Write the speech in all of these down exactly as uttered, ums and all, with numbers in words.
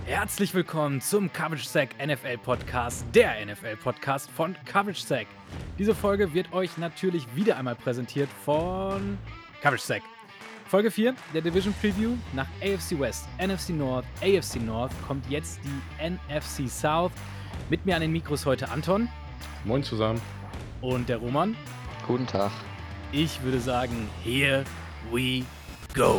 Herzlich willkommen zum Coverage Sack N F L Podcast, der N F L Podcast von Coverage Sack. Diese Folge wird euch natürlich wieder einmal präsentiert von Coverage Sack. Folge vier der Division Preview. Nach A F C West, N F C North, A F C North kommt jetzt die N F C South. Mit mir an den Mikros heute Anton. Moin zusammen. Und der Roman. Guten Tag. Ich würde sagen, here we go.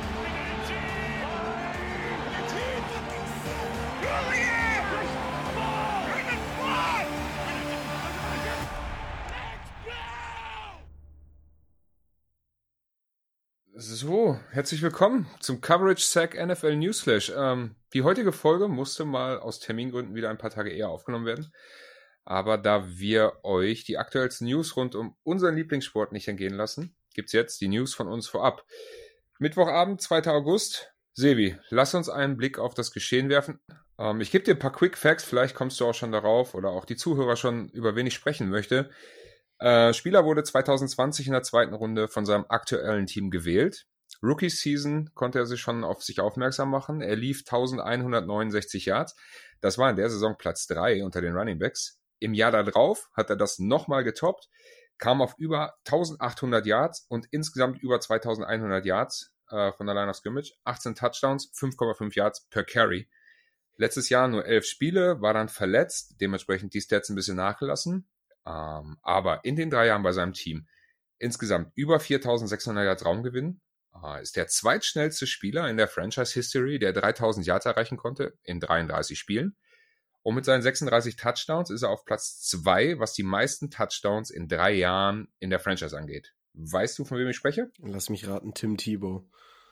So, herzlich willkommen zum Coverage Sack N F L Newsflash. Ähm, die heutige Folge musste mal aus Termingründen wieder ein paar Tage eher aufgenommen werden. Aber da wir euch die aktuellsten News rund um unseren Lieblingssport nicht entgehen lassen, gibt's jetzt die News von uns vorab. Mittwochabend, zweiter August. Sebi, lass uns einen Blick auf das Geschehen werfen. Ähm, ich gebe dir ein paar Quick Facts, vielleicht kommst du auch schon darauf oder auch die Zuhörer schon, über wen ich sprechen möchte. Äh, Spieler wurde zwanzig zwanzig in der zweiten Runde von seinem aktuellen Team gewählt. Rookie Season konnte er sich schon auf sich aufmerksam machen. Er lief elfhundertneunundsechzig Yards. Das war in der Saison Platz drei unter den Running Backs. Im Jahr darauf hat er das nochmal getoppt, kam auf über eintausendachthundert Yards und insgesamt über zweitausendeinhundert Yards äh, von der Line of Scrimmage. achtzehn Touchdowns, fünf Komma fünf Yards per Carry. Letztes Jahr nur elf Spiele, war dann verletzt, dementsprechend die Stats ein bisschen nachgelassen. Um, aber in den drei Jahren bei seinem Team insgesamt über viertausendsechshundert Yards Raumgewinn, uh, ist der zweitschnellste Spieler in der Franchise-History, der dreitausend Yards erreichen konnte in dreiunddreißig Spielen. Und mit seinen sechsunddreißig Touchdowns ist er auf Platz zwei, was die meisten Touchdowns in drei Jahren in der Franchise angeht. Weißt du, von wem ich spreche? Lass mich raten, Tim Tebow.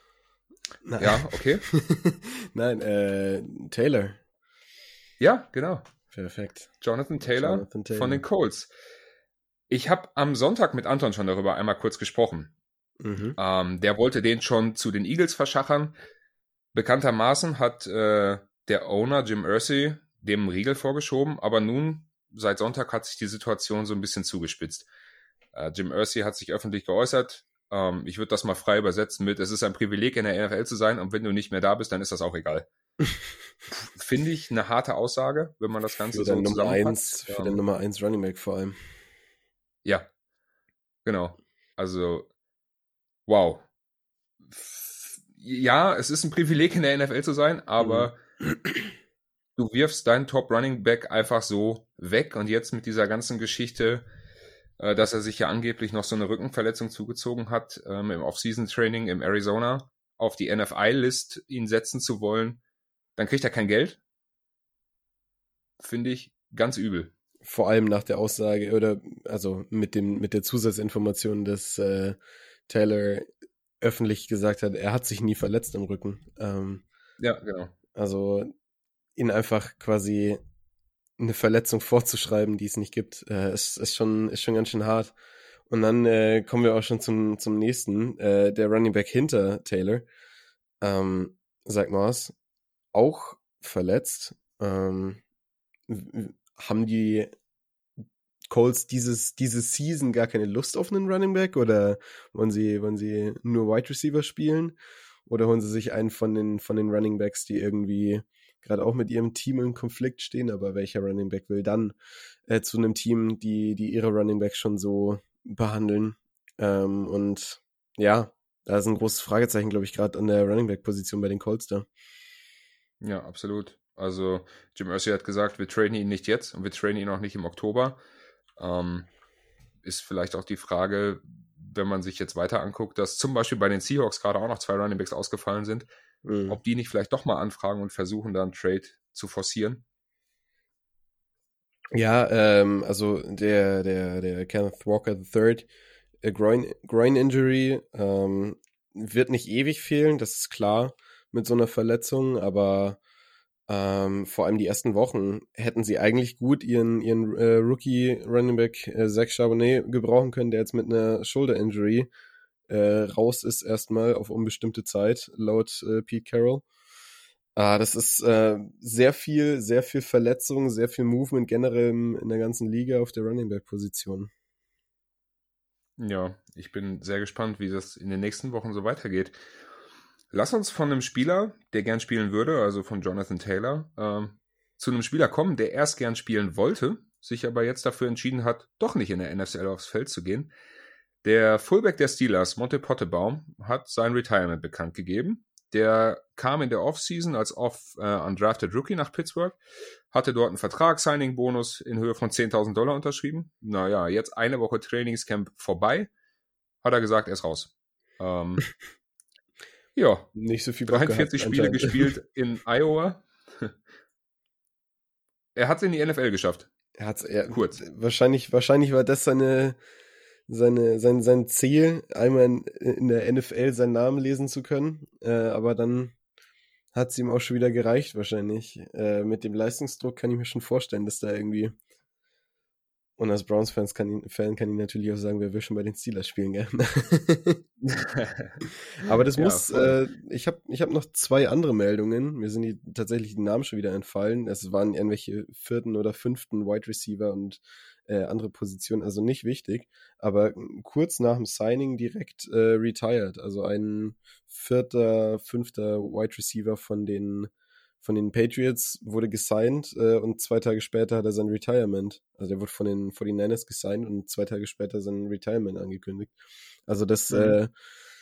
Nein. Ja, okay. Nein, äh, Taylor. Ja, genau. Perfekt. Jonathan Taylor, Jonathan Taylor von den Colts. Ich habe am Sonntag mit Anton schon darüber einmal kurz gesprochen. Mhm. Ähm, der wollte den schon zu den Eagles verschachern. Bekanntermaßen hat äh, der Owner Jim Irsay dem Riegel vorgeschoben, aber nun, seit Sonntag, hat sich die Situation so ein bisschen zugespitzt. Äh, Jim Irsay hat sich öffentlich geäußert. Ähm, ich würde das mal frei übersetzen mit, es ist ein Privileg, in der N F L zu sein, und wenn du nicht mehr da bist, dann ist das auch egal. Finde ich eine harte Aussage, wenn man das Ganze für so Nummer zusammenpackt. Eins, für den Nummer eins Running Back vor allem. Ja, genau. Also, wow. Ja, es ist ein Privileg, in der N F L zu sein, aber mhm. du wirfst deinen Top Running Back einfach so weg, und jetzt mit dieser ganzen Geschichte, dass er sich ja angeblich noch so eine Rückenverletzung zugezogen hat, ähm, im Off-Season-Training im Arizona, auf die N F I-List ihn setzen zu wollen, dann kriegt er kein Geld. Finde ich ganz übel. Vor allem nach der Aussage, oder also mit dem mit der Zusatzinformation, dass äh, Taylor öffentlich gesagt hat, er hat sich nie verletzt im Rücken. Ähm, ja, genau. Also ihn einfach quasi eine Verletzung vorzuschreiben, die es nicht gibt, äh, ist, ist schon ist schon ganz schön hart. Und dann äh, kommen wir auch schon zum zum nächsten, äh, der Running Back hinter Taylor, ähm, Zach Moss, auch verletzt. Ähm, haben die Colts dieses diese Season gar keine Lust auf einen Running Back, oder wollen sie wollen sie nur Wide Receiver spielen, oder holen sie sich einen von den von den Running Backs, die irgendwie gerade auch mit ihrem Team im Konflikt stehen, aber welcher Running Back will dann äh, zu einem Team, die die ihre Running Backs schon so behandeln? Ähm, und ja, da ist ein großes Fragezeichen, glaube ich, gerade an der Running Back Position bei den Colts da. Ja, absolut. Also Jim Irsay hat gesagt, wir traden ihn nicht jetzt und wir traden ihn auch nicht im Oktober. Ähm, ist vielleicht auch die Frage, wenn man sich jetzt weiter anguckt, dass zum Beispiel bei den Seahawks gerade auch noch zwei Running Backs ausgefallen sind, mhm. ob die nicht vielleicht doch mal anfragen und versuchen, da einen Trade zu forcieren. Ja, ähm, also der der der Kenneth Walker the Third, äh, Groin Groin Injury, ähm, wird nicht ewig fehlen, das ist klar mit so einer Verletzung, aber ähm, vor allem die ersten Wochen hätten sie eigentlich gut ihren ihren äh, Rookie Running Back äh, Zach Charbonnet gebrauchen können, der jetzt mit einer Shoulder Injury äh, raus ist erstmal auf unbestimmte Zeit, laut äh, Pete Carroll. Ah, das ist äh, sehr viel, sehr viel Verletzung, sehr viel Movement generell im, in der ganzen Liga auf der Running Back Position. Ja, ich bin sehr gespannt, wie das in den nächsten Wochen so weitergeht. Lass uns von einem Spieler, der gern spielen würde, also von Jonathan Taylor, ähm, zu einem Spieler kommen, der erst gern spielen wollte, sich aber jetzt dafür entschieden hat, doch nicht in der N F L aufs Feld zu gehen. Der Fullback der Steelers, Monte Pottebaum, hat sein Retirement bekannt gegeben. Der kam in der Offseason als off äh, undrafted Rookie nach Pittsburgh, hatte dort einen Vertrag-Signing-Bonus in Höhe von zehntausend Dollar unterschrieben. Naja, jetzt eine Woche Trainingscamp vorbei, hat er gesagt, er ist raus. Ähm, ja, Nicht so viel Bock dreiundvierzig gehabt, Spiele gespielt in Iowa. Er hat es in die N F L geschafft. Er hat's eher Kurz. Wahrscheinlich, wahrscheinlich war das seine, seine, sein, sein Ziel, einmal in, in der N F L seinen Namen lesen zu können. Äh, aber dann hat es ihm auch schon wieder gereicht, wahrscheinlich. Äh, mit dem Leistungsdruck kann ich mir schon vorstellen, dass da irgendwie. Und als Browns-Fans kann ihn, Fan kann ich natürlich auch sagen, wer will schon bei den Steelers spielen, gell? Aber das Ja, muss, äh, ich habe ich hab noch zwei andere Meldungen. Mir sind die, tatsächlich die Namen schon wieder entfallen. Es waren irgendwelche vierten oder fünften Wide Receiver und äh, andere Positionen, also nicht wichtig. Aber kurz nach dem Signing direkt äh, retired. Also ein vierter, fünfter Wide Receiver von den von den Patriots wurde gesigned äh, und zwei Tage später hat er sein Retirement. Also der wurde von den forty-niners gesigned und zwei Tage später sein Retirement angekündigt. Also das, mhm. äh,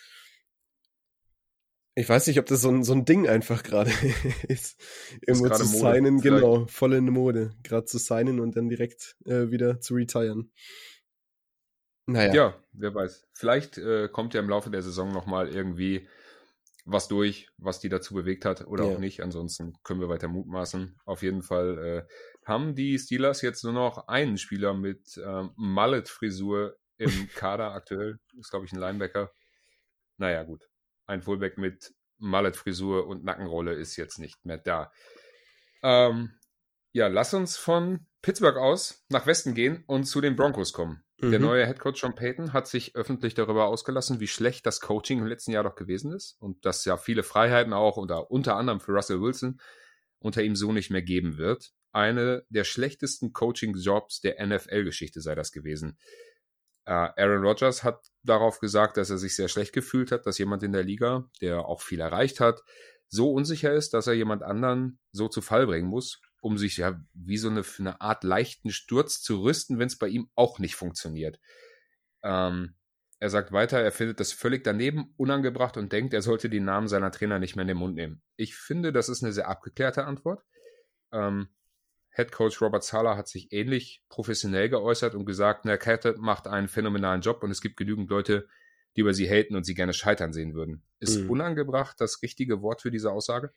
ich weiß nicht, ob das so ein, so ein Ding einfach gerade ist. Irgendwo zu Mode, signen, vielleicht. Genau, voll in Mode. Gerade zu signen und dann direkt äh, wieder zu retiren. Naja. Ja, wer weiß. Vielleicht äh, kommt ja im Laufe der Saison nochmal irgendwie was durch, was die dazu bewegt hat oder ja. auch nicht. Ansonsten können wir weiter mutmaßen. Auf jeden Fall äh, haben die Steelers jetzt nur noch einen Spieler mit ähm, Mullet-Frisur im Kader aktuell. Ist, glaube ich, ein Linebacker. Naja, gut. Ein Fullback mit Mullet-Frisur und Nackenrolle ist jetzt nicht mehr da. Ähm, ja, lass uns von Pittsburgh aus nach Westen gehen und zu den Broncos kommen. Mhm. Der neue Headcoach Sean Payton hat sich öffentlich darüber ausgelassen, wie schlecht das Coaching im letzten Jahr doch gewesen ist und dass ja viele Freiheiten auch unter, unter anderem für Russell Wilson unter ihm so nicht mehr geben wird. Eine der schlechtesten Coaching-Jobs der N F L-Geschichte sei das gewesen. Uh, Aaron Rodgers hat darauf gesagt, dass er sich sehr schlecht gefühlt hat, dass jemand in der Liga, der auch viel erreicht hat, so unsicher ist, dass er jemand anderen so zu Fall bringen muss, um sich ja wie so eine, eine Art leichten Sturz zu rüsten, wenn es bei ihm auch nicht funktioniert. Ähm, er sagt weiter, er findet das völlig daneben, unangebracht und denkt, er sollte die Namen seiner Trainer nicht mehr in den Mund nehmen. Ich finde, das ist eine sehr abgeklärte Antwort. Ähm, Head Coach Robert Saleh hat sich ähnlich professionell geäußert und gesagt, na, Kette macht einen phänomenalen Job und es gibt genügend Leute, die über sie haten und sie gerne scheitern sehen würden. Ist mhm. unangebracht das richtige Wort für diese Aussage?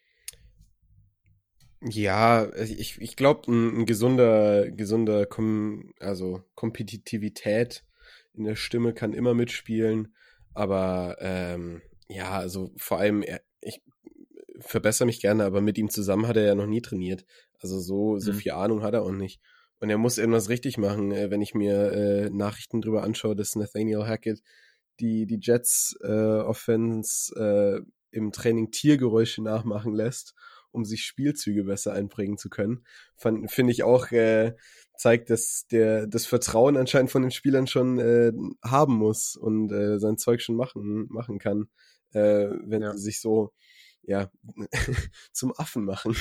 Ja, ich, ich glaube, ein, ein gesunder, gesunder Kom- also Kompetitivität in der Stimme kann immer mitspielen, aber ähm, ja, also vor allem, ich verbessere mich gerne, aber mit ihm zusammen hat er ja noch nie trainiert. Also so, so mhm. viel Ahnung hat er auch nicht. Und er muss irgendwas richtig machen, wenn ich mir äh, Nachrichten drüber anschaue, dass Nathaniel Hackett die, die Jets äh, Offense äh, im Training Tiergeräusche nachmachen lässt, um sich Spielzüge besser einbringen zu können. Finde ich auch, äh, zeigt, dass der das Vertrauen anscheinend von den Spielern schon äh, haben muss und äh, sein Zeug schon machen, machen kann, äh, wenn ja. sie sich so ja, zum Affen machen.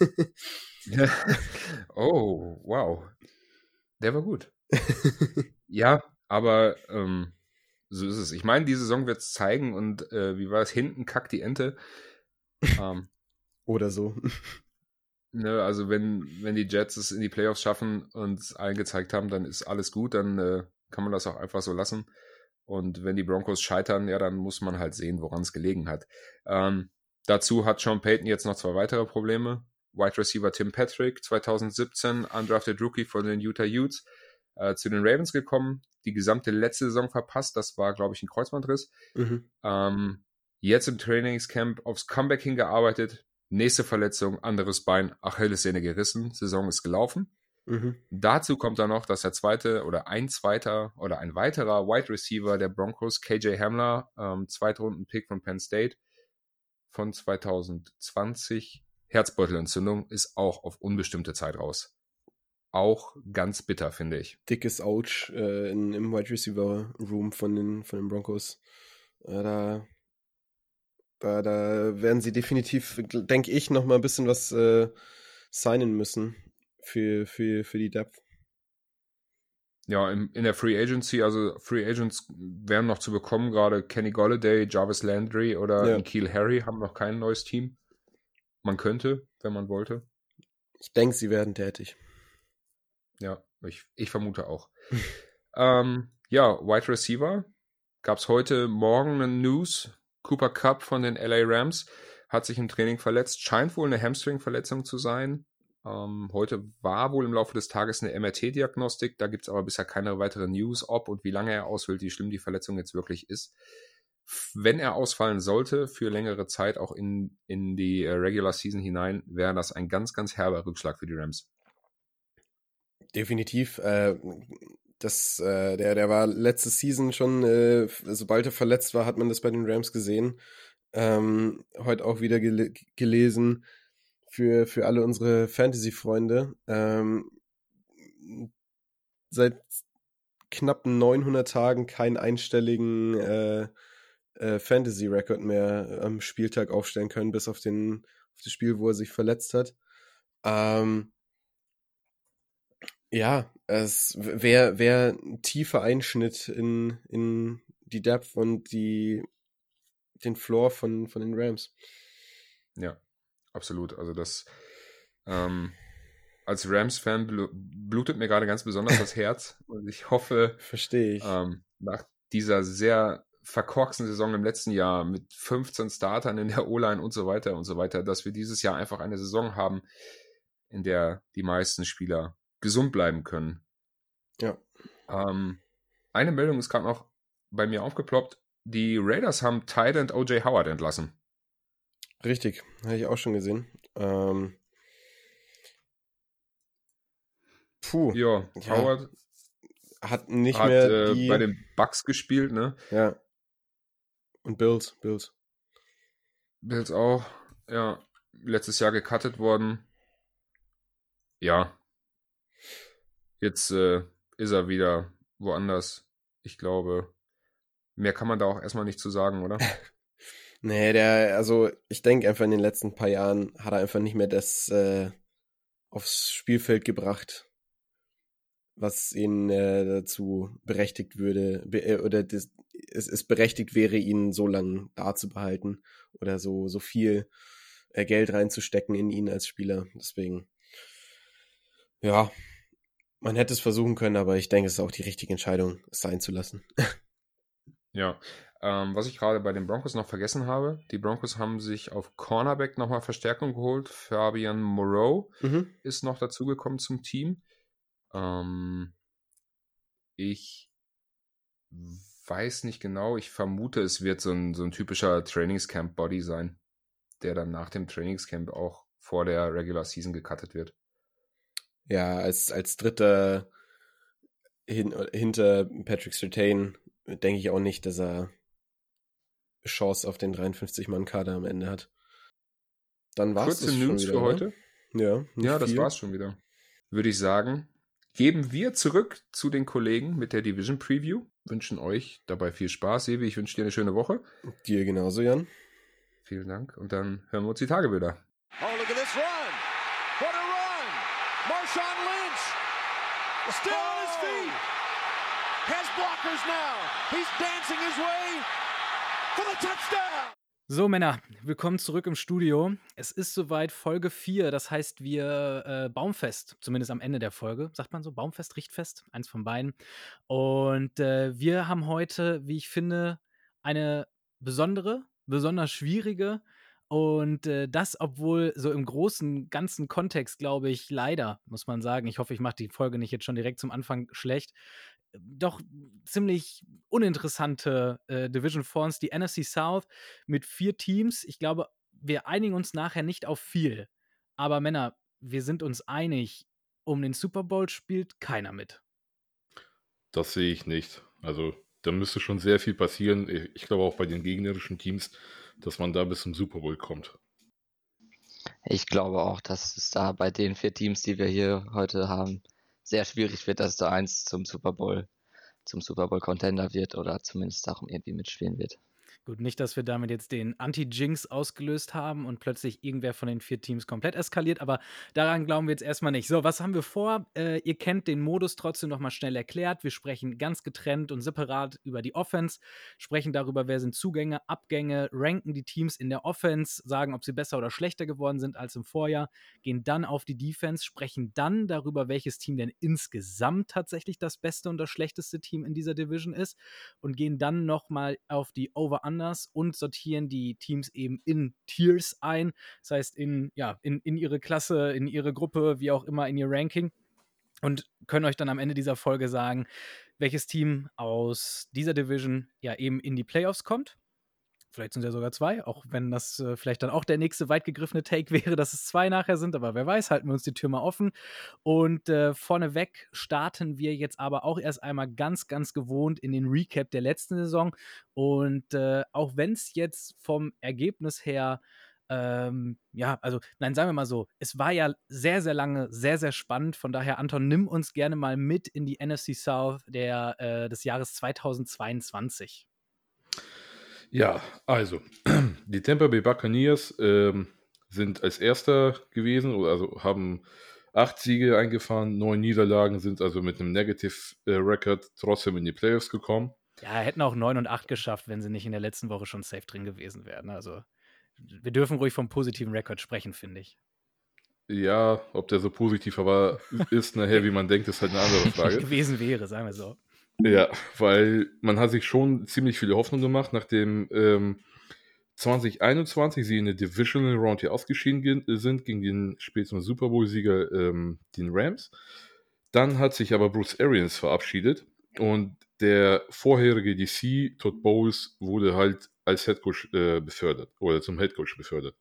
Oh, wow. Der war gut. Ja, aber ähm, so ist es. Ich meine, die Saison wird es zeigen und äh, wie war es? Hinten kackt die Ente. Ähm, Oder so. Ne, also wenn, wenn die Jets es in die Playoffs schaffen und es allen gezeigt haben, dann ist alles gut, dann äh, kann man das auch einfach so lassen. Und wenn die Broncos scheitern, ja, dann muss man halt sehen, woran es gelegen hat. Ähm, Dazu hat Sean Payton jetzt noch zwei weitere Probleme. Wide Receiver Tim Patrick, zwanzig siebzehn, undrafted Rookie von den Utah Utes, äh, zu den Ravens gekommen, die gesamte letzte Saison verpasst. Das war, glaube ich, ein Kreuzbandriss. Mhm. Ähm, jetzt im Trainingscamp aufs Comeback hingearbeitet. Nächste Verletzung, anderes Bein, Achillessehne gerissen. Saison ist gelaufen. Mhm. Dazu kommt dann noch, dass der zweite oder ein zweiter oder ein weiterer Wide Receiver der Broncos, K J Hamler, ähm, Zweitrunden-Pick von Penn State, von zwanzig zwanzig, Herzbeutelentzündung, ist auch auf unbestimmte Zeit raus. Auch ganz bitter, finde ich. Dickes Ouch äh, in, im Wide Receiver Room von den, von den Broncos. Äh, da Da, da werden sie definitiv, denke ich, noch mal ein bisschen was äh, signen müssen für, für, für die Depth. Ja, in, in der Free Agency, also Free Agents wären noch zu bekommen, gerade Kenny Golladay, Jarvis Landry oder Ja. N'Keal Harry haben noch kein neues Team. Man könnte, wenn man wollte. Ich denke, sie werden tätig. Ja, ich, ich vermute auch. ähm, ja, Wide Receiver gab es heute Morgen eine News. Cooper Kupp von den L A Rams hat sich im Training verletzt. Scheint wohl eine Hamstring-Verletzung zu sein. Ähm, heute war wohl im Laufe des Tages eine M R T-Diagnostik. Da gibt es aber bisher keine weitere News, ob und wie lange er ausfällt, wie schlimm die Verletzung jetzt wirklich ist. Wenn er ausfallen sollte für längere Zeit, auch in, in die Regular Season hinein, wäre das ein ganz, ganz herber Rückschlag für die Rams. Definitiv. Äh, das, äh, der, der war letzte Season schon, äh, sobald er verletzt war, hat man das bei den Rams gesehen. Ähm, heute auch wieder gele- gelesen für, für alle unsere Fantasy-Freunde. Ähm, seit knapp neunhundert Tagen keinen einstelligen äh, äh, Fantasy-Record mehr am Spieltag aufstellen können, bis auf, den, auf das Spiel, wo er sich verletzt hat. Ähm, ja, es wäre wär ein tiefer Einschnitt in, in die Depth und die, den Floor von, von den Rams. Ja, absolut. Also das ähm, als Rams-Fan blu- blutet mir gerade ganz besonders das Herz. Und ich hoffe, Verstehe ich. ähm, nach dieser sehr verkorksten Saison im letzten Jahr mit fünfzehn Startern in der O-Line und so weiter und so weiter, dass wir dieses Jahr einfach eine Saison haben, in der die meisten Spieler gesund bleiben können. Ja. Ähm, eine Meldung ist gerade noch bei mir aufgeploppt. Die Raiders haben Tight End O J Howard entlassen. Richtig, habe ich auch schon gesehen. Ähm, puh, Ja, ja, Howard hat nicht hat mehr äh, die... bei den Bucks gespielt, ne? Ja. Und Bills, Bills. Bills auch, ja, letztes Jahr gecuttet worden. Ja, jetzt äh, ist er wieder woanders. Ich glaube, mehr kann man da auch erstmal nicht zu sagen, oder? Nee, der, also ich denke einfach in den letzten paar Jahren hat er einfach nicht mehr das äh, aufs Spielfeld gebracht, was ihn äh, dazu berechtigt würde, be äh, oder das, es, es berechtigt wäre, ihn so lange da zu behalten oder so, so viel äh, Geld reinzustecken in ihn als Spieler. Deswegen, ja, man hätte es versuchen können, aber ich denke, es ist auch die richtige Entscheidung, es sein zu lassen. Ja, ähm, was ich gerade bei den Broncos noch vergessen habe, die Broncos haben sich auf Cornerback nochmal Verstärkung geholt. Fabian Moreau Mhm. ist noch dazugekommen zum Team. Ähm, ich weiß nicht genau, ich vermute, es wird so ein, so ein typischer Trainingscamp-Body sein, der dann nach dem Trainingscamp auch vor der Regular Season gecuttet wird. Ja, als, als dritter hin, hinter Patrick Surtain denke ich auch nicht, dass er Chance auf den dreiundfünfzig-Mann-Kader am Ende hat. Dann war's Kurze das schon News wieder, für oder? heute. Ja, nicht Ja, das viel. war's schon wieder. Würde ich sagen, geben wir zurück zu den Kollegen mit der Division Preview. Wünschen euch dabei viel Spaß. Sevi, ich wünsche dir eine schöne Woche. Dir genauso, Jan. Vielen Dank. Und dann hören wir uns die Tage wieder. Oh, look at this run. What a run. Marshawn Lynch still on his feet. Has blockers now. He's dancing his way for the touchdown. So, Männer, willkommen zurück im Studio. Es ist soweit Folge vier, das heißt, wir äh, Baumfest, zumindest am Ende der Folge. Sagt man so? Baumfest, Richtfest? Eins von beiden. Und äh, wir haben heute, wie ich finde, eine besondere, besonders schwierige und äh, das, obwohl so im großen, ganzen Kontext, glaube ich, leider, muss man sagen, ich hoffe, ich mache die Folge nicht jetzt schon direkt zum Anfang schlecht, doch ziemlich uninteressante äh, Division vor uns, die N F C South mit vier Teams. Ich glaube, wir einigen uns nachher nicht auf viel. Aber Männer, wir sind uns einig, um den Super Bowl spielt keiner mit. Das sehe ich nicht. Also da müsste schon sehr viel passieren. Ich glaube auch bei den gegnerischen Teams, dass man da bis zum Super Bowl kommt. Ich glaube auch, dass es da bei den vier Teams, die wir hier heute haben, sehr schwierig wird, dass da eins zum Super Bowl, zum Super Bowl Contender wird oder zumindest darum irgendwie mitspielen wird. Gut, nicht, dass wir damit jetzt den Anti-Jinx ausgelöst haben und plötzlich irgendwer von den vier Teams komplett eskaliert, aber daran glauben wir jetzt erstmal nicht. So, was haben wir vor? Äh, ihr kennt den Modus trotzdem noch mal schnell erklärt. Wir sprechen ganz getrennt und separat über die Offense, sprechen darüber, wer sind Zugänge, Abgänge, ranken die Teams in der Offense, sagen, ob sie besser oder schlechter geworden sind als im Vorjahr, gehen dann auf die Defense, sprechen dann darüber, welches Team denn insgesamt tatsächlich das beste und das schlechteste Team in dieser Division ist und gehen dann noch mal auf die Over-Unders und sortieren die Teams eben in Tiers ein. Das heißt, in, ja, in, in ihre Klasse, in ihre Gruppe, wie auch immer, in ihr Ranking. Und können euch dann am Ende dieser Folge sagen, welches Team aus dieser Division ja eben in die Playoffs kommt. Vielleicht sind es ja sogar zwei, auch wenn das äh, vielleicht dann auch der nächste weit gegriffene Take wäre, dass es zwei nachher sind, aber wer weiß, halten wir uns die Tür mal offen. Und äh, vorneweg starten wir jetzt aber auch erst einmal ganz, ganz gewohnt in den Recap der letzten Saison. Und äh, auch wenn es jetzt vom Ergebnis her ähm, ja, also, nein, sagen wir mal so, es war ja sehr, sehr lange, sehr, sehr spannend. Von daher, Anton, nimm uns gerne mal mit in die N F C South der, äh, des Jahres zweitausendzweiundzwanzig. Ja, also, die Tampa Bay Buccaneers ähm, sind als Erster gewesen, oder also haben acht Siege eingefahren, neun Niederlagen, sind also mit einem Negative äh, Record trotzdem in die Playoffs gekommen. Ja, hätten auch neun und acht geschafft, wenn sie nicht in der letzten Woche schon safe drin gewesen wären. Also, wir dürfen ruhig vom positiven Rekord sprechen, finde ich. Ja, ob der so positiv aber ist nachher, wie man denkt, ist halt eine andere Frage. gewesen wäre, sagen wir so. Ja, weil man hat sich schon ziemlich viele Hoffnung gemacht, nachdem ähm, zwanzig einundzwanzig sie in der Divisional Round hier ausgeschieden ge- sind gegen den späteren Super Bowl-Sieger, ähm, den Rams. Dann hat sich aber Bruce Arians verabschiedet und der vorherige D C, Todd Bowles, wurde halt als Headcoach äh, befördert oder zum Headcoach befördert.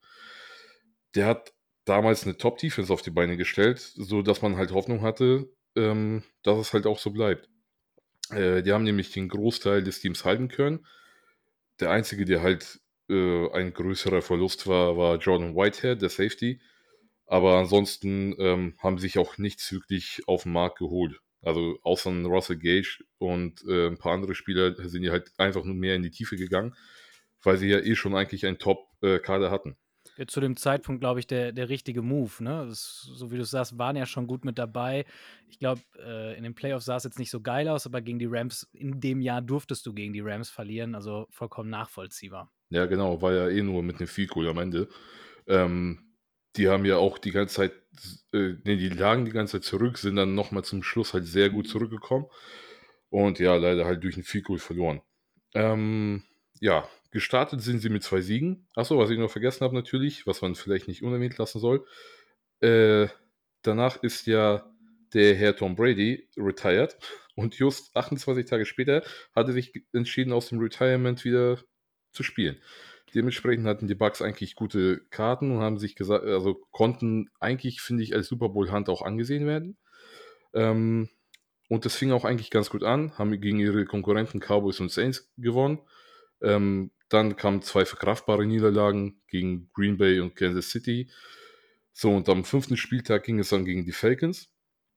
Der hat damals eine Top-Defense auf die Beine gestellt, sodass man halt Hoffnung hatte, ähm, dass es halt auch so bleibt. Äh, die haben nämlich den Großteil des Teams halten können. Der einzige, der halt äh, ein größerer Verlust war, war Jordan Whitehead, der Safety. Aber ansonsten ähm, haben sich auch nichts wirklich auf den Markt geholt. Also außer Russell Gage und äh, ein paar andere Spieler sind ja halt einfach nur mehr in die Tiefe gegangen, weil sie ja eh schon eigentlich einen Top-Kader hatten. Ja, zu dem Zeitpunkt, glaube ich, der, der richtige Move. Ne? Das, so wie du sagst, waren ja schon gut mit dabei. Ich glaube, äh, in den Playoffs sah es jetzt nicht so geil aus, aber gegen die Rams, in dem Jahr durftest du gegen die Rams verlieren, also vollkommen nachvollziehbar. Ja, genau, war ja eh nur mit einem Field Goal am Ende. Ähm, die haben ja auch die ganze Zeit, äh, nee, die lagen die ganze Zeit zurück, sind dann nochmal zum Schluss halt sehr gut zurückgekommen und ja, leider halt durch ein Field Goal verloren. Ähm, ja, gestartet sind sie mit zwei Siegen. Achso, was ich noch vergessen habe natürlich, was man vielleicht nicht unerwähnt lassen soll. Äh, danach ist ja der Herr Tom Brady retired und just achtundzwanzig Tage später hat er sich entschieden, aus dem Retirement wieder zu spielen. Dementsprechend hatten die Bucks eigentlich gute Karten und haben sich gesagt, also konnten eigentlich, finde ich, als Super Bowl Hunt auch angesehen werden. Ähm, und das fing auch eigentlich ganz gut an, haben gegen ihre Konkurrenten Cowboys und Saints gewonnen. Ähm, dann kamen zwei verkraftbare Niederlagen gegen Green Bay und Kansas City. So, und am fünften Spieltag ging es dann gegen die Falcons.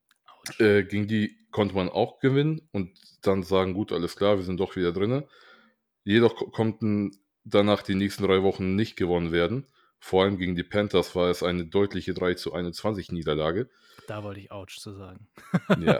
Äh, gegen die konnte man auch gewinnen und dann sagen, gut, alles klar, wir sind doch wieder drin. Jedoch ko- konnten danach die nächsten drei Wochen nicht gewonnen werden. Vor allem gegen die Panthers war es eine deutliche drei zu einundzwanzig Niederlage. Da wollte ich Ouch zu sagen. Ja.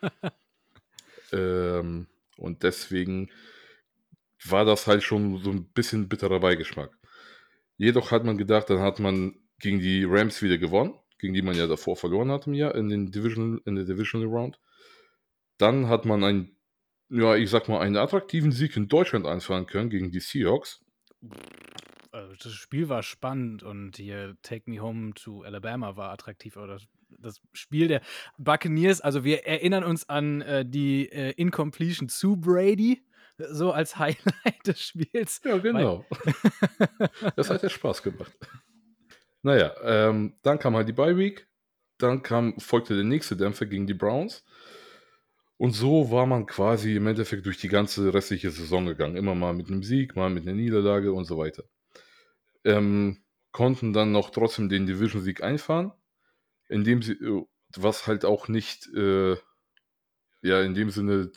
Ähm, und deswegen war das halt schon so ein bisschen bitterer Beigeschmack. Jedoch hat man gedacht, dann hat man gegen die Rams wieder gewonnen, gegen die man ja davor verloren hat im Jahr in, den Division, in der Divisional Round. Dann hat man einen, ja, ich sag mal, einen attraktiven Sieg in Deutschland einfahren können gegen die Seahawks. Also das Spiel war spannend und hier Take Me Home to Alabama war attraktiv. Oder das Spiel der Buccaneers, also wir erinnern uns an äh, die äh, Incompletion zu Brady, so als Highlight des Spiels. Ja, genau. Das hat ja Spaß gemacht. Naja, ähm, dann kam halt die Bye Week. Dann kam, folgte der nächste Dämpfer gegen die Browns. Und so war man quasi im Endeffekt durch die ganze restliche Saison gegangen. Immer mal mit einem Sieg, mal mit einer Niederlage und so weiter. Ähm, konnten dann noch trotzdem den Division-Sieg einfahren, indem sie, äh, was halt auch nicht, äh, ja, in dem Sinne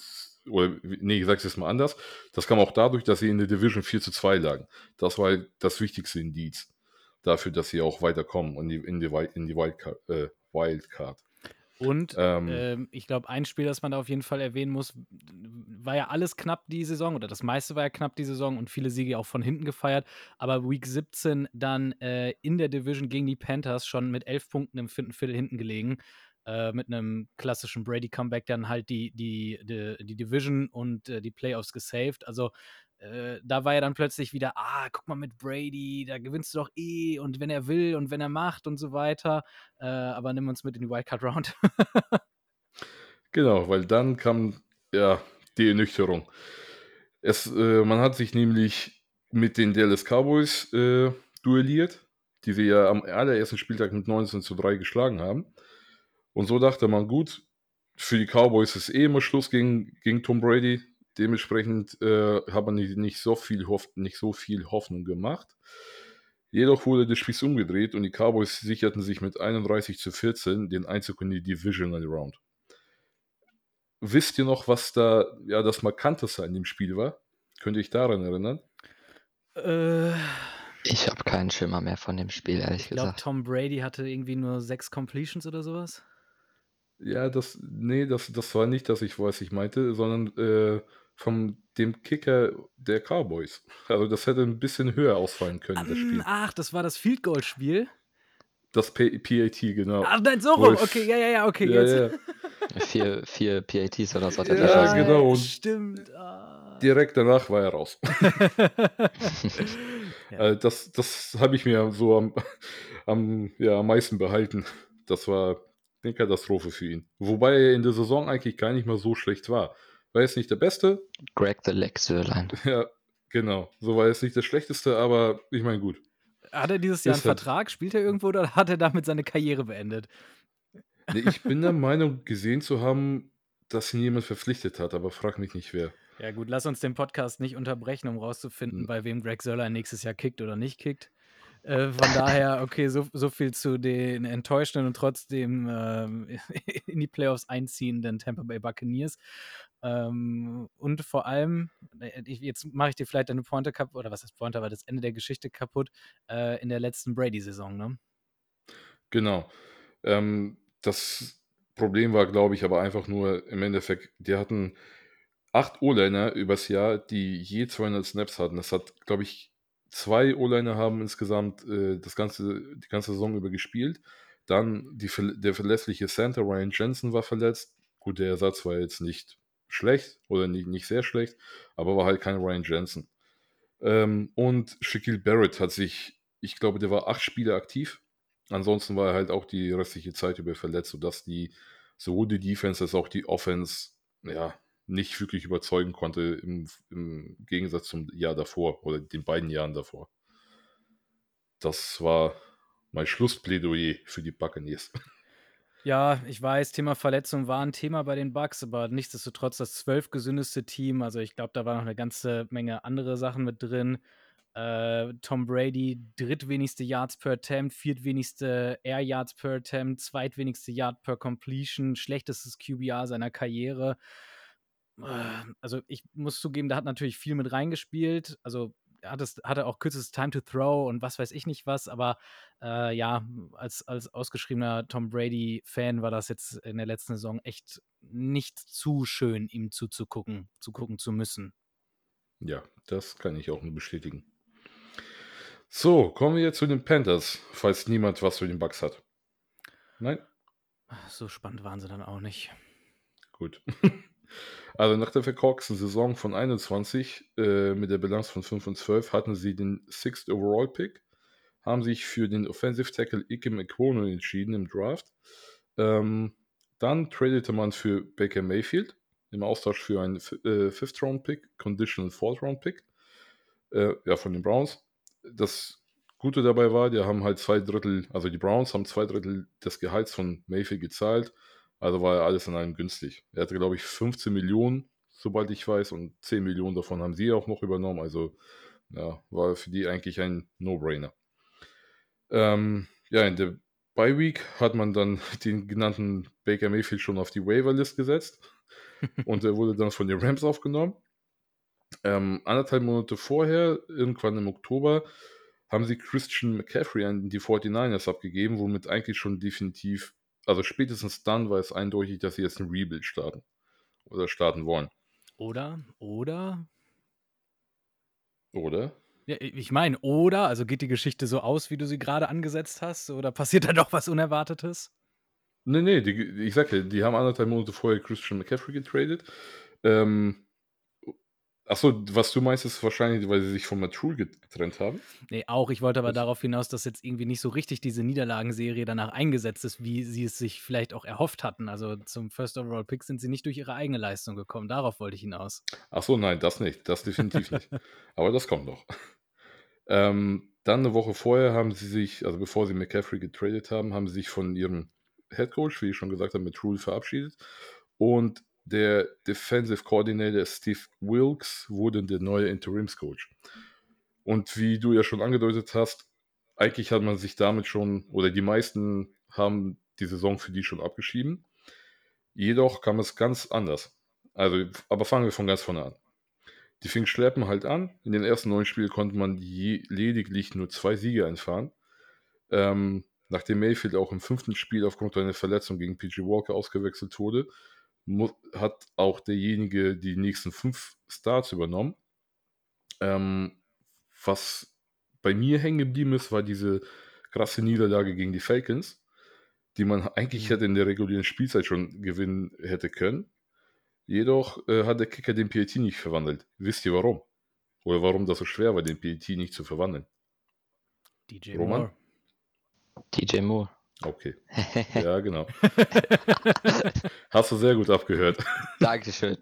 oder nee, ich sag's jetzt mal anders, das kam auch dadurch, dass sie in der Division vier zu zwei lagen. Das war halt das wichtigste Indiz dafür, dass sie auch weiterkommen in die, in die, Wi- in die Wildcard. Äh, Wildcard. Und Ähm, ähm, ich glaube, ein Spiel, das man da auf jeden Fall erwähnen muss, war ja alles knapp die Saison oder das meiste war ja knapp die Saison und viele Siege auch von hinten gefeiert. Aber Week siebzehn dann äh, in der Division gegen die Panthers schon mit elf Punkten im vierten Viertel hinten gelegen. Äh, mit einem klassischen Brady-Comeback dann halt die, die, die, die Division und äh, die Playoffs gesaved. Also äh, da war ja dann plötzlich wieder, ah, guck mal mit Brady, da gewinnst du doch eh und wenn er will und wenn er macht und so weiter. Äh, aber nimm uns mit in die Wildcard-Round. Genau, weil dann kam ja die Ernüchterung. Es, äh, man hat sich nämlich mit den Dallas Cowboys äh, duelliert, die sie ja am allerersten Spieltag mit neunzehn zu drei geschlagen haben. Und so dachte man, gut, für die Cowboys ist eh immer Schluss gegen, gegen Tom Brady. Dementsprechend äh, hat man nicht, nicht, so viel Hoff, nicht so viel Hoffnung gemacht. Jedoch wurde das Spiel umgedreht und die Cowboys sicherten sich mit einunddreißig zu vierzehn den Einzug in die Divisional Round. Wisst ihr noch, was da ja das Markanteste an dem Spiel war? Könnt ihr euch daran erinnern? Äh, Ich habe keinen Schimmer mehr von dem Spiel, ehrlich ich glaube, gesagt. Tom Brady hatte irgendwie nur sechs Completions oder sowas. Ja, das, nee, das, das war nicht, dass ich weiß, ich meinte, sondern äh, von dem Kicker der Cowboys. Also das hätte ein bisschen höher ausfallen können, das Ähm, Spiel. ach, das war das Field Goal Spiel. Das P- PAT, genau. Ach nein, so Wo rum. es- Okay, ja, ja, ja, okay, ja, jetzt. ja. Vier, vier P A Ts oder so hat er Ja, verschossen. genau, und stimmt. Ah. Direkt danach war er raus. Ja. Äh, das das habe ich mir so am, am, ja, am meisten behalten. Das war eine Katastrophe für ihn. Wobei er in der Saison eigentlich gar nicht mal so schlecht war. War jetzt nicht der Beste, Greg the Leg Sörlein. ja, genau. So war jetzt nicht der Schlechteste, aber ich meine, gut. Hat er dieses Jahr einen Ist halt- Vertrag? Spielt er irgendwo oder hat er damit seine Karriere beendet? Nee, ich bin der Meinung, gesehen zu haben, dass ihn jemand verpflichtet hat, aber frag mich nicht wer. Ja, gut, lass uns den Podcast nicht unterbrechen, um rauszufinden, Hm. bei wem Greg Sörlein nächstes Jahr kickt oder nicht kickt. Äh, von daher, okay, so, so viel zu den enttäuschenden und trotzdem ähm, in die Playoffs einziehenden Tampa Bay Buccaneers. Ähm, und vor allem, äh, ich, jetzt mache ich dir vielleicht deine Pointe kaputt, oder was ist Pointe, aber das Ende der Geschichte kaputt, äh, in der letzten Brady-Saison, ne? Genau. Ähm, das Problem war, glaube ich, aber einfach nur im Endeffekt, die hatten acht O-Liner übers Jahr, die je zweihundert Snaps hatten. Das hat, glaube ich, zwei O-Liner haben insgesamt äh, das ganze, die ganze Saison über gespielt. Dann die, verl- der verlässliche Center Ryan Jensen war verletzt. Gut, der Ersatz war jetzt nicht schlecht oder nicht, nicht sehr schlecht, aber war halt kein Ryan Jensen. Ähm, und Shaquille Barrett hat sich, ich glaube, der war acht Spiele aktiv. Ansonsten war er halt auch die restliche Zeit über verletzt, sodass die sowohl die Defense als auch die Offense ja, nicht wirklich überzeugen konnte im, im Gegensatz zum Jahr davor oder den beiden Jahren davor. Das war mein Schlussplädoyer für die Buccaneers. Ja, ich weiß, Thema Verletzung war ein Thema bei den Bucks, aber nichtsdestotrotz das zwölf gesündeste Team. Also ich glaube, da war noch eine ganze Menge andere Sachen mit drin. Äh, Tom Brady, drittwenigste Yards per Attempt, viertwenigste Air Yards per Attempt, zweitwenigste Yard per Completion, schlechtestes Q B R seiner Karriere. Äh, Also ich muss zugeben, da hat natürlich viel mit reingespielt. Also er hat es, hatte auch kürzestes Time to Throw und was weiß ich nicht was, aber äh, ja, als, als ausgeschriebener Tom Brady-Fan war das jetzt in der letzten Saison echt nicht zu schön, ihm zuzugucken, zugucken zu müssen. Ja, das kann ich auch nur bestätigen. So, kommen wir jetzt zu den Panthers, falls niemand was zu den Bucks hat. Nein? So spannend waren sie dann auch nicht. Gut. Also nach der verkorksten Saison von einundzwanzig äh, mit der Bilanz von fünf und zwölf hatten sie den Sixth Overall Pick, haben sich für den Offensive Tackle Ikem Ekwono entschieden im Draft. Ähm, dann tradete man für Baker Mayfield im Austausch für einen äh, Fifth Round Pick, Conditional Fourth Round Pick, äh, ja, von den Browns. Das Gute dabei war, die haben halt zwei Drittel, also die Browns haben zwei Drittel des Gehalts von Mayfield gezahlt. Also war alles in allem günstig. Er hatte, glaube ich, fünfzehn Millionen, sobald ich weiß, und zehn Millionen davon haben sie auch noch übernommen. Also ja, war für die eigentlich ein No-Brainer. Ähm, ja, in der Bye Week hat man dann den genannten Baker Mayfield schon auf die Waiver-List gesetzt. und er wurde dann von den Rams aufgenommen. Ähm, anderthalb Monate vorher, irgendwann im Oktober, haben sie Christian McCaffrey an die forty-niners abgegeben, womit eigentlich schon definitiv, also spätestens dann war es eindeutig, dass sie jetzt ein Rebuild starten oder starten wollen. Oder, oder, Oder? ja, ich meine, oder, also geht die Geschichte so aus, wie du sie gerade angesetzt hast, oder passiert da doch was Unerwartetes? Nee, nee, die, ich sag ja, die haben anderthalb Monate vorher Christian McCaffrey getradet. Ähm, Achso, was du meinst, ist wahrscheinlich, weil sie sich von Matt Rule getrennt haben. Nee, auch. Ich wollte aber Das- darauf hinaus, dass jetzt irgendwie nicht so richtig diese Niederlagenserie danach eingesetzt ist, wie sie es sich vielleicht auch erhofft hatten. Also zum First Overall Pick sind sie nicht durch ihre eigene Leistung gekommen. Darauf wollte ich hinaus. Achso, nein, das nicht. Das definitiv nicht. Aber das kommt noch. Ähm, dann eine Woche vorher haben sie sich, also bevor sie McCaffrey getradet haben, haben sie sich von ihrem Headcoach, wie ich schon gesagt habe, mit Rule verabschiedet. Und der Defensive Coordinator Steve Wilkes wurde der neue Interimscoach. Und wie du ja schon angedeutet hast, eigentlich hat man sich damit schon, oder die meisten haben die Saison für die schon abgeschrieben. Jedoch kam es ganz anders. Also, aber fangen wir von ganz vorne an. Die fing Schleppen halt an. In den ersten neun Spielen konnte man je, lediglich nur zwei Siege einfahren. Ähm, nachdem Mayfield auch im fünften Spiel aufgrund einer Verletzung gegen P J Walker ausgewechselt wurde, mu- hat auch derjenige die nächsten fünf Starts übernommen. Ähm, was bei mir hängen geblieben ist, war diese krasse Niederlage gegen die Falcons, die man eigentlich Mhm. hätte in der regulären Spielzeit schon gewinnen hätte können. Jedoch äh, hat der Kicker den P A T nicht verwandelt. Wisst ihr warum? Oder warum das so schwer war, den P A T nicht zu verwandeln? D J Roman? Moore. D J Moore. Okay. Ja, genau. Hast du sehr gut abgehört. Dankeschön.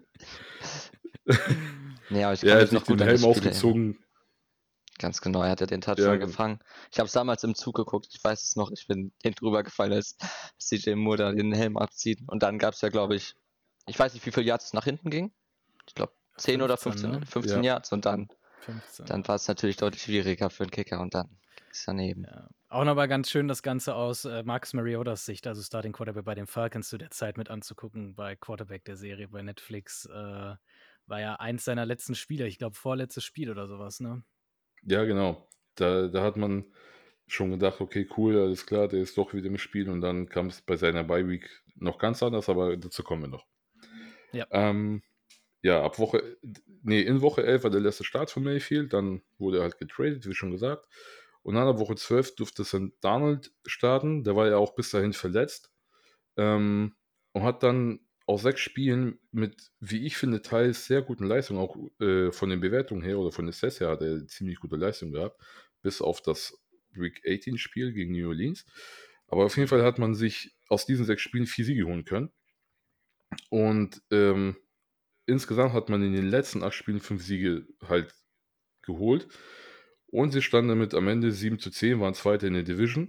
Nee, aber ich kann Er mich hat noch sich gut den an das Helm Spiel erinnern. aufgezogen. Ganz genau, er hatte den Touchdown Ja, genau. gefangen. Ich habe es damals im Zug geguckt, ich weiß es noch, ich bin hinten drüber gefallen, als C J Moore da den Helm abzieht. Und dann gab es ja, glaube ich, ich weiß nicht, wie viele Yards es nach hinten ging. Ich glaube zehn oder fünfzehn, fünfzehn, ne? fünfzehn Ja. Yards und dann, fünfzehn. dann war es natürlich deutlich schwieriger für den Kicker und dann ging es daneben. Ja. Auch nochmal ganz schön das Ganze aus äh, Marcus Mariotas Sicht, also Starting Quarterback bei den Falcons zu der Zeit mit anzugucken, bei Quarterback der Serie bei Netflix. Äh, war ja eins seiner letzten Spiele, ich glaube vorletztes Spiel oder sowas, ne? Ja, genau. Da, da hat man schon gedacht, okay, cool, alles klar, der ist doch wieder im Spiel. Und dann kam es bei seiner Bye-Week noch ganz anders, aber dazu kommen wir noch. Ja. Ähm, ja, ab Woche, nee, in Woche elf war der letzte Start von Mayfield, dann wurde er halt getradet, wie schon gesagt. Und dann ab Woche zwölf durfte Sam Darnold starten, der war ja auch bis dahin verletzt. Ähm, und hat dann aus sechs Spielen mit, wie ich finde, teils sehr guten Leistungen, auch äh, von den Bewertungen her oder von der Sess her hat er ziemlich gute Leistung gehabt, bis auf das Week achtzehn Spiel gegen New Orleans. Aber auf jeden Fall hat man sich aus diesen sechs Spielen vier Siege holen können. Und ähm, insgesamt hat man in den letzten acht Spielen fünf Siege halt geholt. Und sie standen damit am Ende sieben zu zehn, waren Zweiter in der Division.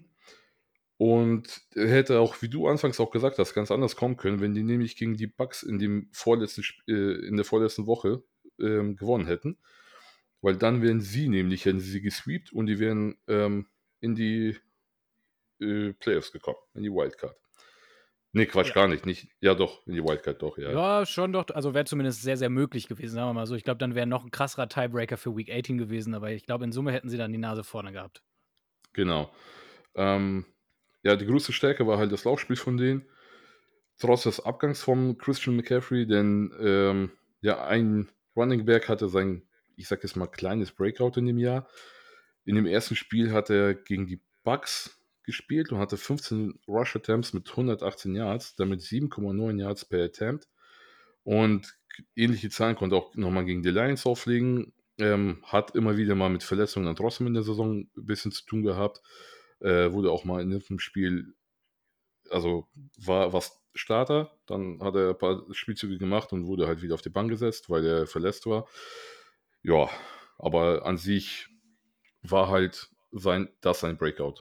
Und hätte auch, wie du anfangs auch gesagt hast, ganz anders kommen können, wenn die nämlich gegen die Bucks in, dem vorletzten, Sp- äh, in der vorletzten Woche ähm, gewonnen hätten. Weil dann wären sie nämlich, hätten sie gesweept und die wären ähm, in die äh, Playoffs gekommen, in die Wildcard. Nee, Quatsch, Ja. gar nicht, nicht. Ja, doch, in die Wildcard, doch, ja. Ja, schon doch. Also wäre zumindest sehr, sehr möglich gewesen, sagen wir mal so. Ich glaube, dann wäre noch ein krasserer Tiebreaker für Week achtzehn gewesen, aber ich glaube, in Summe hätten sie dann die Nase vorne gehabt. Genau. Ähm, ja, die größte Stärke war halt das Laufspiel von denen. Trotz des Abgangs von Christian McCaffrey, denn ähm, ja, ein Running Back hatte sein, ich sag jetzt mal, kleines Breakout in dem Jahr. In dem ersten Spiel hat er gegen die Bucks gespielt und hatte fünfzehn Rush Attempts mit hundertachtzehn Yards, damit sieben Komma neun Yards per Attempt. Und ähnliche Zahlen konnte auch nochmal gegen die Lions auflegen. Ähm, hat immer wieder mal mit Verletzungen dann trotzdem in der Saison ein bisschen zu tun gehabt. Äh, wurde auch mal in einem Spiel, also war was Starter, dann hat er ein paar Spielzüge gemacht und wurde halt wieder auf die Bank gesetzt, weil er verletzt war. Ja, aber an sich war halt sein, das sein Breakout.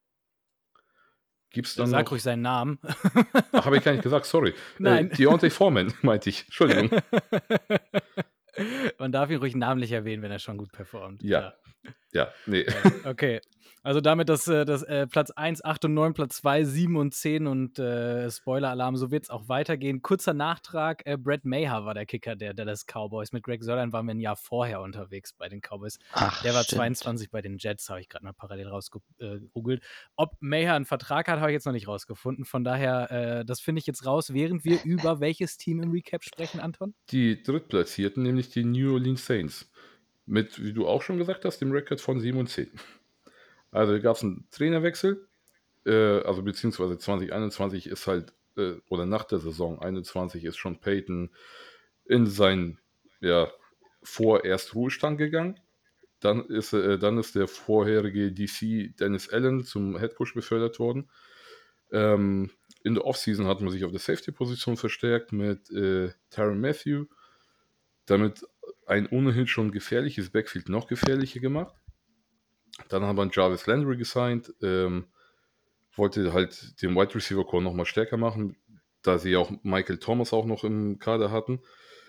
Gibt's dann Sag noch... ruhig seinen Namen. Ach, habe ich gar nicht gesagt, sorry. Nein. Äh, Deontay Foreman, meinte ich. Entschuldigung. Man darf ihn ruhig namentlich erwähnen, wenn er schon gut performt. Ja. Ja, nee. Ja, okay. Also damit, dass, äh, dass äh, Platz eins, acht und neun, Platz zwei, sieben und zehn und äh, Spoiler-Alarm, so wird es auch weitergehen. Kurzer Nachtrag, äh, Brett Maher war der Kicker der Dallas Cowboys. Mit Greg Zuerlein waren wir ein Jahr vorher unterwegs bei den Cowboys. Ach, Der war stimmt. zweiundzwanzig bei den Jets, habe ich gerade mal parallel rausgegoogelt. Ob Maher einen Vertrag hat, habe ich jetzt noch nicht rausgefunden. Von daher, äh, das finde ich jetzt raus, während wir über welches Team im Recap sprechen, Anton? Die Drittplatzierten, nämlich die New Orleans Saints. Mit, wie du auch schon gesagt hast, dem Rekord von sieben und zehn. Also gab es einen Trainerwechsel, äh, also beziehungsweise zwanzig einundzwanzig ist halt, äh, oder nach der Saison einundzwanzig ist Sean Payton in sein, ja, vorerst Ruhestand gegangen. Dann ist, äh, dann ist der vorherige D C Dennis Allen zum Headcoach befördert worden. Ähm, in der Offseason hat man sich auf der Safety-Position verstärkt mit äh, Tyrann Mathieu, damit ein ohnehin schon gefährliches Backfield noch gefährlicher gemacht. Dann haben wir Jarvis Landry gesigned, ähm, wollte halt den Wide Receiver Core nochmal stärker machen, da sie auch Michael Thomas auch noch im Kader hatten.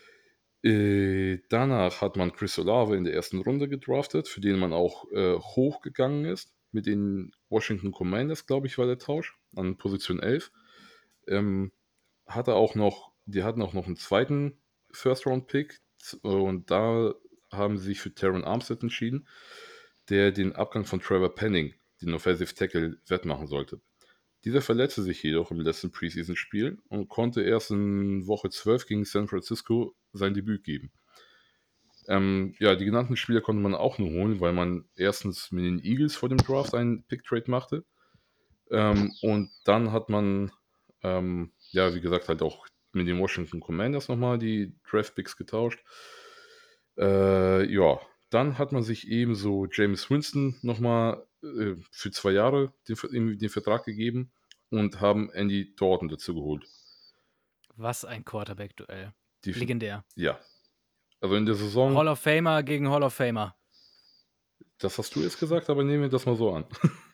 Äh, danach hat man Chris Olave in der ersten Runde gedraftet, für den man auch äh, hochgegangen ist. Mit den Washington Commanders, glaube ich, war der Tausch, an Position elf. Ähm, hatte auch noch, die hatten auch noch einen zweiten First-Round-Pick und da haben sie sich für Terron Armstead entschieden, der den Abgang von Trevor Penning, den Offensive Tackle, wettmachen sollte. Dieser verletzte sich jedoch im letzten Preseason-Spiel und konnte erst in Woche zwölf gegen San Francisco sein Debüt geben. Ähm, ja, die genannten Spieler konnte man auch nur holen, weil man erstens mit den Eagles vor dem Draft einen Pick-Trade machte. Ähm, und dann hat man, ähm, ja, wie gesagt, halt auch mit den Washington Commanders nochmal die Draft-Picks getauscht. Äh, ja, dann hat man sich ebenso Jameis Winston nochmal äh, für zwei Jahre den, den Vertrag gegeben und haben Andy Dalton dazu geholt. Was ein Quarterback-Duell. Die, Legendär. Ja. Also in der Saison. Hall of Famer gegen Hall of Famer. Das hast du jetzt gesagt, aber nehmen wir das mal so an.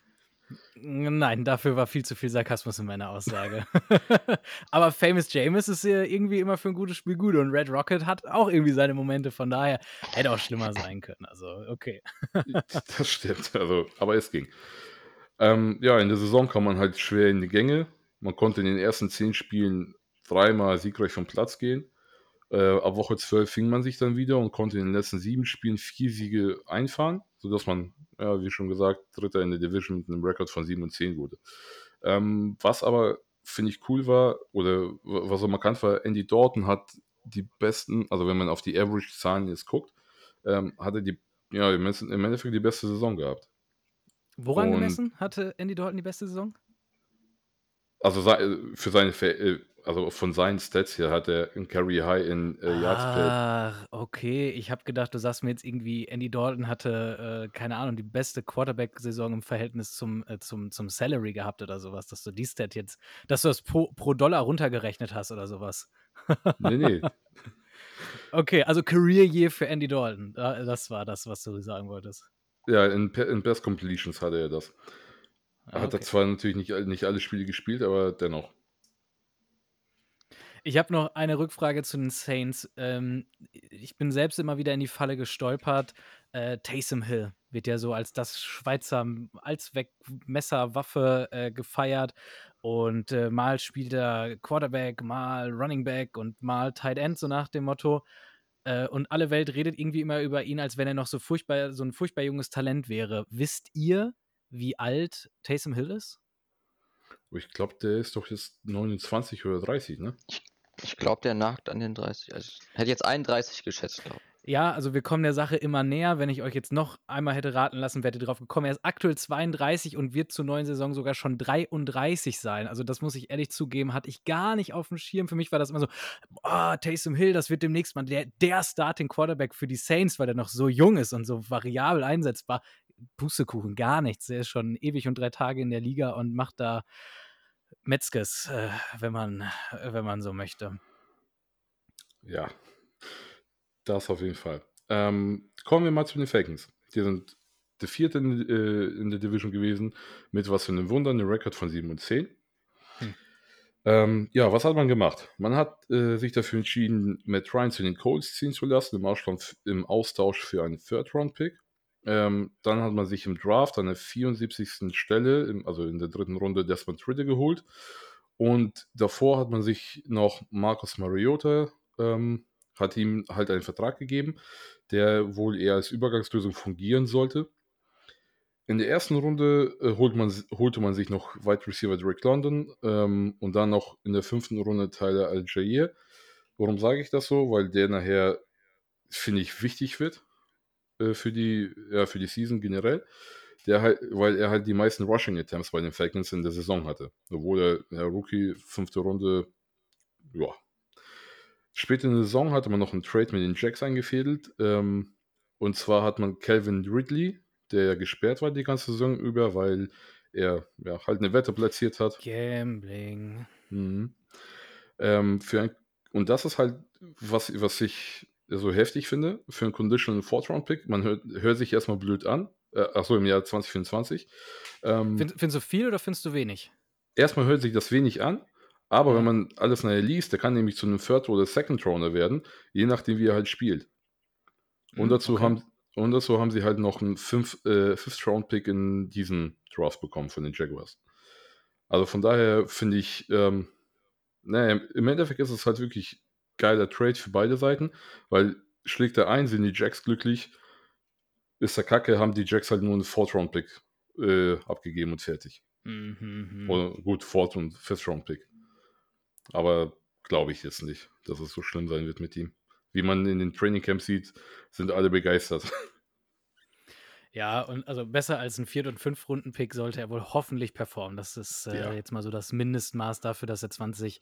Nein, dafür war viel zu viel Sarkasmus in meiner Aussage. Aber Famous Jameis ist ja irgendwie immer für ein gutes Spiel gut und Red Rocket hat auch irgendwie seine Momente, von daher hätte auch schlimmer sein können. Also, okay. Das stimmt, also, aber es ging. Ähm, ja, in der Saison kam man halt schwer in die Gänge. Man konnte in den ersten zehn Spielen dreimal siegreich vom Platz gehen. Äh, ab Woche zwölf fing man sich dann wieder und konnte in den letzten sieben Spielen vier Siege einfahren, sodass man, ja, wie schon gesagt, Dritter in der Division mit einem Rekord von sieben und zehn wurde. Ähm, was aber, finde ich, cool war, oder was auch markant war, Andy Dalton hat die besten, also wenn man auf die Average-Zahlen jetzt guckt, ähm, hat er die, ja, im Endeffekt die beste Saison gehabt. Woran Und- gemessen hatte Andy Dalton die beste Saison? Also sei- für seine, Fe- äh, also von seinen Stats her hat er ein Carry High in äh, Yards per. Ach, okay. Ich habe gedacht, du sagst mir jetzt irgendwie, Andy Dalton hatte, äh, keine Ahnung, die beste Quarterback-Saison im Verhältnis zum, äh, zum, zum Salary gehabt oder sowas, dass du die Stat jetzt, dass du das pro, pro Dollar runtergerechnet hast oder sowas. Nee, nee. Okay, also Career Year für Andy Dalton. Da- Das war das, was du sagen wolltest. Ja, in, Pe- in Best Completions hatte er das. Er Ah, hat er okay. zwar natürlich nicht, all- nicht alle Spiele gespielt, aber dennoch. Ich habe noch eine Rückfrage zu den Saints. Ähm, ich bin selbst immer wieder in die Falle gestolpert. Äh, Taysom Hill wird ja so als das Schweizer Allzweck-Messerwaffe äh, gefeiert. Und äh, mal spielt er Quarterback, mal Running Back und mal Tight End, so nach dem Motto. Äh, und alle Welt redet irgendwie immer über ihn, als wenn er noch so furchtbar, so ein furchtbar junges Talent wäre. Wisst ihr, wie alt Taysom Hill ist? Aber ich glaube, der ist doch jetzt neunundzwanzig oder dreißig, ne? Ich glaube, der nagt an den dreißig. Also, ich hätte jetzt einunddreißig geschätzt, glaube ich. Ja, also wir kommen der Sache immer näher. Wenn ich euch jetzt noch einmal hätte raten lassen, wärt ihr drauf gekommen. Er ist aktuell zweiunddreißig und wird zur neuen Saison sogar schon dreiunddreißig sein. Also das muss ich ehrlich zugeben, hatte ich gar nicht auf dem Schirm. Für mich war das immer so, oh, Taysom Hill, das wird demnächst mal der, der Starting Quarterback für die Saints, weil er noch so jung ist und so variabel einsetzbar. Pustekuchen, gar nichts. Er ist schon ewig und drei Tage in der Liga und macht da Metzges, äh, wenn man, äh, wenn man so möchte. Ja, das auf jeden Fall. Ähm, kommen wir mal zu den Falcons. Die sind der vierte in, äh, in der Division gewesen, mit was für einem Wunder, einem Rekord von sieben und zehn. Hm. Ähm, ja, was hat man gemacht? Man hat äh, sich dafür entschieden, Matt Ryan zu den Colts ziehen zu lassen, im Austausch, im Austausch für einen Third-Round-Pick. Ähm, dann hat man sich im Draft an der vierundsiebzigsten Stelle, im, also in der dritten Runde, Desmond Ridder geholt. Und davor hat man sich noch Marcus Mariota, ähm, hat ihm halt einen Vertrag gegeben, der wohl eher als Übergangslösung fungieren sollte. In der ersten Runde äh, holt man, holte man sich noch Wide Receiver Drake London ähm, und dann noch in der fünften Runde Tyler Algier. Warum sage ich das so? Weil der nachher, finde ich, wichtig wird äh, für, die, ja, für die Season generell. Der halt, weil er halt die meisten Rushing Attempts bei den Falcons in der Saison hatte. Obwohl er ja, Rookie, fünfte Runde, ja. Später in der Saison hatte man noch einen Trade mit den Jacks eingefädelt. Ähm, und zwar hat man Calvin Ridley, der ja gesperrt war die ganze Saison über, weil er ja, halt eine Wette platziert hat. Gambling. Mhm. Ähm, für ein, und das ist halt, was, was ich so heftig finde, für einen Conditional Fourth-Round-Pick. Man hört, hört sich erstmal blöd an. Äh, achso, im Jahr zwanzig vierundzwanzig. Ähm, Find, findest du viel oder findest du wenig? erstmal hört sich das wenig an, aber Ja. wenn man alles nachher liest, der kann nämlich zu einem Third- oder Second-Rounder werden, je nachdem, wie er halt spielt. Und, Hm, dazu, okay. haben, und dazu haben sie halt noch einen Fünf, äh, Fifth-Round-Pick in diesen Draft bekommen von den Jaguars. Also von daher finde ich, ähm, naja, im Endeffekt ist es halt wirklich geiler Trade für beide Seiten, weil schlägt er ein, sind die Jacks glücklich, ist der Kacke, haben die Jacks halt nur einen Fourth-Round-Pick äh, abgegeben und fertig. Mhm. Oder gut, Fourth- und Fifth-Round-Pick. Aber glaube ich jetzt nicht, dass es so schlimm sein wird mit ihm. Wie man in den Trainingcamps sieht, sind alle begeistert. Ja, und also besser als ein Viert- und Fünf-Runden-Pick sollte er wohl hoffentlich performen. Das ist äh, Ja. jetzt mal so das Mindestmaß dafür, dass er zwanzig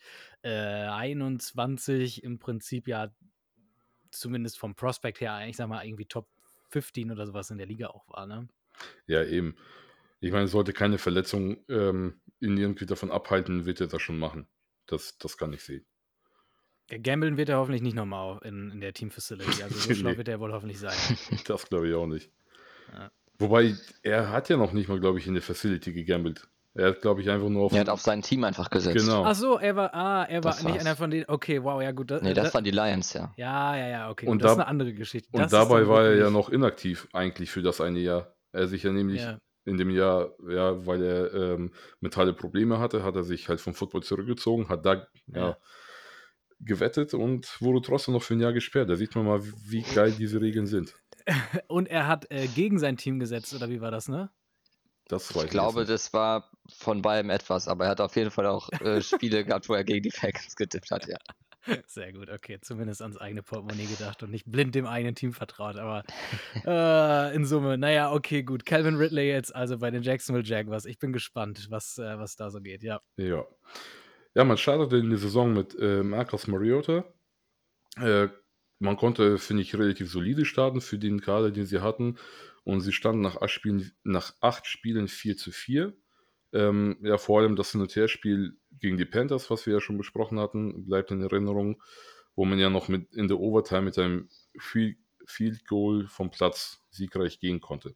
einundzwanzig im Prinzip ja zumindest vom Prospect her, ich sag mal, irgendwie Top fünfzehn oder sowas in der Liga auch war, ne? Ja, eben. Ich meine, sollte keine Verletzung ähm, ihn irgendwie davon abhalten, wird er das schon machen. Das, das kann ich sehen. Gambeln wird er hoffentlich nicht nochmal in, in der Team-Facility. Also so schlau Nee. wird er wohl hoffentlich sein. Das glaube ich auch nicht. Ja. Wobei, er hat ja noch nicht mal, glaube ich, in der Facility gegambelt. Er hat, glaube ich, einfach nur auf... Er hat auf sein Team einfach gesetzt. Genau. Ach so, er war, ah, er war Das nicht war's. einer von denen. Okay, wow, ja gut. Das, Nee, das das, waren die Lions, ja. ja, ja, ja, okay. Und Gut, das da- ist eine andere Geschichte. Und Das ist dabei dann war er ja wirklich- noch inaktiv eigentlich für das eine Jahr. Er sich ja nämlich Ja. in dem Jahr, ja, weil er ähm, mentale Probleme hatte, hat er sich halt vom Football zurückgezogen, hat da ja, Ja. gewettet und wurde trotzdem noch für ein Jahr gesperrt. Da sieht man mal, wie, wie geil diese Regeln sind. Und er hat äh, gegen sein Team gesetzt, oder wie war das, ne? Das weiß Ich glaube, jetzt nicht. das war von beidem etwas, aber er hat auf jeden Fall auch äh, Spiele gehabt, wo er gegen die Falcons getippt hat, ja. Sehr gut, okay. Zumindest ans eigene Portemonnaie gedacht und nicht blind dem eigenen Team vertraut. Aber äh, in Summe, naja, okay, gut. Calvin Ridley jetzt also bei den Jacksonville Jaguars. Ich bin gespannt, was, äh, was da so geht, ja. Ja. Ja, man startete in die Saison mit äh, Marcus Mariota. Äh, man konnte, finde ich, relativ solide starten für den Kader, den sie hatten. Und sie standen nach acht Spielen, nach acht Spielen vier zu vier. Ähm, ja, vor allem das Hin- und Her-Spiel gegen die Panthers, was wir ja schon besprochen hatten, bleibt in Erinnerung, wo man ja noch mit in der Overtime mit einem Field Field Goal vom Platz siegreich gehen konnte.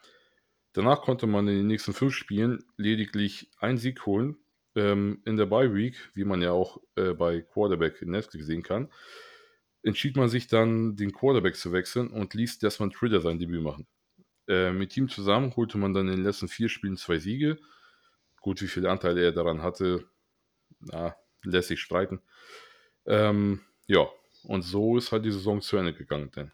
Danach konnte man in den nächsten fünf Spielen lediglich einen Sieg holen. Ähm, in der Bye Week, wie man ja auch äh, bei Quarterback in Netflix sehen kann, entschied man sich dann, den Quarterback zu wechseln und ließ Desmond Ridder sein Debüt machen. Äh, mit ihm zusammen holte man dann in den letzten vier Spielen zwei Siege. Gut, wie viele Anteile er daran hatte, na, lässt sich streiten. Ähm, ja, und so ist halt die Saison zu Ende gegangen. Denn.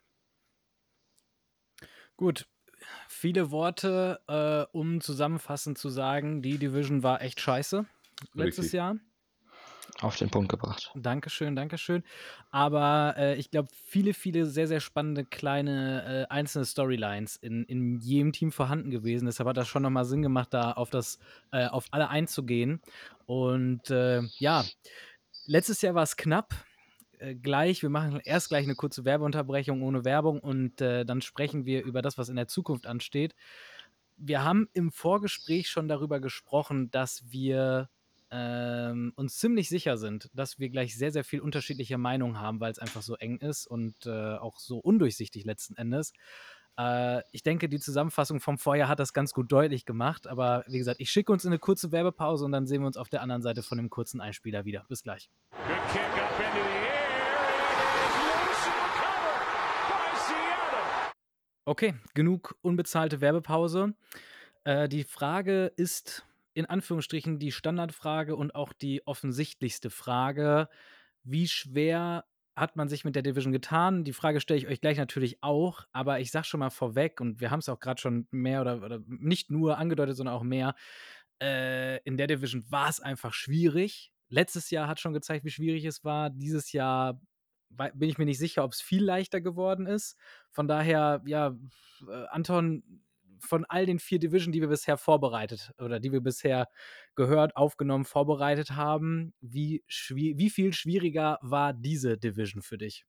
Gut, viele Worte, äh, um zusammenfassend zu sagen, die Division war echt scheiße letztes Richtig. Jahr. Auf den Punkt gebracht. Dankeschön, Dankeschön. Aber äh, ich glaube, viele, viele sehr, sehr spannende kleine äh, einzelne Storylines in, in jedem Team vorhanden gewesen. Deshalb hat das schon nochmal Sinn gemacht, da auf das, äh, auf alle einzugehen. Und äh, ja, letztes Jahr war es knapp. Äh, gleich, wir machen erst gleich eine kurze Werbeunterbrechung ohne Werbung und äh, dann sprechen wir über das, was in der Zukunft ansteht. Wir haben im Vorgespräch schon darüber gesprochen, dass wir ähm, uns ziemlich sicher sind, dass wir gleich sehr, sehr viel unterschiedliche Meinungen haben, weil es einfach so eng ist und äh, auch so undurchsichtig letzten Endes. Äh, ich denke, die Zusammenfassung vom Vorjahr hat das ganz gut deutlich gemacht, aber wie gesagt, ich schicke uns in eine kurze Werbepause und dann sehen wir uns auf der anderen Seite von dem kurzen Einspieler wieder. Bis gleich. Good kick up into the air. It is loose and recovered by Seattle. Okay, genug unbezahlte Werbepause. Äh, die Frage ist in Anführungsstrichen die Standardfrage und auch die offensichtlichste Frage. Wie schwer hat man sich mit der Division getan? Die Frage stelle ich euch gleich natürlich auch, aber ich sage schon mal vorweg, und wir haben es auch gerade schon mehr oder, oder nicht nur angedeutet, sondern auch mehr. Äh, in der Division war es einfach schwierig. Letztes Jahr hat schon gezeigt, wie schwierig es war. Dieses Jahr wei- bin ich mir nicht sicher, ob es viel leichter geworden ist. Von daher, ja, äh, Anton, von all den vier Divisionen, die wir bisher vorbereitet oder die wir bisher gehört, aufgenommen, vorbereitet haben, wie, schwi- wie viel schwieriger war diese Division für dich?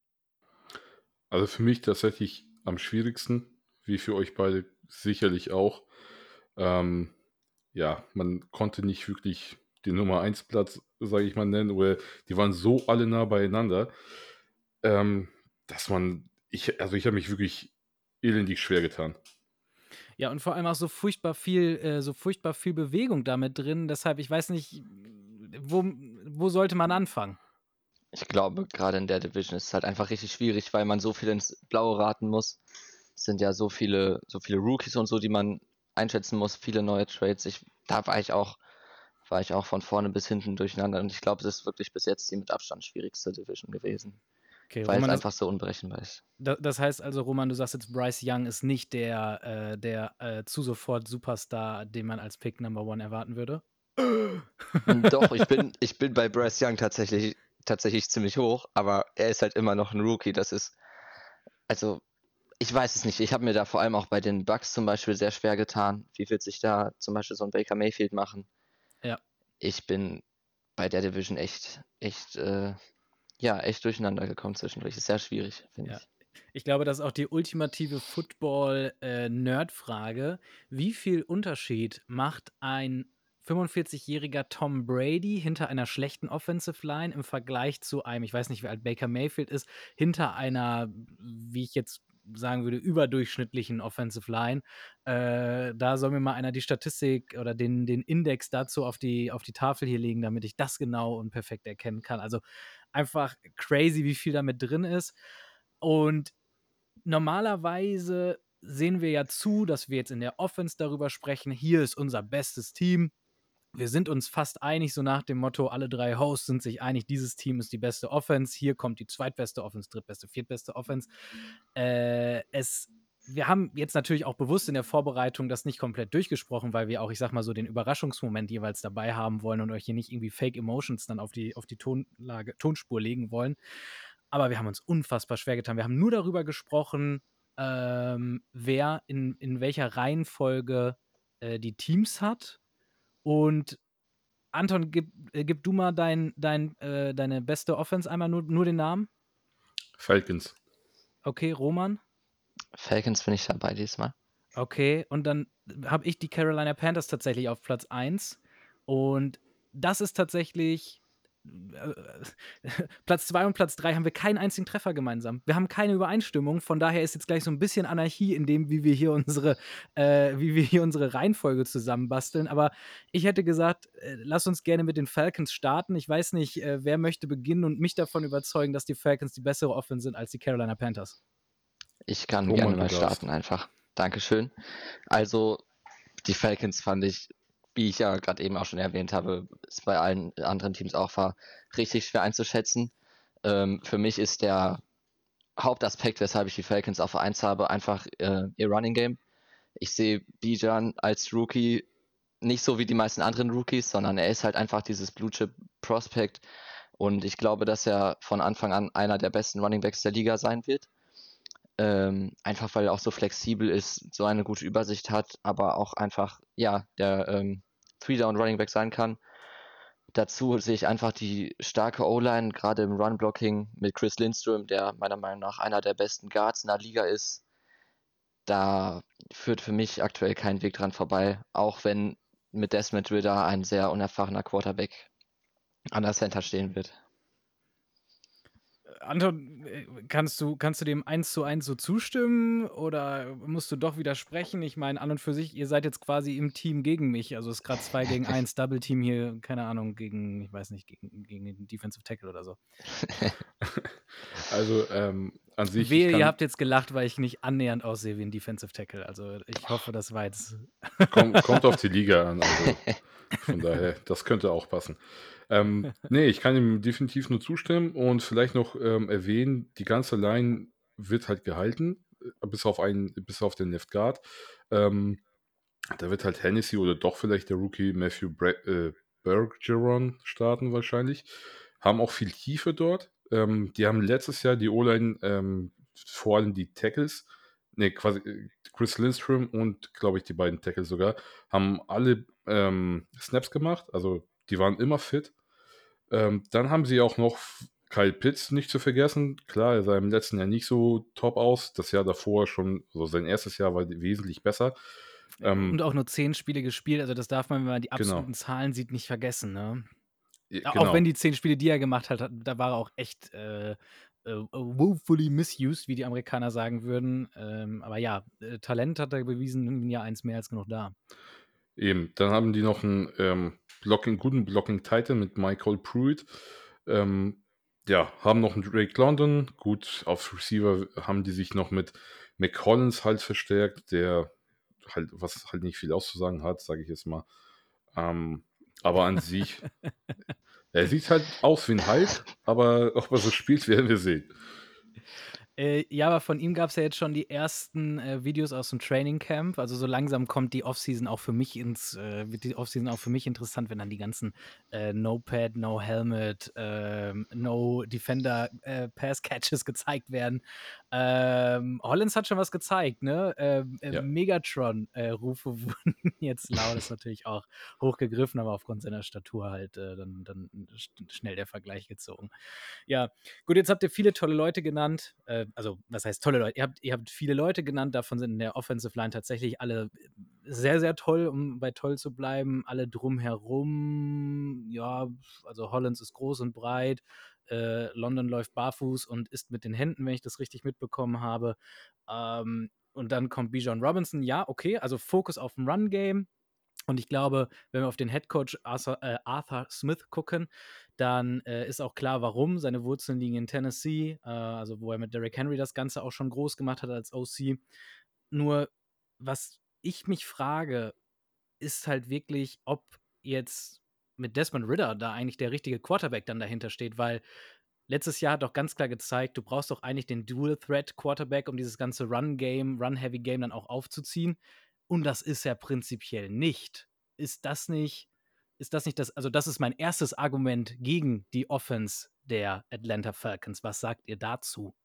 Also für mich tatsächlich am schwierigsten, wie für euch beide sicherlich auch. Ähm, ja, man konnte nicht wirklich den Nummer eins Platz, sage ich mal, nennen, oder die waren so alle nah beieinander, ähm, dass man, ich, also ich habe mich wirklich elendig schwer getan. Ja, und vor allem auch so furchtbar viel, äh, so furchtbar viel Bewegung damit drin. Deshalb, ich weiß nicht, wo, wo sollte man anfangen? Ich glaube, gerade in der Division ist es halt einfach richtig schwierig, weil man so viel ins Blaue raten muss. Es sind ja so viele, so viele Rookies und so, die man einschätzen muss, viele neue Trades. Ich, da war ich auch, war ich auch von vorne bis hinten durcheinander. Und ich glaube, es ist wirklich bis jetzt die mit Abstand schwierigste Division gewesen, Okay, weil es Roman, das, einfach so unberechenbar ist. da- das heißt also, Roman, du sagst jetzt, Bryce Young ist nicht der, äh, der äh, zu sofort Superstar, den man als Pick Number One erwarten würde? Doch, ich bin, ich bin bei Bryce Young tatsächlich, tatsächlich ziemlich hoch, aber er ist halt immer noch ein Rookie. Das ist, also, ich weiß es nicht. Ich habe mir da vor allem auch bei den Bucks zum Beispiel sehr schwer getan. Wie wird sich da zum Beispiel so ein Baker Mayfield machen? Ja. Ich bin bei der Division echt, echt, äh, ja, echt durcheinander gekommen zwischendurch. Ist sehr schwierig, finde Ja. ich. Ich glaube, das ist auch die ultimative Football-Nerd-Frage. Wie viel Unterschied macht ein fünfundvierzig-jähriger Tom Brady hinter einer schlechten Offensive Line im Vergleich zu einem, ich weiß nicht, wie alt Baker Mayfield ist, hinter einer, wie ich jetzt sagen würde, überdurchschnittlichen Offensive Line? Äh, da soll mir mal einer die Statistik oder den, den Index dazu auf die, auf die Tafel hier legen, damit ich das genau und perfekt erkennen kann. Also einfach crazy, wie viel damit drin ist. Und normalerweise sehen wir ja zu, dass wir jetzt in der Offense darüber sprechen, hier ist unser bestes Team. Wir sind uns fast einig, so nach dem Motto, alle drei Hosts sind sich einig, dieses Team ist die beste Offense, hier kommt die zweitbeste Offense, drittbeste, viertbeste Offense. Äh, es, wir haben jetzt natürlich auch bewusst in der Vorbereitung das nicht komplett durchgesprochen, weil wir auch, ich sag mal so, den Überraschungsmoment jeweils dabei haben wollen und euch hier nicht irgendwie Fake Emotions dann auf die, auf die Tonlage, Tonspur legen wollen. Aber wir haben uns unfassbar schwer getan. Wir haben nur darüber gesprochen, ähm, wer in, in welcher Reihenfolge äh, die Teams hat. Und Anton, gib, äh, gib du mal dein, dein, äh, deine beste Offense einmal nur, nur den Namen. Falcons. Okay, Roman. Falcons bin ich dabei diesmal. Okay, und dann habe ich die Carolina Panthers tatsächlich auf Platz eins. Und das ist tatsächlich äh, Platz zwei und Platz drei haben wir keinen einzigen Treffer gemeinsam. Wir haben keine Übereinstimmung. Von daher ist jetzt gleich so ein bisschen Anarchie in dem, wie wir hier unsere, äh, wie wir hier unsere Reihenfolge zusammenbasteln. Aber ich hätte gesagt, äh, lass uns gerne mit den Falcons starten. Ich weiß nicht, äh, wer möchte beginnen und mich davon überzeugen, dass die Falcons die bessere Offense sind als die Carolina Panthers. Ich kann Roman, gerne du mal darfst. starten einfach. Dankeschön. Also, die Falcons fand ich, wie ich ja gerade eben auch schon erwähnt habe, es bei allen anderen Teams auch war, richtig schwer einzuschätzen. Ähm, für mich ist der Hauptaspekt, weshalb ich die Falcons auf eins habe, einfach äh, ihr Running Game. Ich sehe Bijan als Rookie nicht so wie die meisten anderen Rookies, sondern er ist halt einfach dieses Blue Chip Prospect und ich glaube, dass er von Anfang an einer der besten Running Backs der Liga sein wird. Ähm, einfach weil er auch so flexibel ist, so eine gute Übersicht hat, aber auch einfach, ja, der ähm, Three-Down-Running-Back sein kann. Dazu sehe ich einfach die starke O-Line, gerade im Run-Blocking mit Chris Lindstrom, der meiner Meinung nach einer der besten Guards in der Liga ist. Da führt für mich aktuell kein Weg dran vorbei, auch wenn mit Desmond Ridder ein sehr unerfahrener Quarterback an der Center stehen wird. Anton, äh, kannst du, kannst du dem eins zu eins so zustimmen oder musst du doch widersprechen? Ich meine, an und für sich, ihr seid jetzt quasi im Team gegen mich. Also es ist gerade zwei gegen eins Double Team hier, keine Ahnung, gegen, ich weiß nicht, gegen, gegen den Defensive Tackle oder so. Also, ähm, an sich. Wehe, kann, ihr habt jetzt gelacht, weil ich nicht annähernd aussehe wie ein Defensive Tackle. Also ich hoffe, das war jetzt... Kommt, kommt auf die Liga an, also von daher, das könnte auch passen. Ähm, nee, ich kann ihm definitiv nur zustimmen und vielleicht noch ähm, erwähnen, die ganze Line wird halt gehalten, äh, bis auf einen, bis auf den Left Guard. Ähm, da wird halt Hennessy oder doch vielleicht der Rookie Matthew Bre äh, Bergeron starten wahrscheinlich. Haben auch viel Tiefe dort. Ähm, die haben letztes Jahr die O-Line, ähm, vor allem die Tackles, ne, quasi äh, Chris Lindstrom und, glaube ich, die beiden Tackles sogar, haben alle ähm, Snaps gemacht. Also die waren immer fit. Ähm, dann haben sie auch noch Kyle Pitts nicht zu vergessen. Klar, er sah im letzten Jahr nicht so top aus. Das Jahr davor schon, also sein erstes Jahr war wesentlich besser. Ähm, Und auch nur zehn Spiele gespielt. Also das darf man, wenn man die Genau. absoluten Zahlen sieht, nicht vergessen. Ne? ja, Auch genau. wenn die zehn Spiele, die er gemacht hat, hat- da war er auch echt äh, äh, woefully misused, wie die Amerikaner sagen würden. Ähm, aber ja, äh, Talent hat er bewiesen, im Jahr eins mehr als genug da. Eben, dann haben die noch einen ähm, Blocking, guten Blocking-Titan mit Michael Pruitt. Ähm, ja, haben noch einen Drake London. Gut, auf Receiver haben die sich noch mit McCollins halt verstärkt, der halt, was halt nicht viel auszusagen hat, sage ich jetzt mal. Ähm, aber an sich, er sieht halt aus wie ein Hulk, aber ob er so spielt, werden wir sehen. Äh, ja, aber von ihm gab es ja jetzt schon die ersten äh, Videos aus dem Training Camp. Also so langsam kommt die Offseason auch für mich ins, äh, wird die Offseason auch für mich interessant, wenn dann die ganzen äh, No Pad, No Helmet, ähm, No Defender äh, Pass Catches gezeigt werden. Ähm, Hollins hat schon was gezeigt, ne? Ähm, äh, Ja. Megatron-Rufe wurden jetzt laut, ist natürlich auch hochgegriffen, aber aufgrund seiner Statur halt äh, dann, dann sch- schnell der Vergleich gezogen. Ja, gut, jetzt habt ihr viele tolle Leute genannt. Äh, also, was heißt tolle Leute? Ihr habt, ihr habt viele Leute genannt, davon sind in der Offensive Line tatsächlich alle sehr, sehr toll, um bei toll zu bleiben. Alle drumherum, ja, also Hollins ist groß und breit. Äh, London läuft barfuß und isst mit den Händen, wenn ich das richtig mitbekommen habe. Ähm, und dann kommt Bijan Robinson. Ja, okay, also Fokus auf dem Run-Game. Und ich glaube, wenn wir auf den Headcoach Arthur, äh, Arthur Smith gucken, dann äh, ist auch klar, warum. Seine Wurzeln liegen in Tennessee, äh, also wo er mit Derrick Henry das Ganze auch schon groß gemacht hat als O C. Nur, was ich mich frage, ist halt wirklich, ob jetzt mit Desmond Ridder da eigentlich der richtige Quarterback dann dahinter steht, weil letztes Jahr hat doch ganz klar gezeigt, du brauchst doch eigentlich den Dual-Threat-Quarterback, um dieses ganze Run-Game, Run-Heavy-Game dann auch aufzuziehen. Und das ist er prinzipiell nicht. Ist das nicht, ist das nicht das, also das ist mein erstes Argument gegen die Offense der Atlanta Falcons. Was sagt ihr dazu?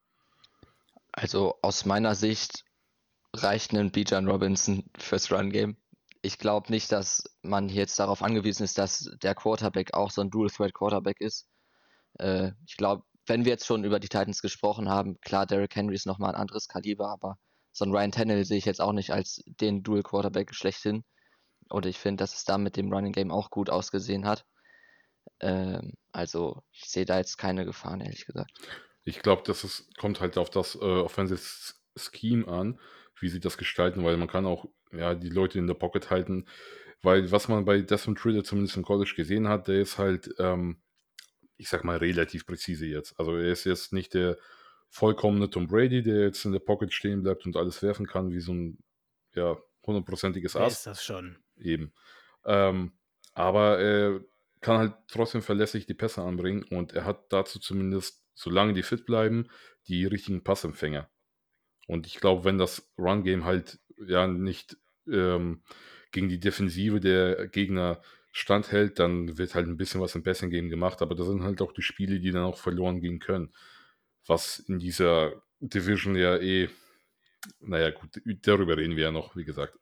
Also aus meiner Sicht reicht ein Bijan Robinson fürs Run-Game. Ich glaube nicht, dass man jetzt darauf angewiesen ist, dass der Quarterback auch so ein Dual-Threat-Quarterback ist. Äh, ich glaube, wenn wir jetzt schon über die Titans gesprochen haben, klar, Derrick Henry ist nochmal ein anderes Kaliber, aber so ein Ryan Tannehill sehe ich jetzt auch nicht als den Dual-Quarterback schlechthin. Und ich finde, dass es da mit dem Running-Game auch gut ausgesehen hat. Ähm, also ich sehe da jetzt keine Gefahren, ehrlich gesagt. Ich glaube, das ist, kommt halt auf das äh, Offensive Scheme an, wie sie das gestalten, weil man kann auch ja, die Leute in der Pocket halten, weil was man bei Desmond Ridder zumindest im College gesehen hat, der ist halt, ähm, ich sag mal, relativ präzise jetzt. Also er ist jetzt nicht der vollkommene Tom Brady, der jetzt in der Pocket stehen bleibt und alles werfen kann, wie so ein ja, hundertprozentiges Wer Ass. ist das schon? Eben. Ähm, aber er kann halt trotzdem verlässlich die Pässe anbringen und er hat dazu zumindest, solange die fit bleiben, die richtigen Passempfänger. Und ich glaube, wenn das Run-Game halt ja nicht ähm, gegen die Defensive der Gegner standhält, dann wird halt ein bisschen was im Passing-Game gemacht, aber das sind halt auch die Spiele, die dann auch verloren gehen können. Was in dieser Division ja eh, naja, gut, darüber reden wir ja noch, wie gesagt.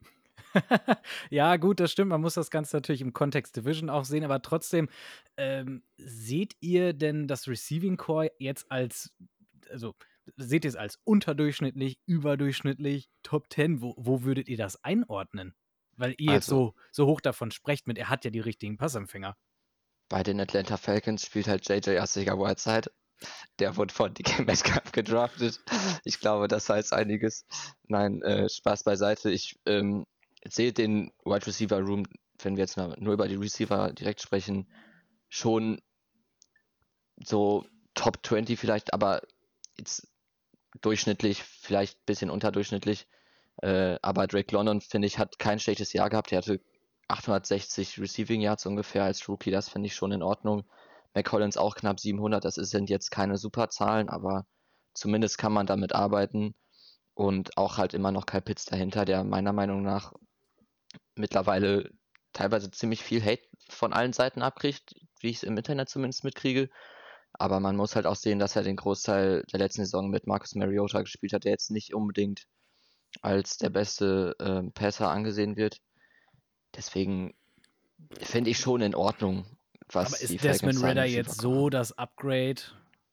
Ja, gut, das stimmt. Man muss das Ganze natürlich im Kontext Division auch sehen, aber trotzdem, ähm, seht ihr denn das Receiving Core jetzt als, also seht ihr es als unterdurchschnittlich, überdurchschnittlich, Top zehn? Wo, wo würdet ihr das einordnen? Weil ihr jetzt Also so, so hoch davon sprecht mit, er hat ja die richtigen Passempfänger. bei den Atlanta Falcons spielt halt J J Arcega-Whiteside. Der wurde von D K Metcalf gedraftet. Ich glaube, das heißt einiges. Nein, äh, Spaß beiseite. Ich ähm, sehe den Wide Receiver Room, wenn wir jetzt mal nur über die Receiver direkt sprechen, schon so Top zwanzig vielleicht, aber jetzt durchschnittlich, vielleicht ein bisschen unterdurchschnittlich. Äh, aber Drake London, finde ich, hat kein schlechtes Jahr gehabt. Er hatte achthundertsechzig Receiving Yards ungefähr als Rookie. Das finde ich schon in Ordnung. McCollins auch knapp siebenhundert. Das sind jetzt keine super Zahlen, aber zumindest kann man damit arbeiten. Und auch halt immer noch Kyle Pitts dahinter, der meiner Meinung nach mittlerweile teilweise ziemlich viel Hate von allen Seiten abkriegt, wie ich es im Internet zumindest mitkriege. Aber man muss halt auch sehen, dass er den Großteil der letzten Saison mit Marcus Mariota gespielt hat, der jetzt nicht unbedingt als der beste äh, Passer angesehen wird. Deswegen finde ich schon in Ordnung, was Aber die ist Desmond Falcons da an Ridder Receiver jetzt so haben. das Upgrade?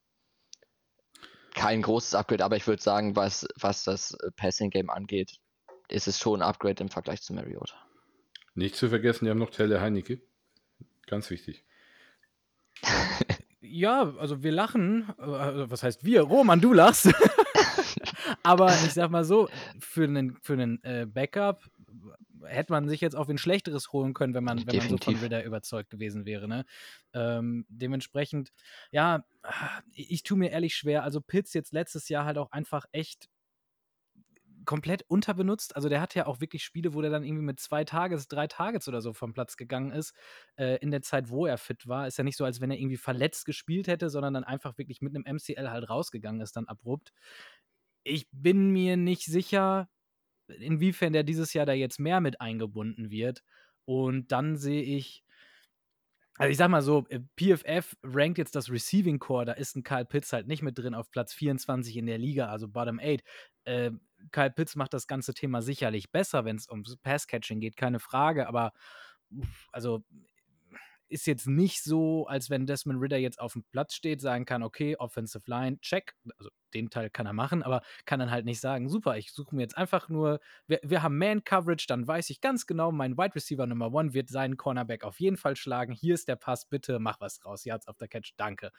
Kein großes Upgrade, aber ich würde sagen, was, was das äh, Passing-Game angeht, ist es schon ein Upgrade im Vergleich zu Mariota. Nicht zu vergessen, die haben noch Taylor Heineke. Ganz wichtig. Ja, also wir lachen. äh, Was heißt wir? Roman, du lachst. Aber ich sag mal so, für einen, für einen äh, Backup hätte man sich jetzt auch ein schlechteres holen können, wenn man, wenn man so von Definitiv. Ridder überzeugt gewesen wäre. Ne? Ähm, dementsprechend, ja, ich, ich tue mir ehrlich schwer. Also Pitts jetzt letztes Jahr halt auch einfach echt komplett unterbenutzt. Also der hat ja auch wirklich Spiele, wo der dann irgendwie mit zwei Tages, drei Tages oder so vom Platz gegangen ist, äh, in der Zeit, wo er fit war. Ist ja nicht so, als wenn er irgendwie verletzt gespielt hätte, sondern dann einfach wirklich mit einem M C L halt rausgegangen ist, dann abrupt. Ich bin mir nicht sicher, inwiefern der dieses Jahr da jetzt mehr mit eingebunden wird. Und dann sehe ich, also ich sag mal so, äh, P F F rankt jetzt das Receiving Core, da ist ein Kyle Pitts halt nicht mit drin auf Platz vierundzwanzig in der Liga, also Bottom acht. Äh, Kyle Pitts macht das ganze Thema sicherlich besser, wenn es ums Pass-Catching geht, keine Frage, aber uff, also ist jetzt nicht so, als wenn Desmond Ridder jetzt auf dem Platz steht, sagen kann, okay, Offensive Line, check. Also den Teil kann er machen, aber kann dann halt nicht sagen, super, ich suche mir jetzt einfach nur, wir, wir haben Man-Coverage, dann weiß ich ganz genau, mein Wide Receiver Nummer One wird seinen Cornerback auf jeden Fall schlagen. Hier ist der Pass, bitte mach was draus. Yards auf der Catch, danke.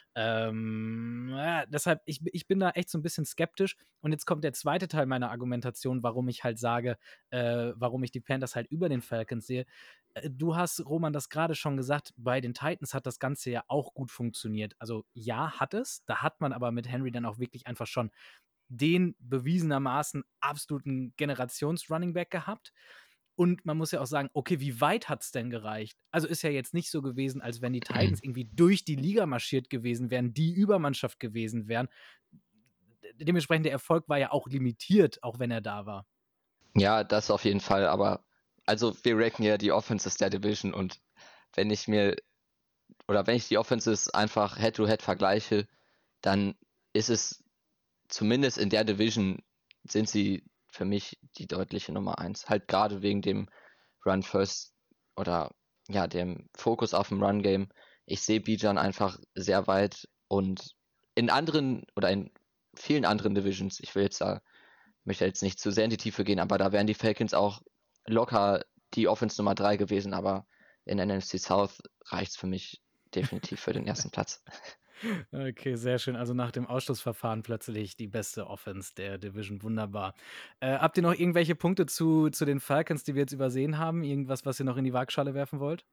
Ähm, ja, deshalb, ich, ich bin da echt so ein bisschen skeptisch. Und jetzt kommt der zweite Teil meiner Argumentation, warum ich halt sage, äh, warum ich die Panthers halt über den Falcons sehe. Äh, Du hast, Roman, das gerade schon gesagt, bei den Titans hat das Ganze ja auch gut funktioniert. Also ja, hat es. Da hat man aber mit Henry dann auch wirklich einfach schon den bewiesenermaßen absoluten Generations-Running-Back gehabt. Und man muss ja auch sagen, okay, wie weit hat es denn gereicht? Also ist ja jetzt nicht so gewesen, als wenn die Titans irgendwie durch die Liga marschiert gewesen wären, die Übermannschaft gewesen wären. Dementsprechend der Erfolg war ja auch limitiert, auch wenn er da war. Ja, das auf jeden Fall, aber also wir ranken ja die Offenses der Division und wenn ich mir oder wenn ich die Offenses einfach Head-to-Head vergleiche, dann ist es zumindest in der Division sind sie für mich die deutliche Nummer eins. Halt gerade wegen dem Run First oder ja, dem Fokus auf dem Run-Game. Ich sehe Bijan einfach sehr weit und in anderen oder in vielen anderen Divisions, ich will jetzt da, möchte jetzt nicht zu sehr in die Tiefe gehen, aber da wären die Falcons auch locker die Offense Nummer drei gewesen, aber in N F C South reicht es für mich definitiv für den ersten Platz. Okay, sehr schön. Also nach dem Ausschlussverfahren plötzlich die beste Offense der Division. Wunderbar. Äh, habt ihr noch irgendwelche Punkte zu, zu den Falcons, die wir jetzt übersehen haben? Irgendwas, was ihr noch in die Waagschale werfen wollt?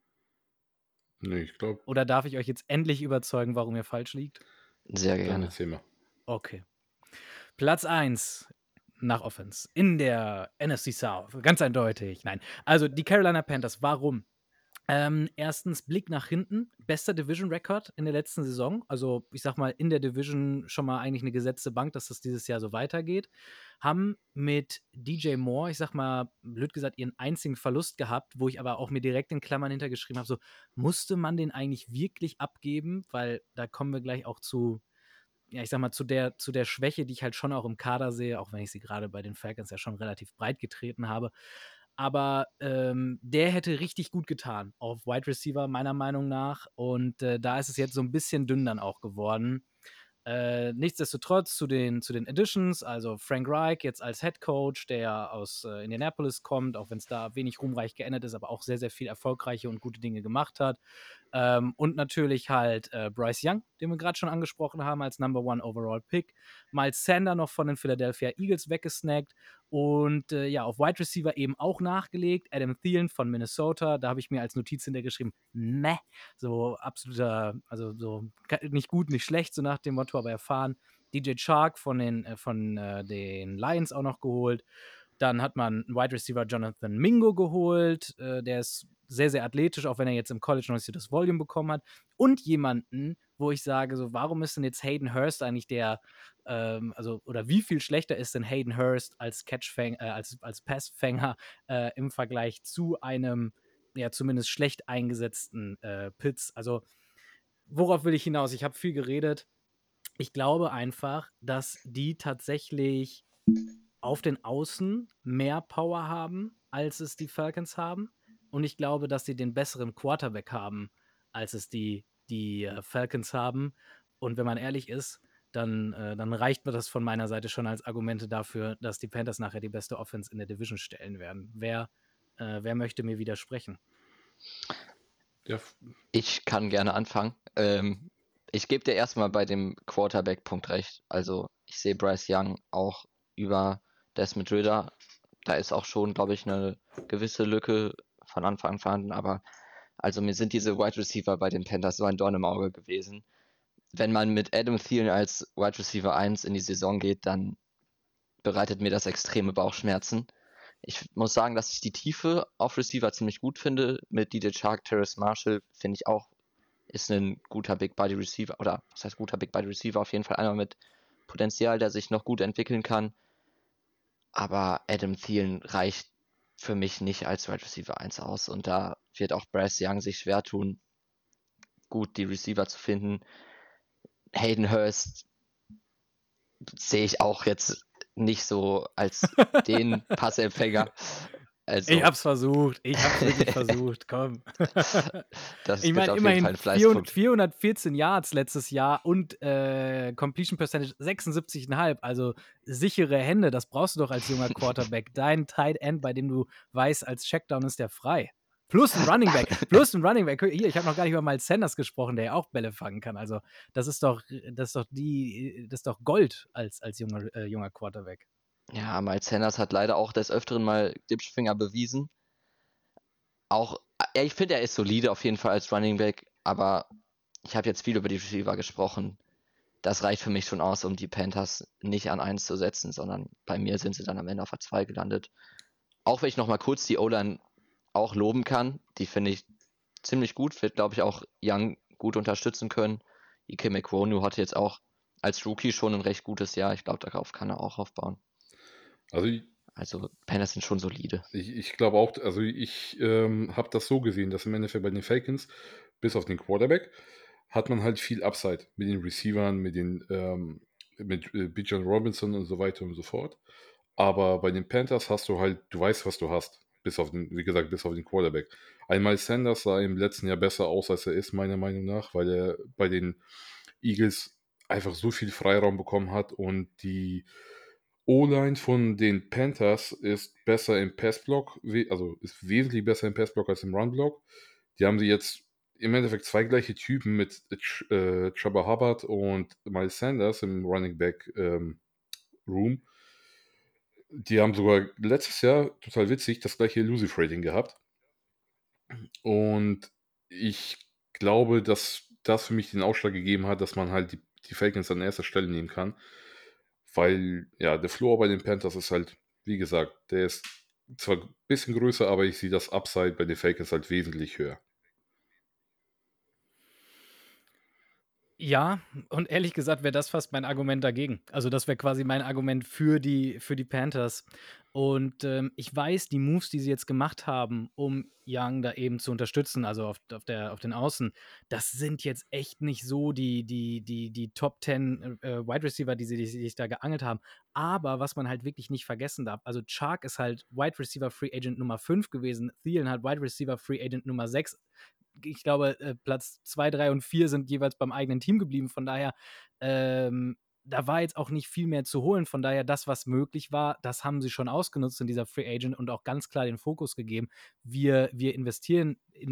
Nee, ich glaube, Oder darf ich euch jetzt endlich überzeugen, warum ihr falsch liegt? Sehr dann gerne. erzähl mal. Okay. Platz eins nach Offense in der N F C South. Ganz eindeutig. Nein. Also die Carolina Panthers. Warum? Ähm, erstens Blick nach hinten, bester Division-Record in der letzten Saison. Also ich sag mal, in der Division schon mal eigentlich eine gesetzte Bank, dass das dieses Jahr so weitergeht. Haben mit D J Moore, ich sag mal, blöd gesagt, ihren einzigen Verlust gehabt, wo ich aber auch mir direkt in Klammern hintergeschrieben habe, so, musste man den eigentlich wirklich abgeben? Weil da kommen wir gleich auch zu, ja, ich sag mal, zu der, zu der Schwäche, die ich halt schon auch im Kader sehe, auch wenn ich sie gerade bei den Falcons ja schon relativ breit getreten habe. Aber ähm, der hätte richtig gut getan auf Wide Receiver, meiner Meinung nach. Und äh, da ist es jetzt so ein bisschen dünn dann auch geworden. Äh, nichtsdestotrotz zu den, zu den Additions, also Frank Reich jetzt als Head Coach, der aus äh, Indianapolis kommt, auch wenn es da wenig ruhmreich geändert ist, aber auch sehr, sehr viel erfolgreiche und gute Dinge gemacht hat. Ähm, und natürlich halt äh, Bryce Young, den wir gerade schon angesprochen haben, als Number One Overall Pick. Miles Sander noch von den Philadelphia Eagles weggesnackt. Und äh, ja, auf Wide Receiver eben auch nachgelegt. Adam Thielen von Minnesota, da habe ich mir als Notiz hintergeschrieben, meh, so absoluter, also so nicht gut, nicht schlecht, so nach dem Motto, aber erfahren. D J Chark von den, äh, von, äh, den Lions auch noch geholt. Dann hat man einen Wide Receiver Jonathan Mingo geholt. Äh, der ist sehr, sehr athletisch, auch wenn er jetzt im College noch nicht so das Volume bekommen hat. Und jemanden, wo ich sage, so, warum ist denn jetzt Hayden Hurst eigentlich der, ähm, also, oder wie viel schlechter ist denn Hayden Hurst als Catchfänger, äh, als, als Passfänger äh, im Vergleich zu einem, ja, zumindest schlecht eingesetzten äh, Pitts? Also, worauf will ich hinaus? Ich habe viel geredet. Ich glaube einfach, dass die tatsächlich auf den Außen mehr Power haben, als es die Falcons haben. Und ich glaube, dass sie den besseren Quarterback haben, als es die, die äh, Falcons haben. Und wenn man ehrlich ist, dann, äh, dann reicht mir das von meiner Seite schon als Argumente dafür, dass die Panthers nachher die beste Offense in der Division stellen werden. Wer, äh, wer möchte mir widersprechen? Ja, f- Ich kann gerne anfangen. Ähm, ich gebe dir erstmal bei dem Quarterback-Punkt recht. Also ich sehe Bryce Young auch über Desmond Ridder. Da ist auch schon, glaube ich, eine gewisse Lücke von Anfang an vorhanden. Aber also mir sind diese Wide Receiver bei den Panthers so ein Dorn im Auge gewesen. Wenn man mit Adam Thielen als Wide Receiver eins in die Saison geht, dann bereitet mir das extreme Bauchschmerzen. Ich muss sagen, dass ich die Tiefe auf Receiver ziemlich gut finde. Mit D J Chark, Terrace Marshall finde ich auch, ist ein guter Big Body Receiver, oder was heißt guter Big Body Receiver? Auf jeden Fall einer mit Potenzial, der sich noch gut entwickeln kann. Aber Adam Thielen reicht für mich nicht als Wide Receiver eins aus. Und da wird auch Bryce Young sich schwer tun, gut die Receiver zu finden. Hayden Hurst sehe ich auch jetzt nicht so als den Passempfänger. Also, Ich hab's versucht, ich hab's wirklich versucht, komm. das Ich wird meine, auf jeden immerhin Fall ein Fleißpunkt. vierhundertvierzehn Yards letztes Jahr und äh, Completion Percentage sechsundsiebzig Komma fünf, also sichere Hände, das brauchst du doch als junger Quarterback. Dein Tight End, bei dem du weißt, als Checkdown ist der frei. Plus ein Running Back, plus ein Running Back. Hier, ich habe noch gar nicht über Miles Sanders gesprochen, der ja auch Bälle fangen kann. Also, das ist doch, das ist doch die, das ist doch Gold als, als junger, äh, junger Quarterback. Ja, Miles Sanders hat leider auch des Öfteren mal Dipschfinger bewiesen. Auch, ja, ich finde, er ist solide auf jeden Fall als Running Back, aber ich habe jetzt viel über die Receiver gesprochen. Das reicht für mich schon aus, um die Panthers nicht an eins zu setzen, sondern bei mir sind sie dann am Ende auf A zwei gelandet. Auch wenn ich nochmal kurz die O-Line auch loben kann, die finde ich ziemlich gut, wird glaube ich auch Young gut unterstützen können. Ike Mekwonu hatte jetzt auch als Rookie schon ein recht gutes Jahr. Ich glaube, darauf kann er auch aufbauen. also ich, Also Panthers sind schon solide. ich, ich glaube auch, also ich ähm, habe das so gesehen, dass im Endeffekt bei den Falcons, bis auf den Quarterback, hat man halt viel Upside mit den Receivern, mit den ähm, mit äh, Bijan Robinson und so weiter und so fort. Aber bei den Panthers hast du halt, du weißt, was du hast. Bis auf den, wie gesagt, bis auf den Quarterback. Einmal Sanders sah im letzten Jahr besser aus, als er ist, meiner Meinung nach, weil er bei den Eagles einfach so viel Freiraum bekommen hat und die O-Line von den Panthers ist besser im Passblock, we- also ist wesentlich besser im Passblock als im Runblock. Die haben sie jetzt im Endeffekt zwei gleiche Typen mit Ch äh, Chubba Hubbard und Miles Sanders im Running Back ähm, Room. Die haben sogar letztes Jahr, total witzig, das gleiche Elusive Rating gehabt. Und ich glaube, dass das für mich den Ausschlag gegeben hat, dass man halt die, die Falcons an erster Stelle nehmen kann. Weil, ja, der Floor bei den Panthers ist halt, wie gesagt, der ist zwar ein bisschen größer, aber ich sehe das Upside bei den Falcons halt wesentlich höher. Ja, und ehrlich gesagt wäre das fast mein Argument dagegen. Also das wäre quasi mein Argument für die, für die Panthers. Und ähm, ich weiß, die Moves, die sie jetzt gemacht haben, um Young da eben zu unterstützen, also auf, auf, der, auf den Außen, das sind jetzt echt nicht so die, die, die, die Top zehn äh, Wide Receiver, die sie die sich da geangelt haben. Aber was man halt wirklich nicht vergessen darf, also Chark ist halt Wide Receiver Free Agent Nummer fünf gewesen, Thielen hat Wide Receiver Free Agent Nummer sechs. Ich glaube, äh, Platz zwei, drei und vier sind jeweils beim eigenen Team geblieben. Von daher, ähm, da war jetzt auch nicht viel mehr zu holen. Von daher, das, was möglich war, das haben sie schon ausgenutzt in dieser Free Agent und auch ganz klar den Fokus gegeben. Wir, wir investieren in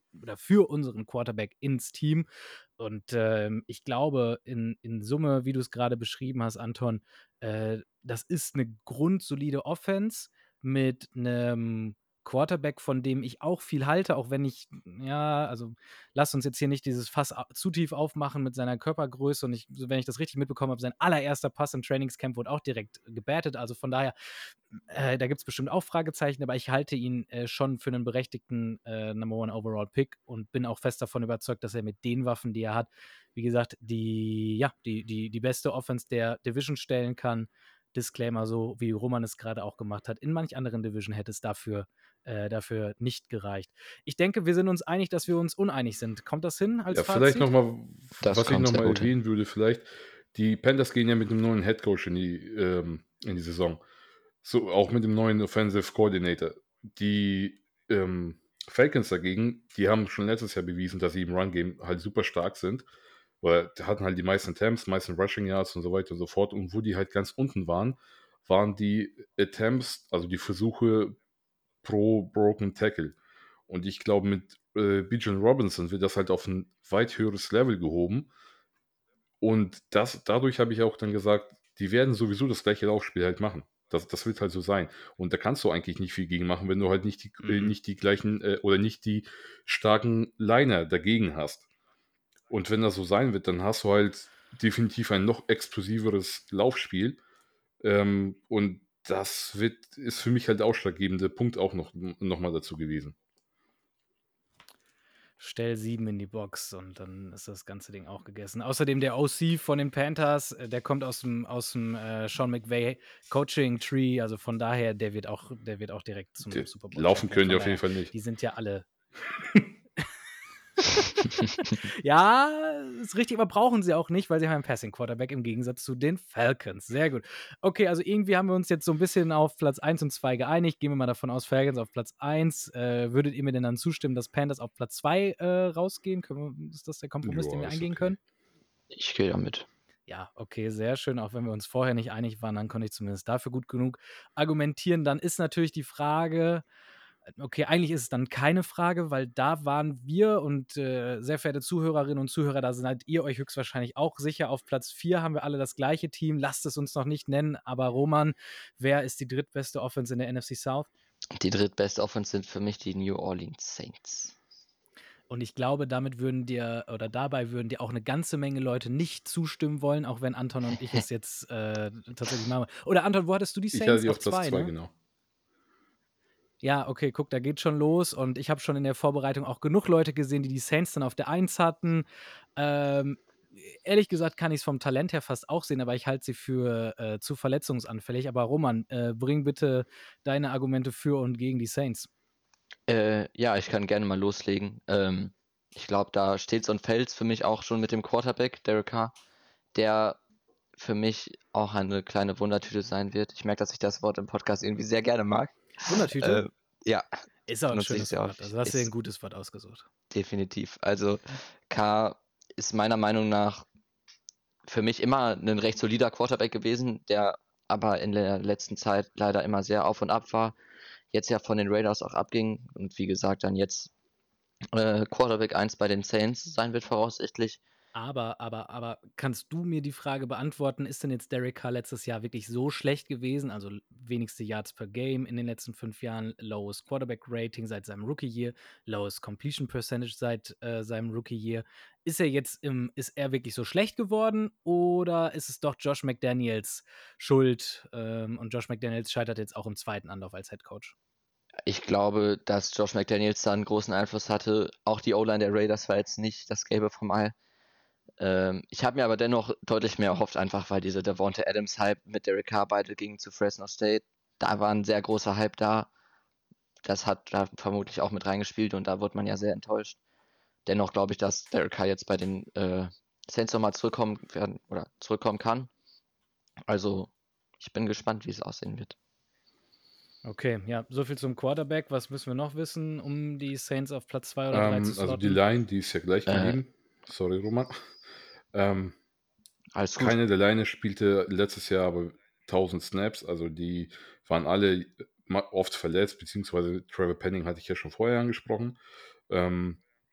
oder für unseren Quarterback ins Team. Und ähm, ich glaube, in, in Summe, wie du es gerade beschrieben hast, Anton, äh, das ist eine grundsolide Offense mit einem Quarterback, von dem ich auch viel halte, auch wenn ich, ja, also lasst uns jetzt hier nicht dieses Fass au- zu tief aufmachen mit seiner Körpergröße. Und ich, wenn ich das richtig mitbekommen habe, sein allererster Pass im Trainingscamp wurde auch direkt gebattet. Also von daher, äh, da gibt es bestimmt auch Fragezeichen, aber ich halte ihn äh, schon für einen berechtigten äh, Number One Overall Pick und bin auch fest davon überzeugt, dass er mit den Waffen, die er hat, wie gesagt, die, ja, die, die, die beste Offense der Division stellen kann. Disclaimer, so wie Roman es gerade auch gemacht hat. In manch anderen Division hätte es dafür, äh, dafür nicht gereicht. Ich denke, wir sind uns einig, dass wir uns uneinig sind. Kommt das hin als Ja, vielleicht Fazit? nochmal, Das was ich kommt sehr nochmal gut hin. erwähnen würde, vielleicht, die Panthers gehen ja mit einem neuen Headcoach in die, ähm, in die Saison. So, auch mit dem neuen Offensive Coordinator. Die ähm, Falcons dagegen, die haben schon letztes Jahr bewiesen, dass sie im Run-Game halt super stark sind. Weil die hatten halt die meisten Attempts, meisten Rushing Yards und so weiter und so fort. Und wo die halt ganz unten waren, waren die Attempts, also die Versuche pro Broken Tackle. Und ich glaube, mit äh, Bijan Robinson wird das halt auf ein weit höheres Level gehoben. Und das, dadurch habe ich auch dann gesagt, die werden sowieso das gleiche Laufspiel halt machen. Das, das wird halt so sein. Und da kannst du eigentlich nicht viel gegen machen, wenn du halt nicht die, äh, Mhm. nicht die gleichen äh, oder nicht die starken Liner dagegen hast. Und wenn das so sein wird, dann hast du halt definitiv ein noch explosiveres Laufspiel. Ähm, und das wird, ist für mich halt der ausschlaggebende Punkt auch noch, noch mal dazu gewesen. Stell sieben in die Box und dann ist das ganze Ding auch gegessen. Außerdem der O C von den Panthers, äh, der kommt aus dem, aus dem äh, Sean McVay Coaching Tree, also von daher, der wird auch, der wird auch direkt zum Die, Super Bowl laufen Champion. können die Von auf jeden daher, Fall nicht. die sind ja alle. Ja, ist richtig, aber brauchen sie auch nicht, weil sie haben einen Passing Quarterback im Gegensatz zu den Falcons. Sehr gut. Okay, also irgendwie haben wir uns jetzt so ein bisschen auf Platz eins und zwei geeinigt. Gehen wir mal davon aus, Falcons auf Platz eins. Äh, würdet ihr mir denn dann zustimmen, dass Panthers auf Platz zwei äh, rausgehen? Können wir, ist das der Kompromiss, den wir Ja, ist eingehen okay. können? Ich gehe damit. Ja, okay, sehr schön. Auch wenn wir uns vorher nicht einig waren, dann konnte ich zumindest dafür gut genug argumentieren. Dann ist natürlich die Frage, okay, eigentlich ist es dann keine Frage, weil da waren wir und äh, sehr verehrte Zuhörerinnen und Zuhörer, da seid ihr euch höchstwahrscheinlich auch sicher. Auf Platz vier haben wir alle das gleiche Team. Lasst es uns noch nicht nennen, aber Roman, wer ist die drittbeste Offense in der N F C South? Die drittbeste Offense sind für mich die New Orleans Saints. Und ich glaube, damit würden dir, oder dabei würden dir auch eine ganze Menge Leute nicht zustimmen wollen, auch wenn Anton und ich es jetzt äh, tatsächlich machen. Oder Anton, wo hattest du die Ich hatte Saints? die Auf auf Platz zwei, zwei, ne? genau. Ja, okay, guck, da geht schon los. Und ich habe schon in der Vorbereitung auch genug Leute gesehen, die die Saints dann auf der eins hatten. Ähm, ehrlich gesagt kann ich es vom Talent her fast auch sehen, aber ich halte sie für äh, zu verletzungsanfällig. Aber Roman, äh, bring bitte deine Argumente für und gegen die Saints. Äh, ja, ich kann gerne mal loslegen. Ähm, ich glaube, da steht und fällt für mich auch schon mit dem Quarterback, Derek Carr, der für mich auch eine kleine Wundertüte sein wird. Ich merke, dass ich das Wort im Podcast irgendwie sehr gerne mag. Wundertüte? Äh, ja, Ist auch ein benutze ich schönes sehr Wort. häufig. Also hast du dir ein Ist gutes Wort ausgesucht. definitiv. Also Carr ist meiner Meinung nach für mich immer ein recht solider Quarterback gewesen, der aber in der letzten Zeit leider immer sehr auf und ab war. Jetzt ja von den Raiders auch abging und wie gesagt dann jetzt äh, Quarterback eins bei den Saints sein wird voraussichtlich. Aber, aber, aber kannst du mir die Frage beantworten, ist denn jetzt Derek Carr letztes Jahr wirklich so schlecht gewesen? Also wenigste Yards per Game in den letzten fünf Jahren, lowest Quarterback Rating seit seinem Rookie-Year, lowest Completion Percentage seit äh, seinem Rookie-Year. Ist er jetzt im, ist er wirklich so schlecht geworden oder ist es doch Josh McDaniels Schuld ähm, und Josh McDaniels scheitert jetzt auch im zweiten Anlauf als Head Coach? Ich glaube, dass Josh McDaniels da einen großen Einfluss hatte. Auch die O-Line der Raiders war jetzt nicht das Gelbe vom Ei. Ähm, ich habe mir aber dennoch deutlich mehr erhofft, einfach weil diese Davante Adams-Hype mit Derek Carr beide gingen zu Fresno State. Da war ein sehr großer Hype da. Das hat da vermutlich auch mit reingespielt und da wurde man ja sehr enttäuscht. Dennoch glaube ich, dass Derek Carr jetzt bei den äh, Saints nochmal zurückkommen werden oder zurückkommen kann. Also ich bin gespannt, wie es aussehen wird. Okay, ja, soviel zum Quarterback. Was müssen wir noch wissen, um die Saints auf Platz zwei oder drei Ähm, zu also die slotten? Line, die ist ja gleich Äh, geblieben. Sorry, Roman. Ähm, Alles gut. keine der Line spielte letztes Jahr aber tausend Snaps. Also die waren alle ma- oft verletzt, beziehungsweise Trevor Penning hatte ich ja schon vorher angesprochen. Ähm,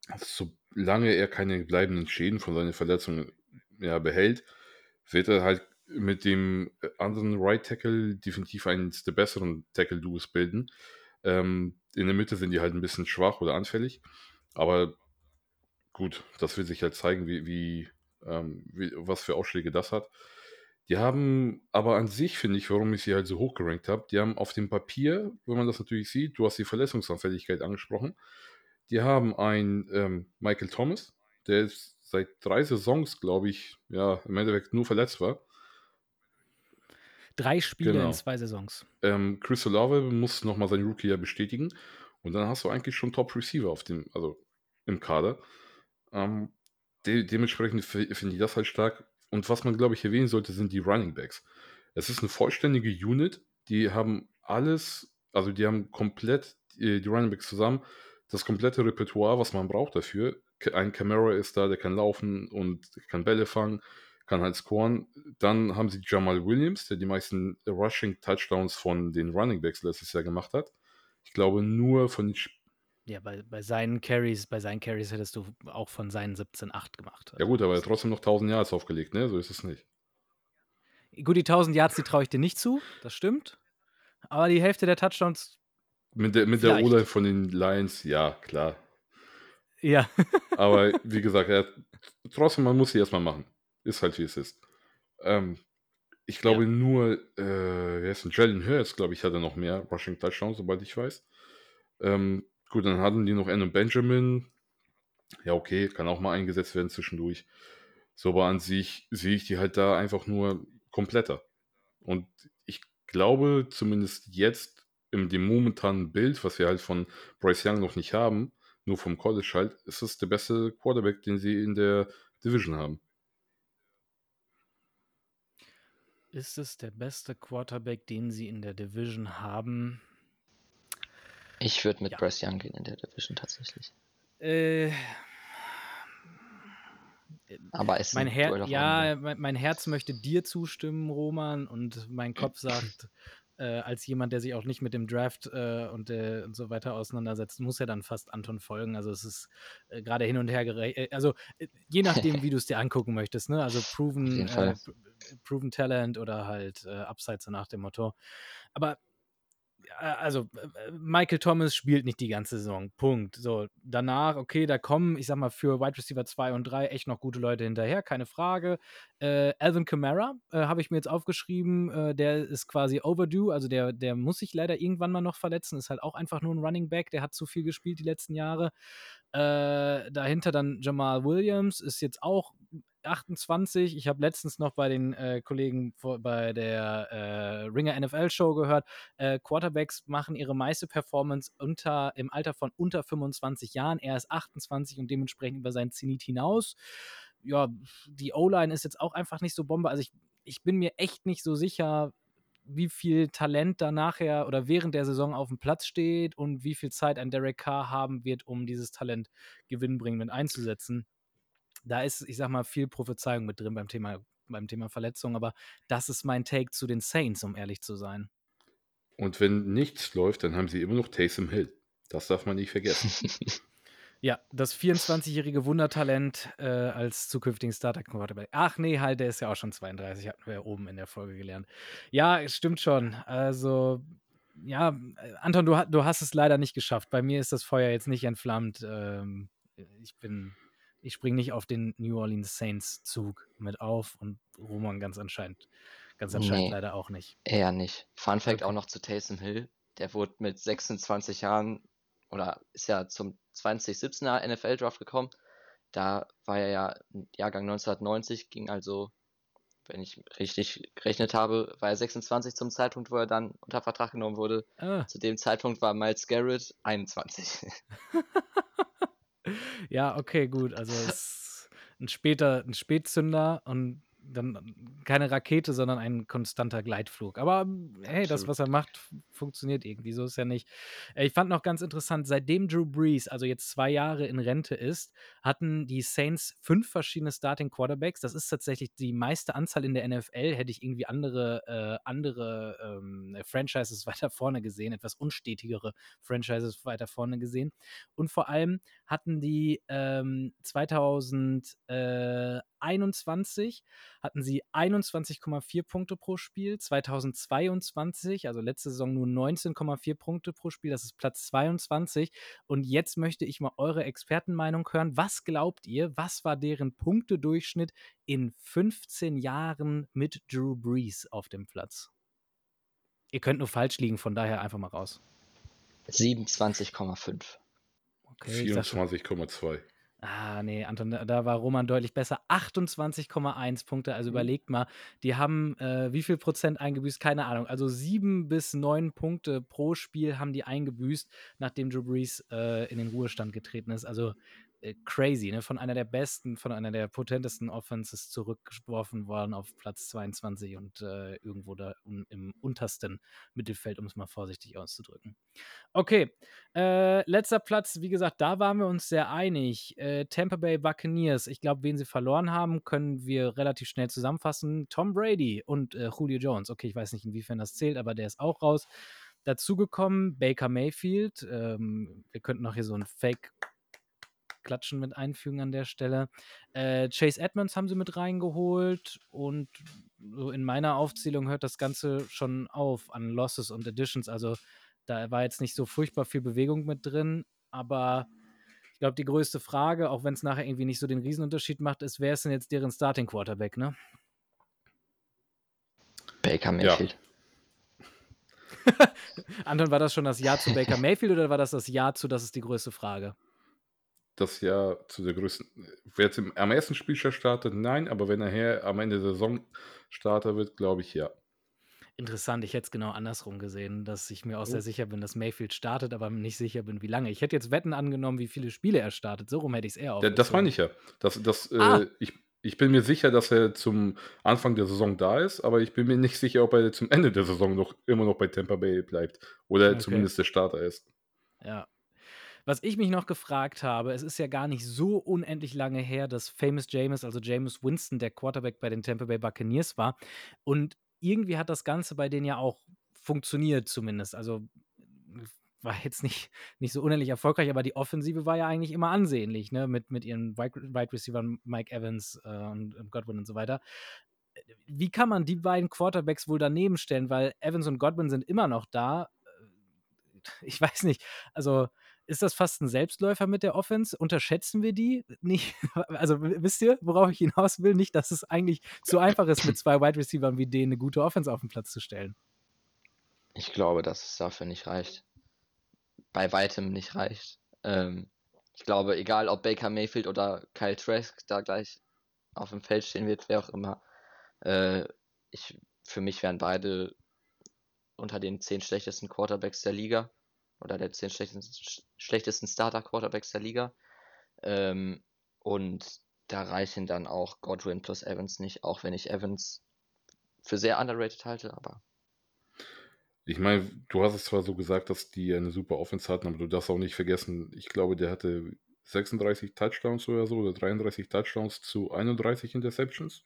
solange er keine bleibenden Schäden von seiner Verletzung ja, behält, wird er halt mit dem äh, anderen Right Tackle definitiv eines der besseren Tackle-Duos bilden. Ähm, in der Mitte sind die halt ein bisschen schwach oder anfällig, aber gut, das wird sich halt zeigen, wie, wie, ähm, wie was für Ausschläge das hat. Die haben aber an sich, finde ich, warum ich sie halt so hoch gerankt habe, die haben auf dem Papier, wenn man das natürlich sieht, du hast die Verletzungsanfälligkeit angesprochen, die haben einen ähm, Michael Thomas, der ist seit drei Saisons, glaube ich, ja, im Endeffekt nur verletzt war. Drei Spiele in Genau. zwei Saisons. Ähm, Chris Olave muss nochmal sein Rookie-Jahr bestätigen und dann hast du eigentlich schon Top-Receiver auf dem, also im Kader. Ähm, de dementsprechend fi- finde ich das halt stark. Und was man, glaube ich, erwähnen sollte, sind die Running Backs. Es ist eine vollständige Unit, die haben alles, also die haben komplett die, die Running Backs zusammen, das komplette Repertoire, was man braucht dafür. K- Ein Camara ist da, der kann laufen und kann Bälle fangen, kann halt scoren. Dann haben sie Jamal Williams, der die meisten Rushing-Touchdowns von den Running Backs letztes Jahr gemacht hat. Ich glaube, nur von den Sp Ja, bei, bei seinen Carries, bei seinen Carries hättest du auch von seinen siebzehn acht gemacht. Ja gut, aber er hat trotzdem noch tausend Yards aufgelegt, ne? So ist es nicht. Gut, die tausend Yards, die traue ich dir nicht zu, das stimmt. Aber die Hälfte der Touchdowns, Mit der, mit der Vielleicht. O-Line von den Lions, ja, klar. ja. Aber wie gesagt, er hat, trotzdem, man muss sie erstmal machen. Ist halt wie es ist. Ähm, ich glaube Ja. nur, äh, wer ist denn? Jalen Hurts, glaube ich, hatte noch mehr Rushing Touchdowns, sobald ich weiß. Ähm, gut, dann hatten die noch Aaron Benjamin. Ja, okay, kann auch mal eingesetzt werden zwischendurch. So, aber an sich sehe ich die halt da einfach nur kompletter. Und ich glaube, zumindest jetzt in dem momentanen Bild, was wir halt von Bryce Young noch nicht haben, nur vom College halt, ist es der beste Quarterback, den sie in der Division haben. Ist es der beste Quarterback, den sie in der Division haben? Ich würde mit Ja. Bryce Young gehen in der Division tatsächlich. Äh, Aber es ist mein, ein Her Duell auf ja, Augenhöhe. mein, mein Herz möchte dir zustimmen, Roman, und mein Kopf sagt, äh, als jemand, der sich auch nicht mit dem Draft äh, und, äh, und so weiter auseinandersetzt, muss ja dann fast Anton folgen. Also es ist äh, gerade hin und her gereicht. Äh, also äh, je nachdem, wie du es dir angucken möchtest, ne? Also Auf proven, jeden äh, Fall. pr- proven Talent oder halt äh, Upside, so nach dem Motto. Aber äh, also äh, Michael Thomas spielt nicht die ganze Saison. Punkt. So, danach, okay, da kommen, ich sag mal, für Wide Receiver zwei und drei echt noch gute Leute hinterher, keine Frage. Äh, Alvin Kamara äh, habe ich mir jetzt aufgeschrieben, äh, der ist quasi overdue, also der, der muss sich leider irgendwann mal noch verletzen, ist halt auch einfach nur ein Running Back, der hat zu viel gespielt die letzten Jahre. Äh, dahinter dann Jamal Williams, ist jetzt auch achtundzwanzig. Ich habe letztens noch bei den äh, Kollegen vor, bei der äh, Ringer N F L Show gehört, äh, Quarterbacks machen ihre meiste Performance unter, im Alter von unter fünfundzwanzig Jahren. Er ist achtundzwanzig und dementsprechend über sein Zenit hinaus. Ja, die O-Line ist jetzt auch einfach nicht so Bombe. Also ich, ich bin mir echt nicht so sicher, wie viel Talent da nachher oder während der Saison auf dem Platz steht und wie viel Zeit ein Derek Carr haben wird, um dieses Talent gewinnbringend einzusetzen. Da ist, ich sag mal, viel Prophezeiung mit drin beim Thema, beim Thema Verletzung, aber das ist mein Take zu den Saints, um ehrlich zu sein. Und wenn nichts läuft, dann haben sie immer noch Taysom Hill. Das darf man nicht vergessen. Ja, das vierundzwanzigjährige Wundertalent äh, als zukünftigen Starter-Quarterback. Ach nee, halt, der ist ja auch schon zweiunddreißig, hatten wir ja oben in der Folge gelernt. Ja, es stimmt schon. Also, ja, äh, Anton, du, du hast es leider nicht geschafft. Bei mir ist das Feuer jetzt nicht entflammt. Ähm, ich bin, ich springe nicht auf den New Orleans Saints-Zug mit auf und Roman ganz anscheinend, ganz anscheinend Nee. leider auch nicht. Eher nicht. Fun Fact Okay. auch noch zu Taysom Hill. Der wurde mit sechsundzwanzig Jahren oder ist ja zum zwanzig siebzehner N F L-Draft gekommen. Da war er ja Jahrgang neunzehnhundertneunzig, ging also, wenn ich richtig gerechnet habe, war er sechsundzwanzig zum Zeitpunkt, wo er dann unter Vertrag genommen wurde. Ah. Zu dem Zeitpunkt war Myles Garrett einundzwanzig. Ja, okay, gut. Also es ist ein später, ein Spätzünder und dann keine Rakete, sondern ein konstanter Gleitflug. Aber hey, das, Absolut. was er macht, f- funktioniert irgendwie. So ist ja nicht. Äh, Ich fand noch ganz interessant, seitdem Drew Brees, also jetzt zwei Jahre in Rente ist, hatten die Saints fünf verschiedene Starting Quarterbacks. Das ist tatsächlich die meiste Anzahl in der N F L. Hätte ich irgendwie andere, äh, andere ähm, Franchises weiter vorne gesehen, etwas unstetigere Franchises weiter vorne gesehen. Und vor allem hatten die ähm, zweitausendeinundzwanzig hatten sie einundzwanzig Komma vier Punkte pro Spiel, zweitausendzweiundzwanzig, also letzte Saison nur neunzehn Komma vier Punkte pro Spiel, das ist Platz zweiundzwanzig. Und jetzt möchte ich mal eure Expertenmeinung hören. Was glaubt ihr, was war deren Punktedurchschnitt in fünfzehn Jahren mit Drew Brees auf dem Platz? Ihr könnt nur falsch liegen, von daher einfach mal raus. siebenundzwanzig Komma fünf. Okay, ich sag schon- vierundzwanzig Komma zwei. Ah, nee, Anton, da- da war Roman deutlich besser. achtundzwanzig Komma eins Punkte. Also überlegt mal, die haben äh, wie viel Prozent eingebüßt? Keine Ahnung. Also sieben bis neun Punkte pro Spiel haben die eingebüßt, nachdem Drew Brees äh, in den Ruhestand getreten ist. Also äh, crazy, ne? Von einer der besten, von einer der potentesten Offenses zurückgeworfen worden auf Platz zweiundzwanzig und äh, irgendwo da un- im untersten Mittelfeld, um es mal vorsichtig auszudrücken. Okay, äh, letzter Platz, wie gesagt, da waren wir uns sehr einig. Äh, Tampa Bay Buccaneers, ich glaube, wen sie verloren haben, können wir relativ schnell zusammenfassen. Tom Brady und äh, Julio Jones. Okay, ich weiß nicht, inwiefern das zählt, aber der ist auch raus. Dazugekommen Baker Mayfield. Ähm, wir könnten noch hier so ein Fake-Klatschen mit einfügen an der Stelle. Äh, Chase Edmonds haben sie mit reingeholt und so in meiner Aufzählung hört das Ganze schon auf an Losses und Additions. Also da war jetzt nicht so furchtbar viel Bewegung mit drin, aber ich glaube, die größte Frage, auch wenn es nachher irgendwie nicht so den Riesenunterschied macht, ist, wer ist denn jetzt deren Starting Quarterback, ne? Baker Mayfield. Anton, war das schon das Ja zu Baker Mayfield oder war das das Ja zu, das ist die größte Frage? Das Jahr zu der größten. Wer jetzt im, am ersten Spieltag startet, nein, aber wenn er her am Ende der Saison Starter wird, glaube ich ja. Interessant, ich hätte es genau andersrum gesehen, dass ich mir auch Oh. sehr sicher bin, dass Mayfield startet, aber nicht sicher bin, wie lange. Ich hätte jetzt Wetten angenommen, wie viele Spiele er startet. So rum hätte ich es eher Ja, aufgezogen. das meine ich ja. Das, das, Ah. äh, ich, ich bin mir sicher, dass er zum Anfang der Saison da ist, aber ich bin mir nicht sicher, ob er zum Ende der Saison noch immer noch bei Tampa Bay bleibt oder Okay. zumindest der Starter ist. Ja. Was ich mich noch gefragt habe, es ist ja gar nicht so unendlich lange her, dass Famous Jameis, also Jameis Winston, der Quarterback bei den Tampa Bay Buccaneers war. Und irgendwie hat das Ganze bei denen ja auch funktioniert zumindest. Also war jetzt nicht, nicht so unendlich erfolgreich, aber die Offensive war ja eigentlich immer ansehnlich, ne? Mit, mit ihren Wide Wide Receivern Mike Evans äh, und, und Godwin und so weiter. Wie kann man die beiden Quarterbacks wohl daneben stellen? Weil Evans und Godwin sind immer noch da. Ich weiß nicht, also ist das fast ein Selbstläufer mit der Offense? Unterschätzen wir die? Nicht, also w- wisst ihr, worauf ich hinaus will? Nicht, dass es eigentlich so einfach ist, mit zwei Wide Receivern wie denen eine gute Offense auf den Platz zu stellen. Ich glaube, dass es dafür nicht reicht. Bei weitem nicht reicht. Ähm, ich glaube, egal ob Baker Mayfield oder Kyle Trask da gleich auf dem Feld stehen wird, wer auch immer, äh, ich, für mich wären beide unter den zehn schlechtesten Quarterbacks der Liga oder der zehn schlechtesten, sch- schlechtesten Starter-Quarterbacks der Liga. Ähm, und da reichen dann auch Godwin plus Evans nicht, auch wenn ich Evans für sehr underrated halte, aber Ich meine, du hast es zwar so gesagt, dass die eine super Offense hatten, aber du darfst auch nicht vergessen, ich glaube, der hatte sechsunddreißig Touchdowns oder so oder dreiunddreißig Touchdowns zu einunddreißig Interceptions.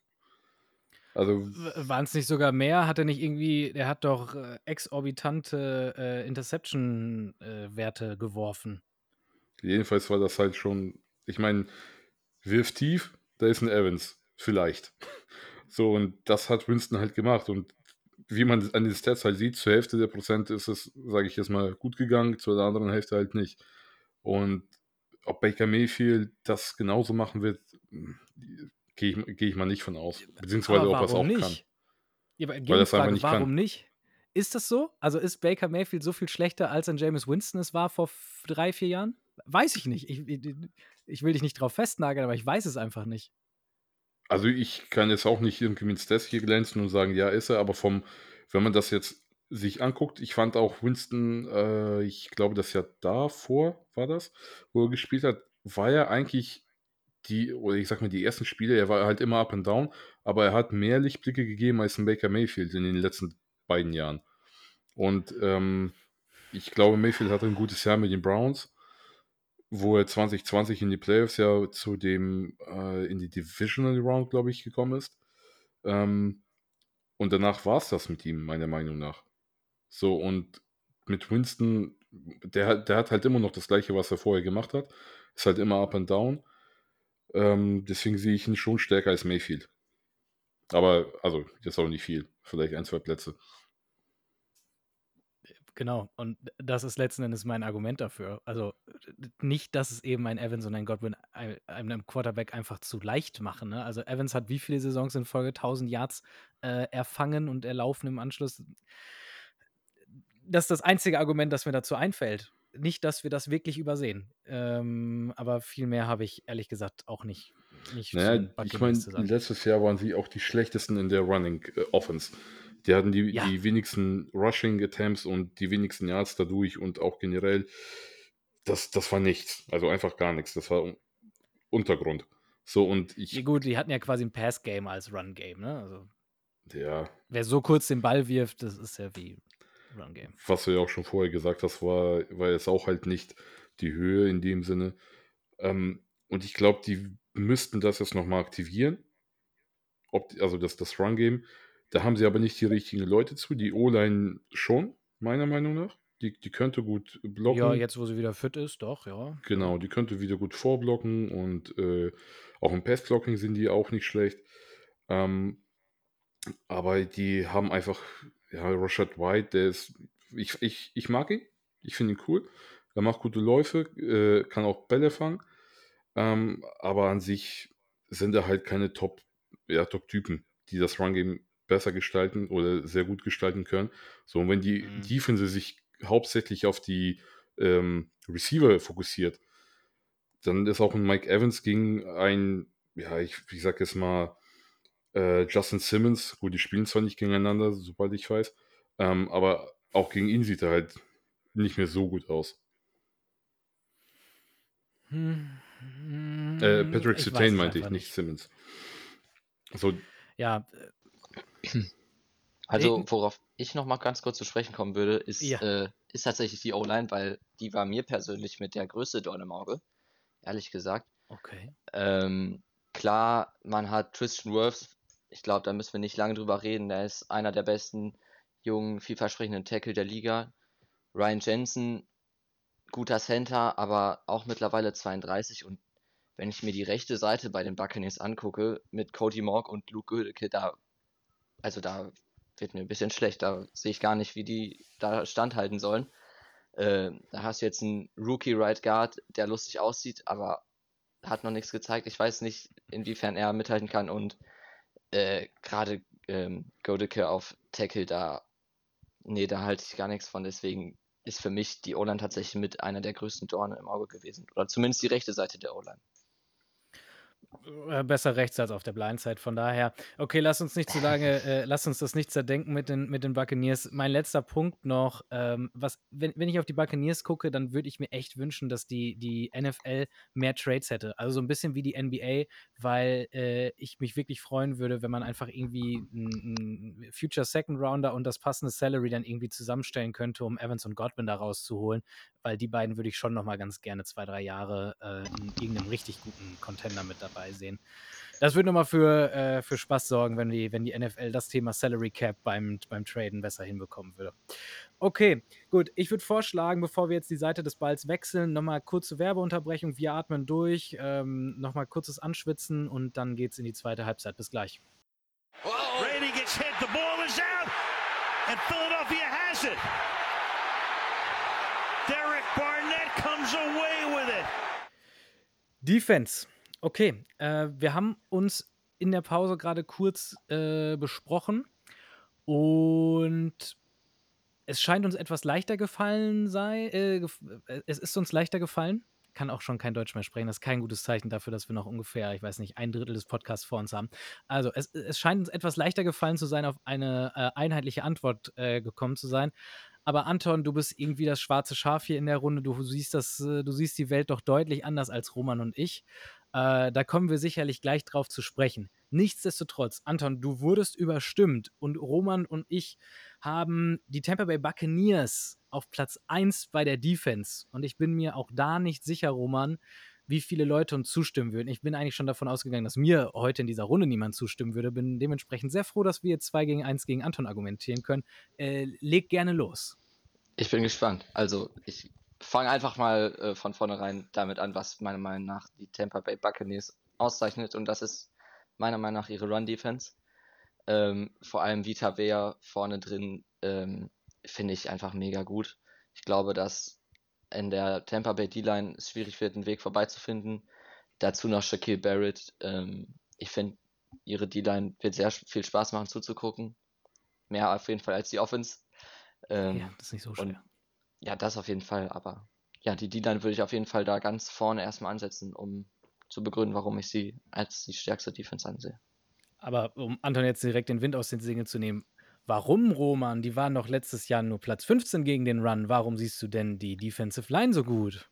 Also Waren es nicht sogar mehr? Hat er nicht irgendwie, der hat doch äh, exorbitante äh, Interception-Werte geworfen. jedenfalls war das halt schon, ich meine, wirf tief, da ist ein Evans, vielleicht. So, und das hat Winston halt gemacht. Und wie man an den Stats halt sieht, zur Hälfte der Prozent ist es, sage ich jetzt mal, gut gegangen, zur anderen Hälfte halt nicht. Und ob Baker Mayfield das genauso machen wird, gehe ich, geh ich mal nicht von aus. Beziehungsweise Aber ob er es warum auch nicht? kann. Ja, aber Weil er es einfach Gegenfrage, nicht warum kann. nicht? Ist das so? Also ist Baker Mayfield so viel schlechter, als ein Jameis Winston es war vor f- drei, vier Jahren? Weiß ich nicht. Ich, ich, ich will dich nicht drauf festnageln, aber ich weiß es einfach nicht. Also ich kann jetzt auch nicht irgendwie mit Stats hier glänzen und sagen, ja, ist er, aber vom, wenn man das jetzt sich anguckt, ich fand auch Winston, äh, ich glaube, das Jahr davor war das, wo er gespielt hat, war er eigentlich die, oder ich sag mal, die ersten Spiele, er war halt immer up and down, aber er hat mehr Lichtblicke gegeben als ein Baker Mayfield in den letzten beiden Jahren. Und ähm, ich glaube, Mayfield hatte ein gutes Jahr mit den Browns, wo er zwanzig zwanzig in die Playoffs ja zu dem, äh, in die Divisional Round, glaube ich, gekommen ist. Ähm, und danach war es das mit ihm, meiner Meinung nach. So, und mit Winston, der, hat- der hat halt immer noch das Gleiche, was er vorher gemacht hat. Ist halt immer up and down. Ähm, deswegen sehe ich ihn schon stärker als Mayfield. Aber, also, jetzt auch nicht viel. Vielleicht ein, zwei Plätze. Genau, und das ist letzten Endes mein Argument dafür. Also d- nicht, dass es eben ein Evans und ein Godwin ein- einem Quarterback einfach zu leicht machen. Ne? Also Evans hat wie viele Saisons in Folge tausend Yards äh, erfangen und erlaufen im Anschluss. Das ist das einzige Argument, das mir dazu einfällt. Nicht, dass wir das wirklich übersehen. Ähm, aber viel mehr habe ich ehrlich gesagt auch nicht, nicht zu Naja, den ich Buccaneers meine, zu sagen. letztes Jahr waren sie auch die schlechtesten in der Running äh, Offense. Die hatten die, Ja. die wenigsten Rushing Attempts und die wenigsten Yards dadurch und auch generell, das, das war nichts. Also einfach gar nichts. Das war Un- Untergrund. So, und Ja, ich, gut, die hatten ja quasi ein Pass-Game als Run-Game. Ne? Also, ja, wer so kurz den Ball wirft, das ist ja wie Run-Game. was du ja auch schon vorher gesagt hast, war, war jetzt auch halt nicht die Höhe in dem Sinne. Ähm, und ich glaube, die müssten das jetzt nochmal aktivieren. Ob, die- also das, das Run-Game. Da haben sie aber nicht die richtigen Leute zu. Die O-Line schon, meiner Meinung nach. Die, die könnte gut blocken. Ja, jetzt, wo sie wieder fit ist, doch, ja. Genau, die könnte wieder gut vorblocken und äh, auch im Pass-Blocking sind die auch nicht schlecht. Ähm, aber die haben einfach, ja, Rashad White, der ist, ich, ich, ich mag ihn, ich finde ihn cool. Er macht gute Läufe, äh, kann auch Bälle fangen. Ähm, aber an sich sind er halt keine Top, ja, Top-Typen, die das Run-Game besser gestalten oder sehr gut gestalten können. So, und wenn die Mhm. Defense sich hauptsächlich auf die ähm, Receiver fokussiert, dann ist auch ein Mike Evans gegen ein, ja, ich, ich sag jetzt mal, äh, Justin Simmons, gut, die spielen zwar nicht gegeneinander, sobald ich weiß, ähm, aber auch gegen ihn sieht er halt nicht mehr so gut aus. Hm, Äh, hm, Patrick ich weiß Surtain es meinte ich, einfach nicht nicht. Simmons. So, Ja, Also, Nee, worauf ich noch mal ganz kurz zu sprechen kommen würde, ist, ja. äh, ist tatsächlich die O-Line, weil die war mir persönlich mit der größte Dorn im Auge, ehrlich gesagt. Okay. Ähm, klar, man hat Tristan Wirfs, ich glaube, da müssen wir nicht lange drüber reden, der ist einer der besten jungen, vielversprechenden Tackle der Liga. Ryan Jensen, guter Center, aber auch mittlerweile zweiunddreißig, und wenn ich mir die rechte Seite bei den Buccaneers angucke, mit Cody Mauk und Luke Goedeke, da, also da wird mir ein bisschen schlecht, da sehe ich gar nicht, wie die da standhalten sollen. Äh, da hast du jetzt einen Rookie Right Guard, der lustig aussieht, aber hat noch nichts gezeigt. Ich weiß nicht, inwiefern er mithalten kann, und äh, gerade ähm, Goedeke auf Tackle, da, nee, da halte ich gar nichts von. Deswegen ist für mich die O-Line tatsächlich mit einer der größten Dornen im Auge gewesen. Oder zumindest die rechte Seite der O-Line. Äh, Besser rechts als auf der Blindside. Von daher, okay, lass uns nicht zu lange, äh, lass uns das nicht zerdenken mit den, mit den Buccaneers. Mein letzter Punkt noch, ähm, was, wenn, wenn ich auf die Buccaneers gucke, dann würde ich mir echt wünschen, dass die, die N F L mehr Trades hätte. Also so ein bisschen wie die N B A, weil äh, ich mich wirklich freuen würde, wenn man einfach irgendwie einen Future Second Rounder und das passende Salary dann irgendwie zusammenstellen könnte, um Evans und Godwin da rauszuholen, weil die beiden würde ich schon noch mal ganz gerne zwei, drei Jahre äh, in irgendeinem richtig guten Contender mit dabei sehen. Das würde nochmal für, äh, für Spaß sorgen, wenn die, wenn die N F L das Thema Salary Cap beim, beim Traden besser hinbekommen würde. Okay, gut. Ich würde vorschlagen, bevor wir jetzt die Seite des Balls wechseln, nochmal kurze Werbeunterbrechung. Wir atmen durch, ähm, nochmal kurzes Anschwitzen und dann geht's in die zweite Halbzeit. Bis gleich. Brady gets hit, the ball is out, and Philadelphia has it. Derek Barnett comes away with it. Defense. Okay, äh, wir haben uns in der Pause gerade kurz äh, besprochen und es scheint uns etwas leichter gefallen sei. Äh, gef- äh, es ist uns leichter gefallen. Kann auch schon kein Deutsch mehr sprechen. Das ist kein gutes Zeichen dafür, dass wir noch ungefähr, ich weiß nicht, ein Drittel des Podcasts vor uns haben. Also, es, es scheint uns etwas leichter gefallen zu sein, auf eine äh, einheitliche Antwort äh, gekommen zu sein. Aber Anton, du bist irgendwie das schwarze Schaf hier in der Runde. Du siehst das, äh, du siehst die Welt doch deutlich anders als Roman und ich. Äh, da kommen wir sicherlich gleich drauf zu sprechen. Nichtsdestotrotz, Anton, du wurdest überstimmt und Roman und ich haben die Tampa Bay Buccaneers auf Platz eins bei der Defense. Und ich bin mir auch da nicht sicher, Roman, wie viele Leute uns zustimmen würden. Ich bin eigentlich schon davon ausgegangen, dass mir heute in dieser Runde niemand zustimmen würde. Bin dementsprechend sehr froh, dass wir jetzt zwei gegen eins gegen Anton argumentieren können. Äh, leg gerne los. Ich bin gespannt. Also, ich fange einfach mal äh, von vornherein damit an, was meiner Meinung nach die Tampa Bay Buccaneers auszeichnet. Und das ist meiner Meinung nach ihre Run-Defense. Ähm, vor allem Vita Vea vorne drin ähm, finde ich einfach mega gut. Ich glaube, dass in der Tampa Bay D-Line es schwierig wird, einen Weg vorbeizufinden. Dazu noch Shaquille Barrett. Ähm, ich finde, ihre D-Line wird sehr viel Spaß machen zuzugucken. Mehr auf jeden Fall als die Offense. Ähm, ja, das ist nicht so und schwer. ja, das auf jeden Fall. Aber ja, die D-Line würde ich auf jeden Fall da ganz vorne erstmal ansetzen, um zu begründen, warum ich sie als die stärkste Defense ansehe. Aber um Anton jetzt direkt den Wind aus den Segeln zu nehmen, warum, Roman? Die waren doch letztes Jahr nur Platz fünfzehn gegen den Run. Warum siehst du denn die Defensive Line so gut?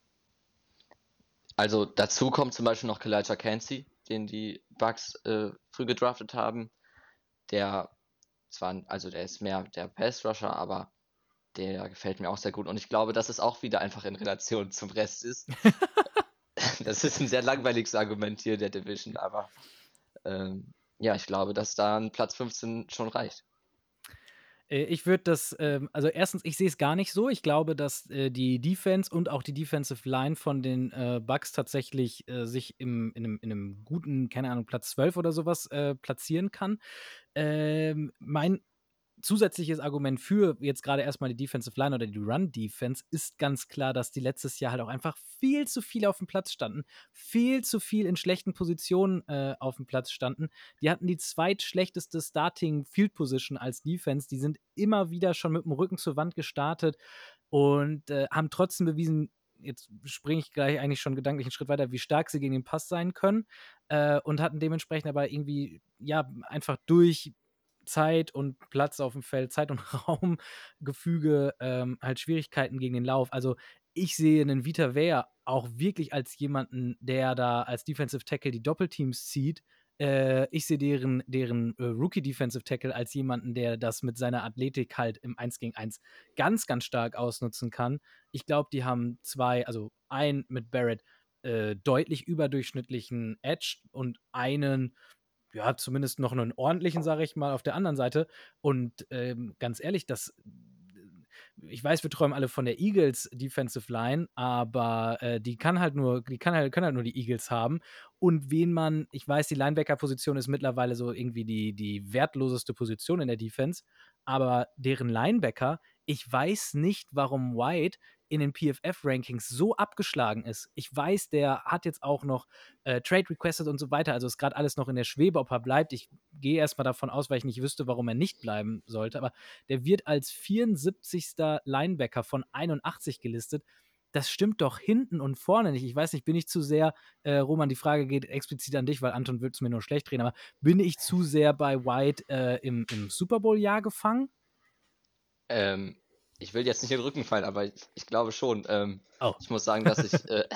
Also dazu kommt zum Beispiel noch Khalil Kancey, den die Bucks äh, früh gedraftet haben. Der zwar, also der ist mehr der Pass-Rusher, aber der gefällt mir auch sehr gut. Und ich glaube, dass es auch wieder einfach in Relation zum Rest ist. Das ist ein sehr langweiliges Argument hier der Division, aber ähm, ja, ich glaube, dass da ein Platz fünfzehn schon reicht. Ich würde das, ähm, also erstens, ich sehe es gar nicht so. Ich glaube, dass äh, die Defense und auch die Defensive Line von den äh, Bucks tatsächlich äh, sich im, in, einem, in einem guten, keine Ahnung, Platz zwölf oder sowas äh, platzieren kann. Ähm, mein zusätzliches Argument für jetzt gerade erstmal die Defensive Line oder die Run-Defense ist ganz klar, dass die letztes Jahr halt auch einfach viel zu viel auf dem Platz standen, viel zu viel in schlechten Positionen äh, auf dem Platz standen. Die hatten die zweitschlechteste Starting Field Position als Defense. Die sind immer wieder schon mit dem Rücken zur Wand gestartet und äh, haben trotzdem bewiesen, jetzt springe ich gleich eigentlich schon gedanklich einen Schritt weiter, wie stark sie gegen den Pass sein können äh, und hatten dementsprechend aber irgendwie, ja, einfach durch Zeit und Platz auf dem Feld, Zeit- und Raumgefüge, ähm, halt Schwierigkeiten gegen den Lauf. Also ich sehe einen Vita Vea auch wirklich als jemanden, der da als Defensive Tackle die Doppelteams zieht. Äh, ich sehe deren, deren äh, Rookie-Defensive Tackle als jemanden, der das mit seiner Athletik halt im eins gegen eins ganz, ganz stark ausnutzen kann. Ich glaube, die haben zwei, also einen mit Barrett, äh, deutlich überdurchschnittlichen Edge und einen, ja, zumindest noch einen ordentlichen, sage ich mal, auf der anderen Seite. Und ähm, ganz ehrlich, das, ich weiß, wir träumen alle von der Eagles Defensive Line, aber äh, die kann halt nur, die kann halt, können halt nur die Eagles haben. Und wen man, ich weiß, die Linebacker-Position ist mittlerweile so irgendwie die, die wertloseste Position in der Defense, aber deren Linebacker, ich weiß nicht, warum White in den P F F-Rankings so abgeschlagen ist. Ich weiß, der hat jetzt auch noch äh, Trade requested und so weiter, also ist gerade alles noch in der Schwebe, ob er bleibt. Ich gehe erstmal davon aus, weil ich nicht wüsste, warum er nicht bleiben sollte, aber der wird als vierundsiebzigster Linebacker von einundachtzig gelistet. Das stimmt doch hinten und vorne nicht. Ich weiß nicht, bin ich zu sehr, äh, Roman, die Frage geht explizit an dich, weil Anton wird es mir nur schlecht drehen, aber bin ich zu sehr bei White äh, im, im Super Bowl-Jahr gefangen? Ähm, ich will jetzt nicht in den Rücken fallen, aber ich, ich glaube schon. Ähm, oh. Ich muss sagen, dass ich. Äh,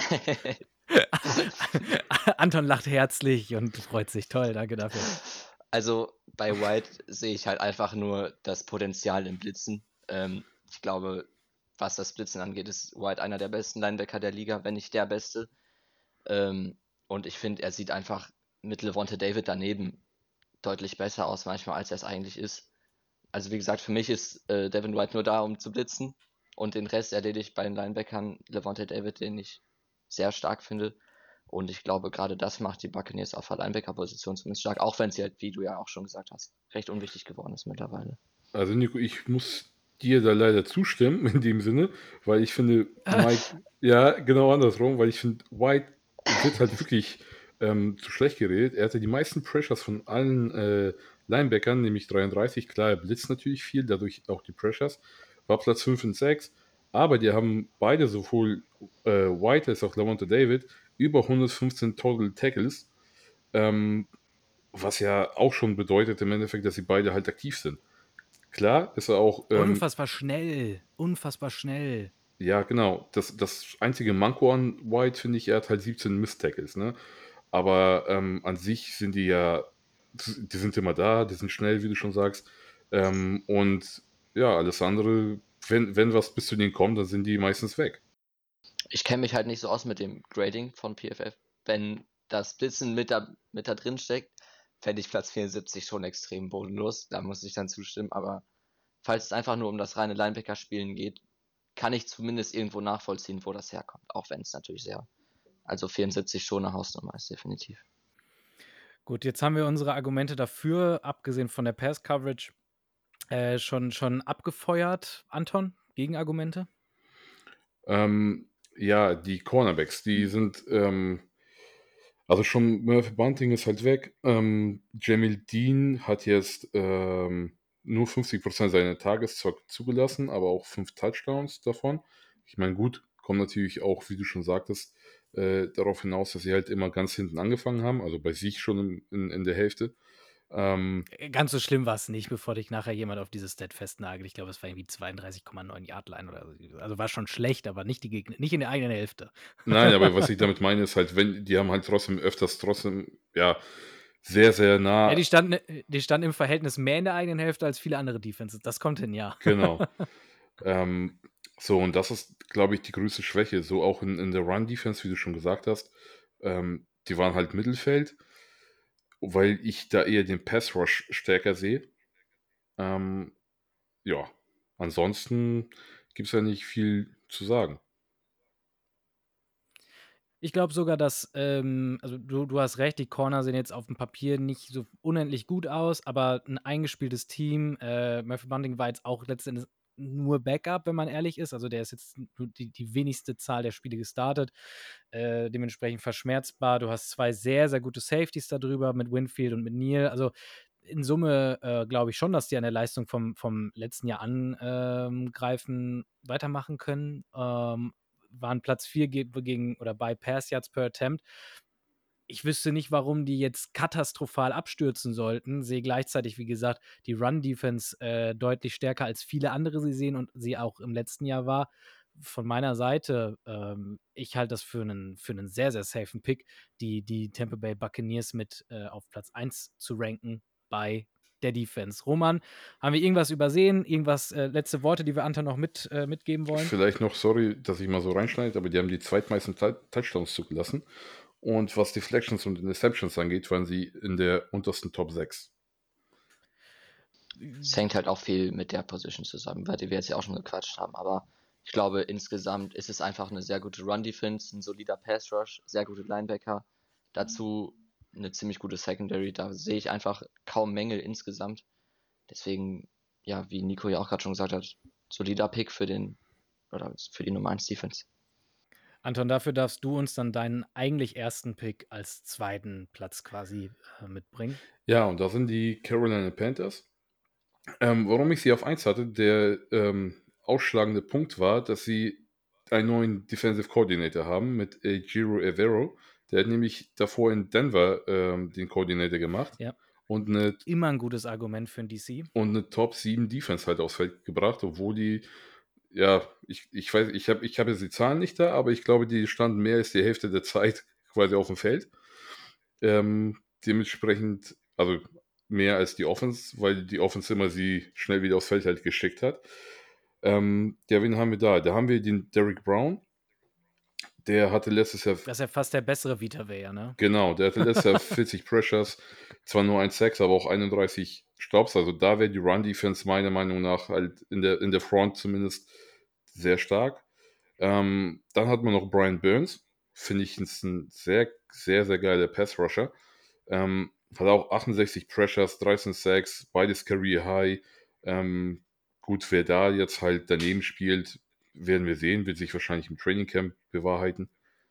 Anton lacht herzlich und freut sich. Toll, danke dafür. Also bei White sehe ich halt einfach nur das Potenzial im Blitzen. Ähm, ich glaube, was das Blitzen angeht, ist White einer der besten Linebacker der Liga, wenn nicht der beste. Ähm, und ich finde, er sieht einfach mit Levante David daneben deutlich besser aus manchmal, als er es eigentlich ist. Also wie gesagt, für mich ist äh, Devin White nur da, um zu blitzen. Und den Rest erledigt bei den Linebackern Levante David, den ich sehr stark finde. Und ich glaube, gerade das macht die Buccaneers auf der Linebacker-Position zumindest stark, auch wenn sie halt, wie du ja auch schon gesagt hast, recht unwichtig geworden ist mittlerweile. Also Nico, ich muss dir da leider zustimmen in dem Sinne, weil ich finde, Mike, ja, genau andersrum, weil ich finde, White wird halt wirklich ähm, zu schlecht geredet. Er hatte die meisten Pressures von allen äh, Linebackern, nämlich dreiunddreißig. Klar, er blitzt natürlich viel, dadurch auch die Pressures. War Platz fünf und sechs, aber die haben beide, sowohl äh, White als auch Lavonte David, über hundertfünfzehn Total Tackles, ähm, was ja auch schon bedeutet im Endeffekt, dass sie beide halt aktiv sind. Klar, ist er auch. Ähm, unfassbar schnell. Unfassbar schnell. Ja, genau. Das, das einzige Manko an White finde ich, er hat halt siebzehn Miss-Tackles, ne? Aber ähm, an sich sind die ja die sind immer da, die sind schnell, wie du schon sagst. Ähm, und ja, alles andere, wenn, wenn was bis zu denen kommt, dann sind die meistens weg. Ich kenne mich halt nicht so aus mit dem Grading von P F F. Wenn das Blitzen mit da, mit da drin steckt, fände ich Platz vierundsiebzig schon extrem bodenlos. Da muss ich dann zustimmen. Aber falls es einfach nur um das reine Linebacker-Spielen geht, kann ich zumindest irgendwo nachvollziehen, wo das herkommt. Auch wenn es natürlich sehr, also vierundsiebzig schon eine Hausnummer ist, definitiv. Gut, jetzt haben wir unsere Argumente dafür, abgesehen von der Pass-Coverage, äh, schon, schon abgefeuert. Anton, Gegenargumente? Ähm, ja, die Cornerbacks, die sind, ähm, also schon Murphy Bunting ist halt weg. Ähm, Jamil Dean hat jetzt ähm, nur fünfzig Prozent seiner Tageszahl zugelassen, aber auch fünf Touchdowns davon. Ich meine, gut, kommt natürlich auch, wie du schon sagtest, äh, darauf hinaus, dass sie halt immer ganz hinten angefangen haben, also bei sich schon in, in, in der Hälfte. Ähm, Ganz so schlimm war es nicht, bevor dich nachher jemand auf dieses Stat festnagelt. Ich glaube, es war irgendwie zweiunddreißig Komma neun Yard-Line oder so. Also war schon schlecht, aber nicht, die Gegner, nicht in der eigenen Hälfte. Nein, aber was ich damit meine, ist halt, wenn, die haben halt trotzdem öfters trotzdem, ja, sehr, sehr nah. Ja, die standen, die standen im Verhältnis mehr in der eigenen Hälfte als viele andere Defenses. Das kommt hin, ja. Genau. ähm, so, und das ist, glaube ich, die größte Schwäche. So auch in, in der Run-Defense, wie du schon gesagt hast. Ähm, die waren halt Mittelfeld, weil ich da eher den Pass-Rush stärker sehe. Ähm, ja, ansonsten gibt es ja nicht viel zu sagen. Ich glaube sogar, dass, ähm, also du, du hast recht, die Corner sehen jetzt auf dem Papier nicht so unendlich gut aus, aber ein eingespieltes Team, äh, Murphy Bunting war jetzt auch letztendlich nur Backup, wenn man ehrlich ist. Also der ist jetzt nur die, die wenigste Zahl der Spiele gestartet, äh, dementsprechend verschmerzbar. Du hast zwei sehr, sehr gute Safeties darüber mit Winfield und mit Neal. Also in Summe äh, glaube ich schon, dass die an der Leistung vom, vom letzten Jahr angreifen, weitermachen können. Ähm, waren Platz vier ge gegen oder bei Pass Yards per Attempt. Ich wüsste nicht, warum die jetzt katastrophal abstürzen sollten. Sehe gleichzeitig, wie gesagt, die Run-Defense äh, deutlich stärker als viele andere sie sehen und sie auch im letzten Jahr war. Von meiner Seite, ähm, ich halte das für einen, für einen sehr, sehr safen Pick, die, die Tampa Bay Buccaneers mit äh, auf Platz eins zu ranken bei der Defense. Roman, haben wir irgendwas übersehen? Irgendwas, äh, letzte Worte, die wir Anton noch mit, äh, mitgeben wollen? Vielleicht noch, sorry, dass ich mal so reinschneide, aber die haben die zweitmeisten Tou- Touchdowns zugelassen. Und was Deflections und Interceptions angeht, waren sie in der untersten Top sechs. Es hängt halt auch viel mit der Position zusammen, über die wir jetzt ja auch schon gequatscht haben. Aber ich glaube, insgesamt ist es einfach eine sehr gute Run-Defense, ein solider Pass-Rush, sehr gute Linebacker. Dazu eine ziemlich gute Secondary. Da sehe ich einfach kaum Mängel insgesamt. Deswegen, ja, wie Nico ja auch gerade schon gesagt hat, solider Pick für den oder für die Nummer eins Defense. Anton, dafür darfst du uns dann deinen eigentlich ersten Pick als zweiten Platz quasi äh, mitbringen. Ja, und da sind die Carolina Panthers. Ähm, warum ich sie auf eins hatte, der ähm, ausschlagende Punkt war, dass sie einen neuen Defensive Coordinator haben mit äh, Giro Evero. Der hat nämlich davor in Denver ähm, den Coordinator gemacht. Ja. Und eine, Immer ein gutes Argument für ein D C. und eine Top sieben Defense halt aufs Feld gebracht, obwohl die, ja, ich, ich weiß, ich habe ich hab jetzt die Zahlen nicht da, aber ich glaube, die standen mehr als die Hälfte der Zeit quasi auf dem Feld. Ähm, dementsprechend, also mehr als die Offense, weil die Offense immer sie schnell wieder aufs Feld halt geschickt hat. Ähm, ja, wen haben wir da? Da haben wir den Derrick Brown. Der hatte letztes Jahr. Das ist ja fast der bessere Vita Weyer, ne? Genau, der hatte letztes Jahr vierzig Pressures, zwar nur ein Sacks, aber auch einunddreißig Stops. Also da wäre die Run-Defense meiner Meinung nach halt in der, in der Front zumindest sehr stark. Ähm, dann hat man noch Brian Burns. Finde ich ist ein sehr, sehr, sehr geiler Pass-Rusher. Ähm, hat auch achtundsechzig Pressures, dreizehn Sacks, beides Career High. Ähm, gut, wer da jetzt halt daneben spielt, werden wir sehen, wird sich wahrscheinlich im Training Camp bewahrheiten.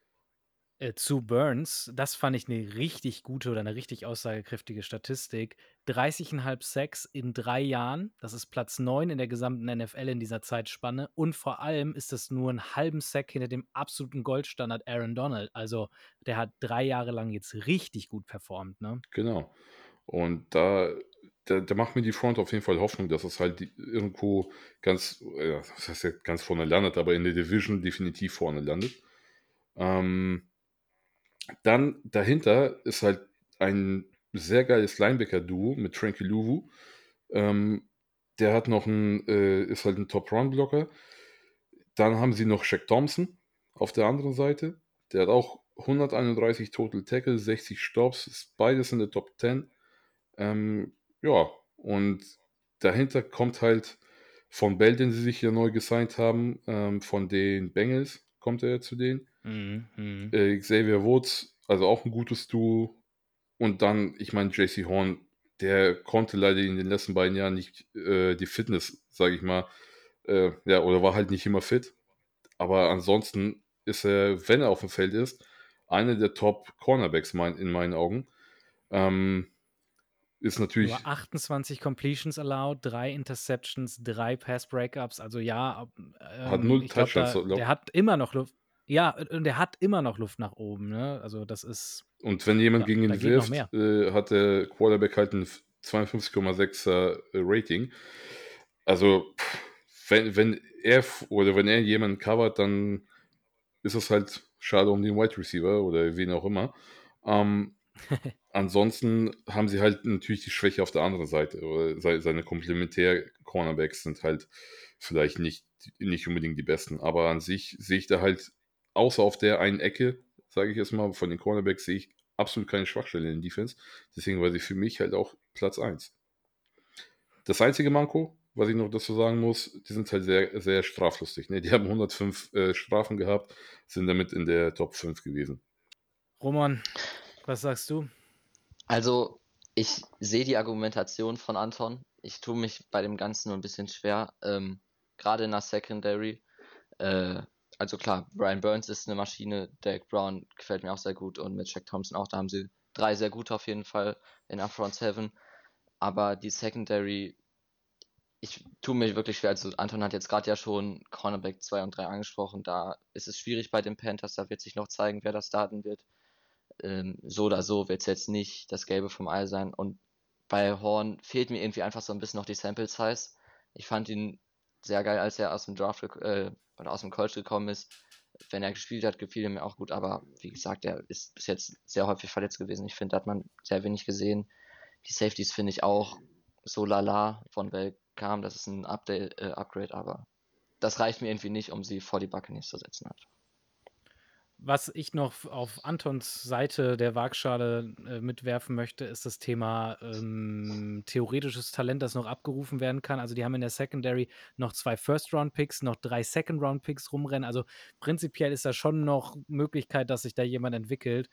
Äh, zu Burns, das fand ich eine richtig gute oder eine richtig aussagekräftige Statistik. dreißig Komma fünf Sacks in drei Jahren. Das ist Platz neun in der gesamten N F L in dieser Zeitspanne. Und vor allem ist es nur einen halben Sack hinter dem absoluten Goldstandard Aaron Donald. Also der hat drei Jahre lang jetzt richtig gut performt, ne? Genau. Und da, da, da macht mir die Front auf jeden Fall Hoffnung, dass es halt die- irgendwo ganz, äh, das heißt ja ganz vorne landet, aber in der Division definitiv vorne landet. Ähm, dann dahinter ist halt ein sehr geiles Linebacker-Duo mit Tranquiluvu. Ähm, der hat noch einen, äh, ist halt ein Top-Run-Blocker. Dann haben sie noch Shaq Thompson auf der anderen Seite. Der hat auch hunderteinunddreißig Total Tackle, sechzig Stops, ist beides in der Top zehn. Ähm, ja, und dahinter kommt halt von Bell, den sie sich hier neu gesigned haben, ähm, von den Bengals kommt er zu denen. Mhm, mhm. Äh, Xavier Woods, also auch ein gutes Duo. Und dann, ich meine, J C Horn, der konnte leider in den letzten beiden Jahren nicht äh, die Fitness, sage ich mal, äh, ja, oder war halt nicht immer fit. Aber ansonsten ist er, wenn er auf dem Feld ist, einer der Top-Cornerbacks mein, in meinen Augen. Ähm, ist natürlich. Nur achtundzwanzig Completions allowed, drei Interceptions, drei Pass-Breakups. Also ja, ähm, Hat null ich glaube, Touchdowns, da, glaub- der hat immer noch Luft. Ja, und der hat immer noch Luft nach oben. Ne? Also das ist, Und wenn jemand ja, gegen da ihn geht noch wirft, mehr. äh, hat der Quarterback halt ein zweiundfünfzig Komma sechser äh, Rating. Also, pff, wenn, wenn er f- oder wenn er jemanden covert, dann ist es halt schade um den Wide Receiver oder wen auch immer. Ähm, ansonsten haben sie halt natürlich die Schwäche auf der anderen Seite. Oder se- seine Komplementär-Cornerbacks sind halt vielleicht nicht, nicht unbedingt die besten. Aber an sich sehe ich da halt, außer auf der einen Ecke, sage ich jetzt mal, von den Cornerbacks sehe ich absolut keine Schwachstelle in den Defense. Deswegen war sie für mich halt auch Platz eins. Das einzige Manko, was ich noch dazu sagen muss, die sind halt sehr, sehr straflustig. Ne? Die haben hundertfünf äh, Strafen gehabt, sind damit in der Top fünf gewesen. Roman, was sagst du? Also, ich sehe die Argumentation von Anton. Ich tue mich bei dem Ganzen nur ein bisschen schwer. Ähm, gerade in der Secondary. Äh, also klar, Brian Burns ist eine Maschine, Derek Brown gefällt mir auch sehr gut und mit Shaq Thompson auch. Da haben sie drei sehr gute auf jeden Fall in der Front Seven. Aber die Secondary, ich tue mich wirklich schwer. Also Anton hat jetzt gerade ja schon Cornerback zwei und drei angesprochen. Da ist es schwierig bei den Panthers. Da wird sich noch zeigen, wer das starten wird. Ähm, so oder so wird es jetzt nicht das Gelbe vom Ei sein. Und bei Horn fehlt mir irgendwie einfach so ein bisschen noch die Sample Size. Ich fand ihn sehr geil, als er aus dem Draft äh, oder aus dem College gekommen ist. Wenn er gespielt hat, gefiel er mir auch gut, aber wie gesagt, er ist bis jetzt sehr häufig verletzt gewesen. Ich finde, da hat man sehr wenig gesehen. Die Safeties finde ich auch so lala von Bell kam. Das ist ein Update, äh, Upgrade, aber das reicht mir irgendwie nicht, um sie vor die Buccaneers zu setzen. Halt. Was ich noch auf Antons Seite der Waagschale äh, mitwerfen möchte, ist das Thema ähm, theoretisches Talent, das noch abgerufen werden kann. Also die haben in der Secondary noch zwei First-Round-Picks, noch drei Second-Round-Picks rumrennen. Also prinzipiell ist da schon noch Möglichkeit, dass sich da jemand entwickelt.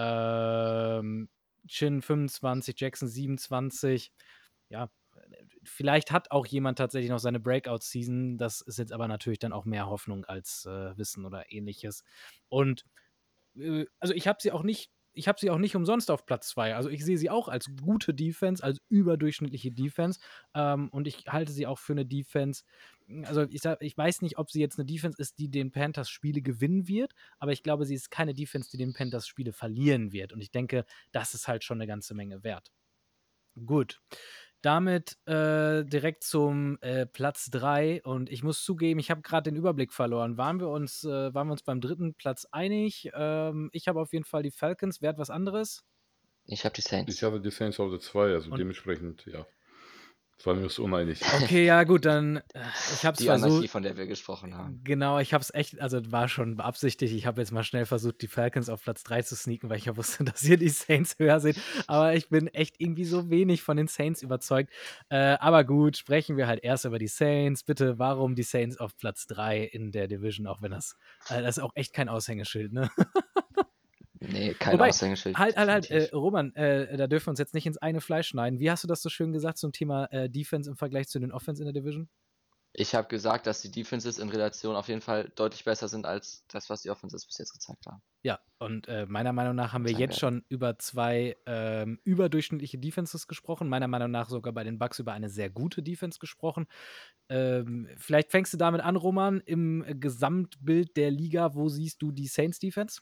Ähm, Chin fünfundzwanzig, Jackson siebenundzwanzig. Ja, vielleicht hat auch jemand tatsächlich noch seine Breakout-Season. Das ist jetzt aber natürlich dann auch mehr Hoffnung als äh, Wissen oder ähnliches. Und äh, also ich habe sie auch nicht, ich habe sie auch nicht umsonst auf Platz zwei. Also ich sehe sie auch als gute Defense, als überdurchschnittliche Defense. Ähm, und ich halte sie auch für eine Defense. Also ich, sag, ich weiß nicht, ob sie jetzt eine Defense ist, die den Panthers Spiele gewinnen wird, aber ich glaube, sie ist keine Defense, die den Panthers Spiele verlieren wird. Und ich denke, das ist halt schon eine ganze Menge wert. Gut. Damit äh, direkt zum äh, Platz drei. Und ich muss zugeben, ich habe gerade den Überblick verloren. Waren wir uns, äh, waren wir uns beim dritten Platz einig? Ähm, ich habe auf jeden Fall die Falcons. Wer hat was anderes? Ich habe die Saints. Ich hatte die Saints auf der zwei, also Und- dementsprechend, ja. Waren wir uns uneinig. Okay, ja gut, dann äh, ich habe es Die Anarchie, versucht. von der wir gesprochen haben. Genau, ich habe es echt, also war schon beabsichtigt. Ich habe jetzt mal schnell versucht, die Falcons auf Platz drei zu sneaken, weil ich ja wusste, dass ihr die Saints höher seht. Aber ich bin echt irgendwie so wenig von den Saints überzeugt. Äh, aber gut, sprechen wir halt erst über die Saints. Bitte, warum die Saints auf Platz drei in der Division, auch wenn das, äh, das ist auch echt kein Aushängeschild, ne? Nee, kein Wobei, Aushängeschild. halt, halt, halt, äh, definitiv. Roman, äh, da dürfen wir uns jetzt nicht ins eine Fleisch schneiden. Wie hast du das so schön gesagt zum Thema äh, Defense im Vergleich zu den Offense in der Division? Ich habe gesagt, dass die Defenses in Relation auf jeden Fall deutlich besser sind als das, was die Offenses bis jetzt gezeigt haben. Ja, und äh, meiner Meinung nach haben wir Sein jetzt werden. schon über zwei ähm, überdurchschnittliche Defenses gesprochen. Meiner Meinung nach sogar bei den Bucks über eine sehr gute Defense gesprochen. Ähm, vielleicht fängst du damit an, Roman, im Gesamtbild der Liga. Wo siehst du die Saints Defense?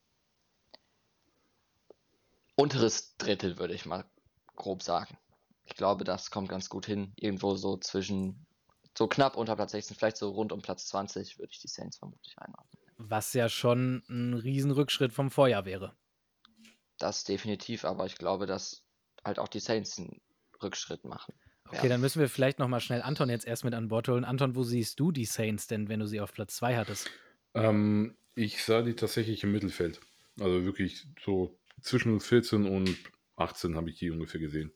Unteres Drittel, würde ich mal grob sagen. Ich glaube, das kommt ganz gut hin. Irgendwo so zwischen, so knapp unter Platz sechzehn, vielleicht so rund um Platz zwanzig, würde ich die Saints vermutlich einordnen. Was ja schon ein Riesenrückschritt vom Vorjahr wäre. Das definitiv, aber ich glaube, dass halt auch die Saints einen Rückschritt machen. Okay, Ja. dann müssen wir vielleicht nochmal schnell Anton jetzt erst mit an Bord holen. Anton, wo siehst du die Saints denn, wenn du sie auf Platz zwei hattest? Ähm, ich sah die tatsächlich im Mittelfeld. Also wirklich so zwischen vierzehn und achtzehn habe ich die ungefähr gesehen.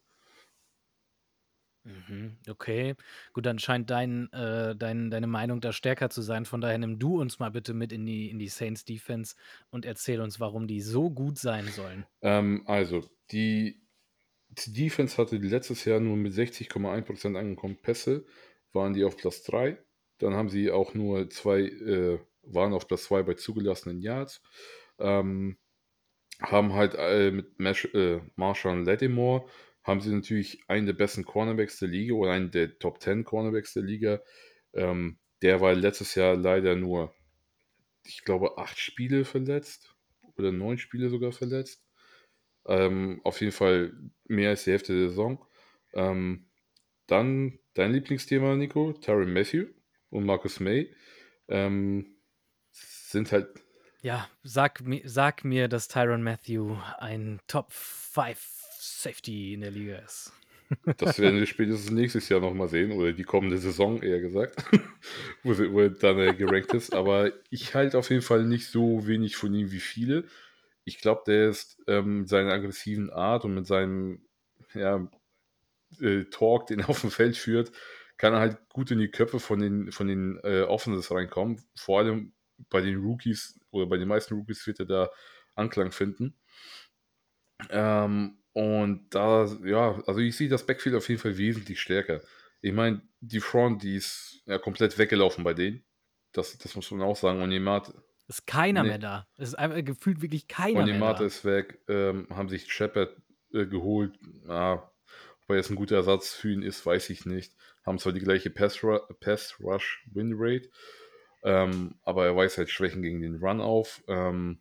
Mhm, okay, gut, dann scheint dein, äh, dein, deine Meinung da stärker zu sein. Von daher nimm du uns mal bitte mit in die, in die Saints Defense und erzähl uns, warum die so gut sein sollen. Ähm, also, die, die Defense hatte letztes Jahr nur mit sechzig Komma eins Prozent angekommen Pässe, waren die auf Platz drei. Dann haben sie auch nur zwei, äh, waren auf Platz zwei bei zugelassenen Yards. Ähm, haben halt äh, mit Mash, äh, Marshall Lattimore haben sie natürlich einen der besten Cornerbacks der Liga oder einen der Top zehn Cornerbacks der Liga. Ähm, der war letztes Jahr leider nur, ich glaube, acht Spiele verletzt oder neun Spiele sogar verletzt. Ähm, auf jeden Fall mehr als die Hälfte der Saison. Ähm, dann dein Lieblingsthema, Nico, Tyrann Mathieu und Marcus May. Ähm, sind halt Ja, sag, mi- sag mir, dass Tyrann Mathieu ein Top fünf Safety in der Liga ist. Das werden wir spätestens nächstes Jahr nochmal sehen, oder die kommende Saison eher gesagt, wo, sie, wo er dann äh, gerankt ist. Aber ich halte auf jeden Fall nicht so wenig von ihm wie viele. Ich glaube, der ist ähm, mit seiner aggressiven Art und mit seinem ja, äh, Talk, den er auf dem Feld führt, kann er halt gut in die Köpfe von den, von den äh, Offenses reinkommen. Vor allem bei den Rookies oder bei den meisten Rookies wird er da Anklang finden. Ähm, und da, ja, also ich sehe das Backfield auf jeden Fall wesentlich stärker. Ich meine, die Front, die ist ja komplett weggelaufen bei denen. Das, das muss man auch sagen. Onyemata, Ist keiner nee, mehr da. Es ist einfach gefühlt wirklich keiner mehr Onyemata da. ist weg, ähm, haben sich Shepard äh, geholt. Ja, ob er jetzt ein guter Ersatz für ihn ist, weiß ich nicht. Haben zwar die gleiche Pass, Ru Pass Rush Win Rate, ähm, aber er weist halt Schwächen gegen den Run auf. Ähm,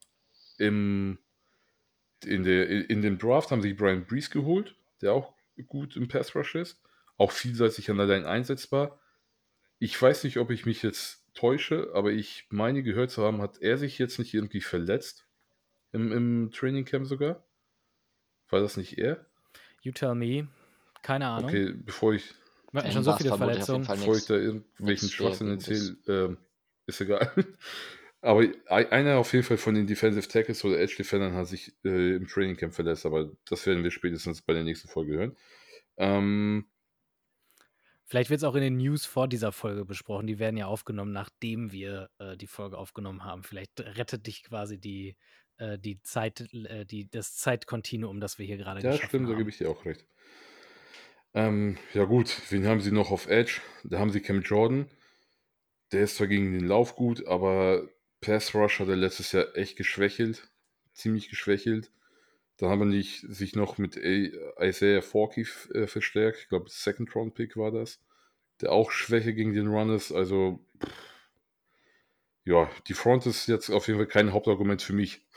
im in, der, in dem Draft haben sie Brian Brees geholt, der auch gut im Pass Rush ist. Auch vielseitig an der Line einsetzbar. Ich weiß nicht, ob ich mich jetzt täusche, aber ich meine gehört zu haben, hat er sich jetzt nicht irgendwie verletzt im, im Training Camp sogar? War das nicht er? You tell me. Keine Ahnung. Okay, bevor ich, Wir hatten Ähm, schon so war's viele vermutlich auf jeden Verletzungen. Fall bevor ich nix, da irgendwelchen nix Schwachsinn Schwerwiegendes. erzähle, ähm, ist egal. Aber ei- einer auf jeden Fall von den Defensive Tackles oder Edge Defendern hat sich äh, im Training Camp verletzt, aber das werden wir spätestens bei der nächsten Folge hören. Ähm, Vielleicht wird es auch in den News vor dieser Folge besprochen. Die werden ja aufgenommen, nachdem wir äh, die Folge aufgenommen haben. Vielleicht rettet dich quasi die, äh, die Zeit, äh, die, das Zeitkontinuum, das wir hier gerade ja, geschaffen stimmt, da gebe haben. ich dir auch recht. Ähm, ja gut, wen haben sie noch auf Edge? Da haben sie Cam Jordan. Der ist zwar gegen den Lauf gut, aber Pass Rush hat er letztes Jahr echt geschwächelt. Ziemlich geschwächelt. Dann haben wir nicht, sich noch mit A- Isaiah Forkey äh, verstärkt. Ich glaube, Second Round Pick war das. Der auch Schwäche gegen den Run ist. Also, pff, ja, die Front ist jetzt auf jeden Fall kein Hauptargument für mich.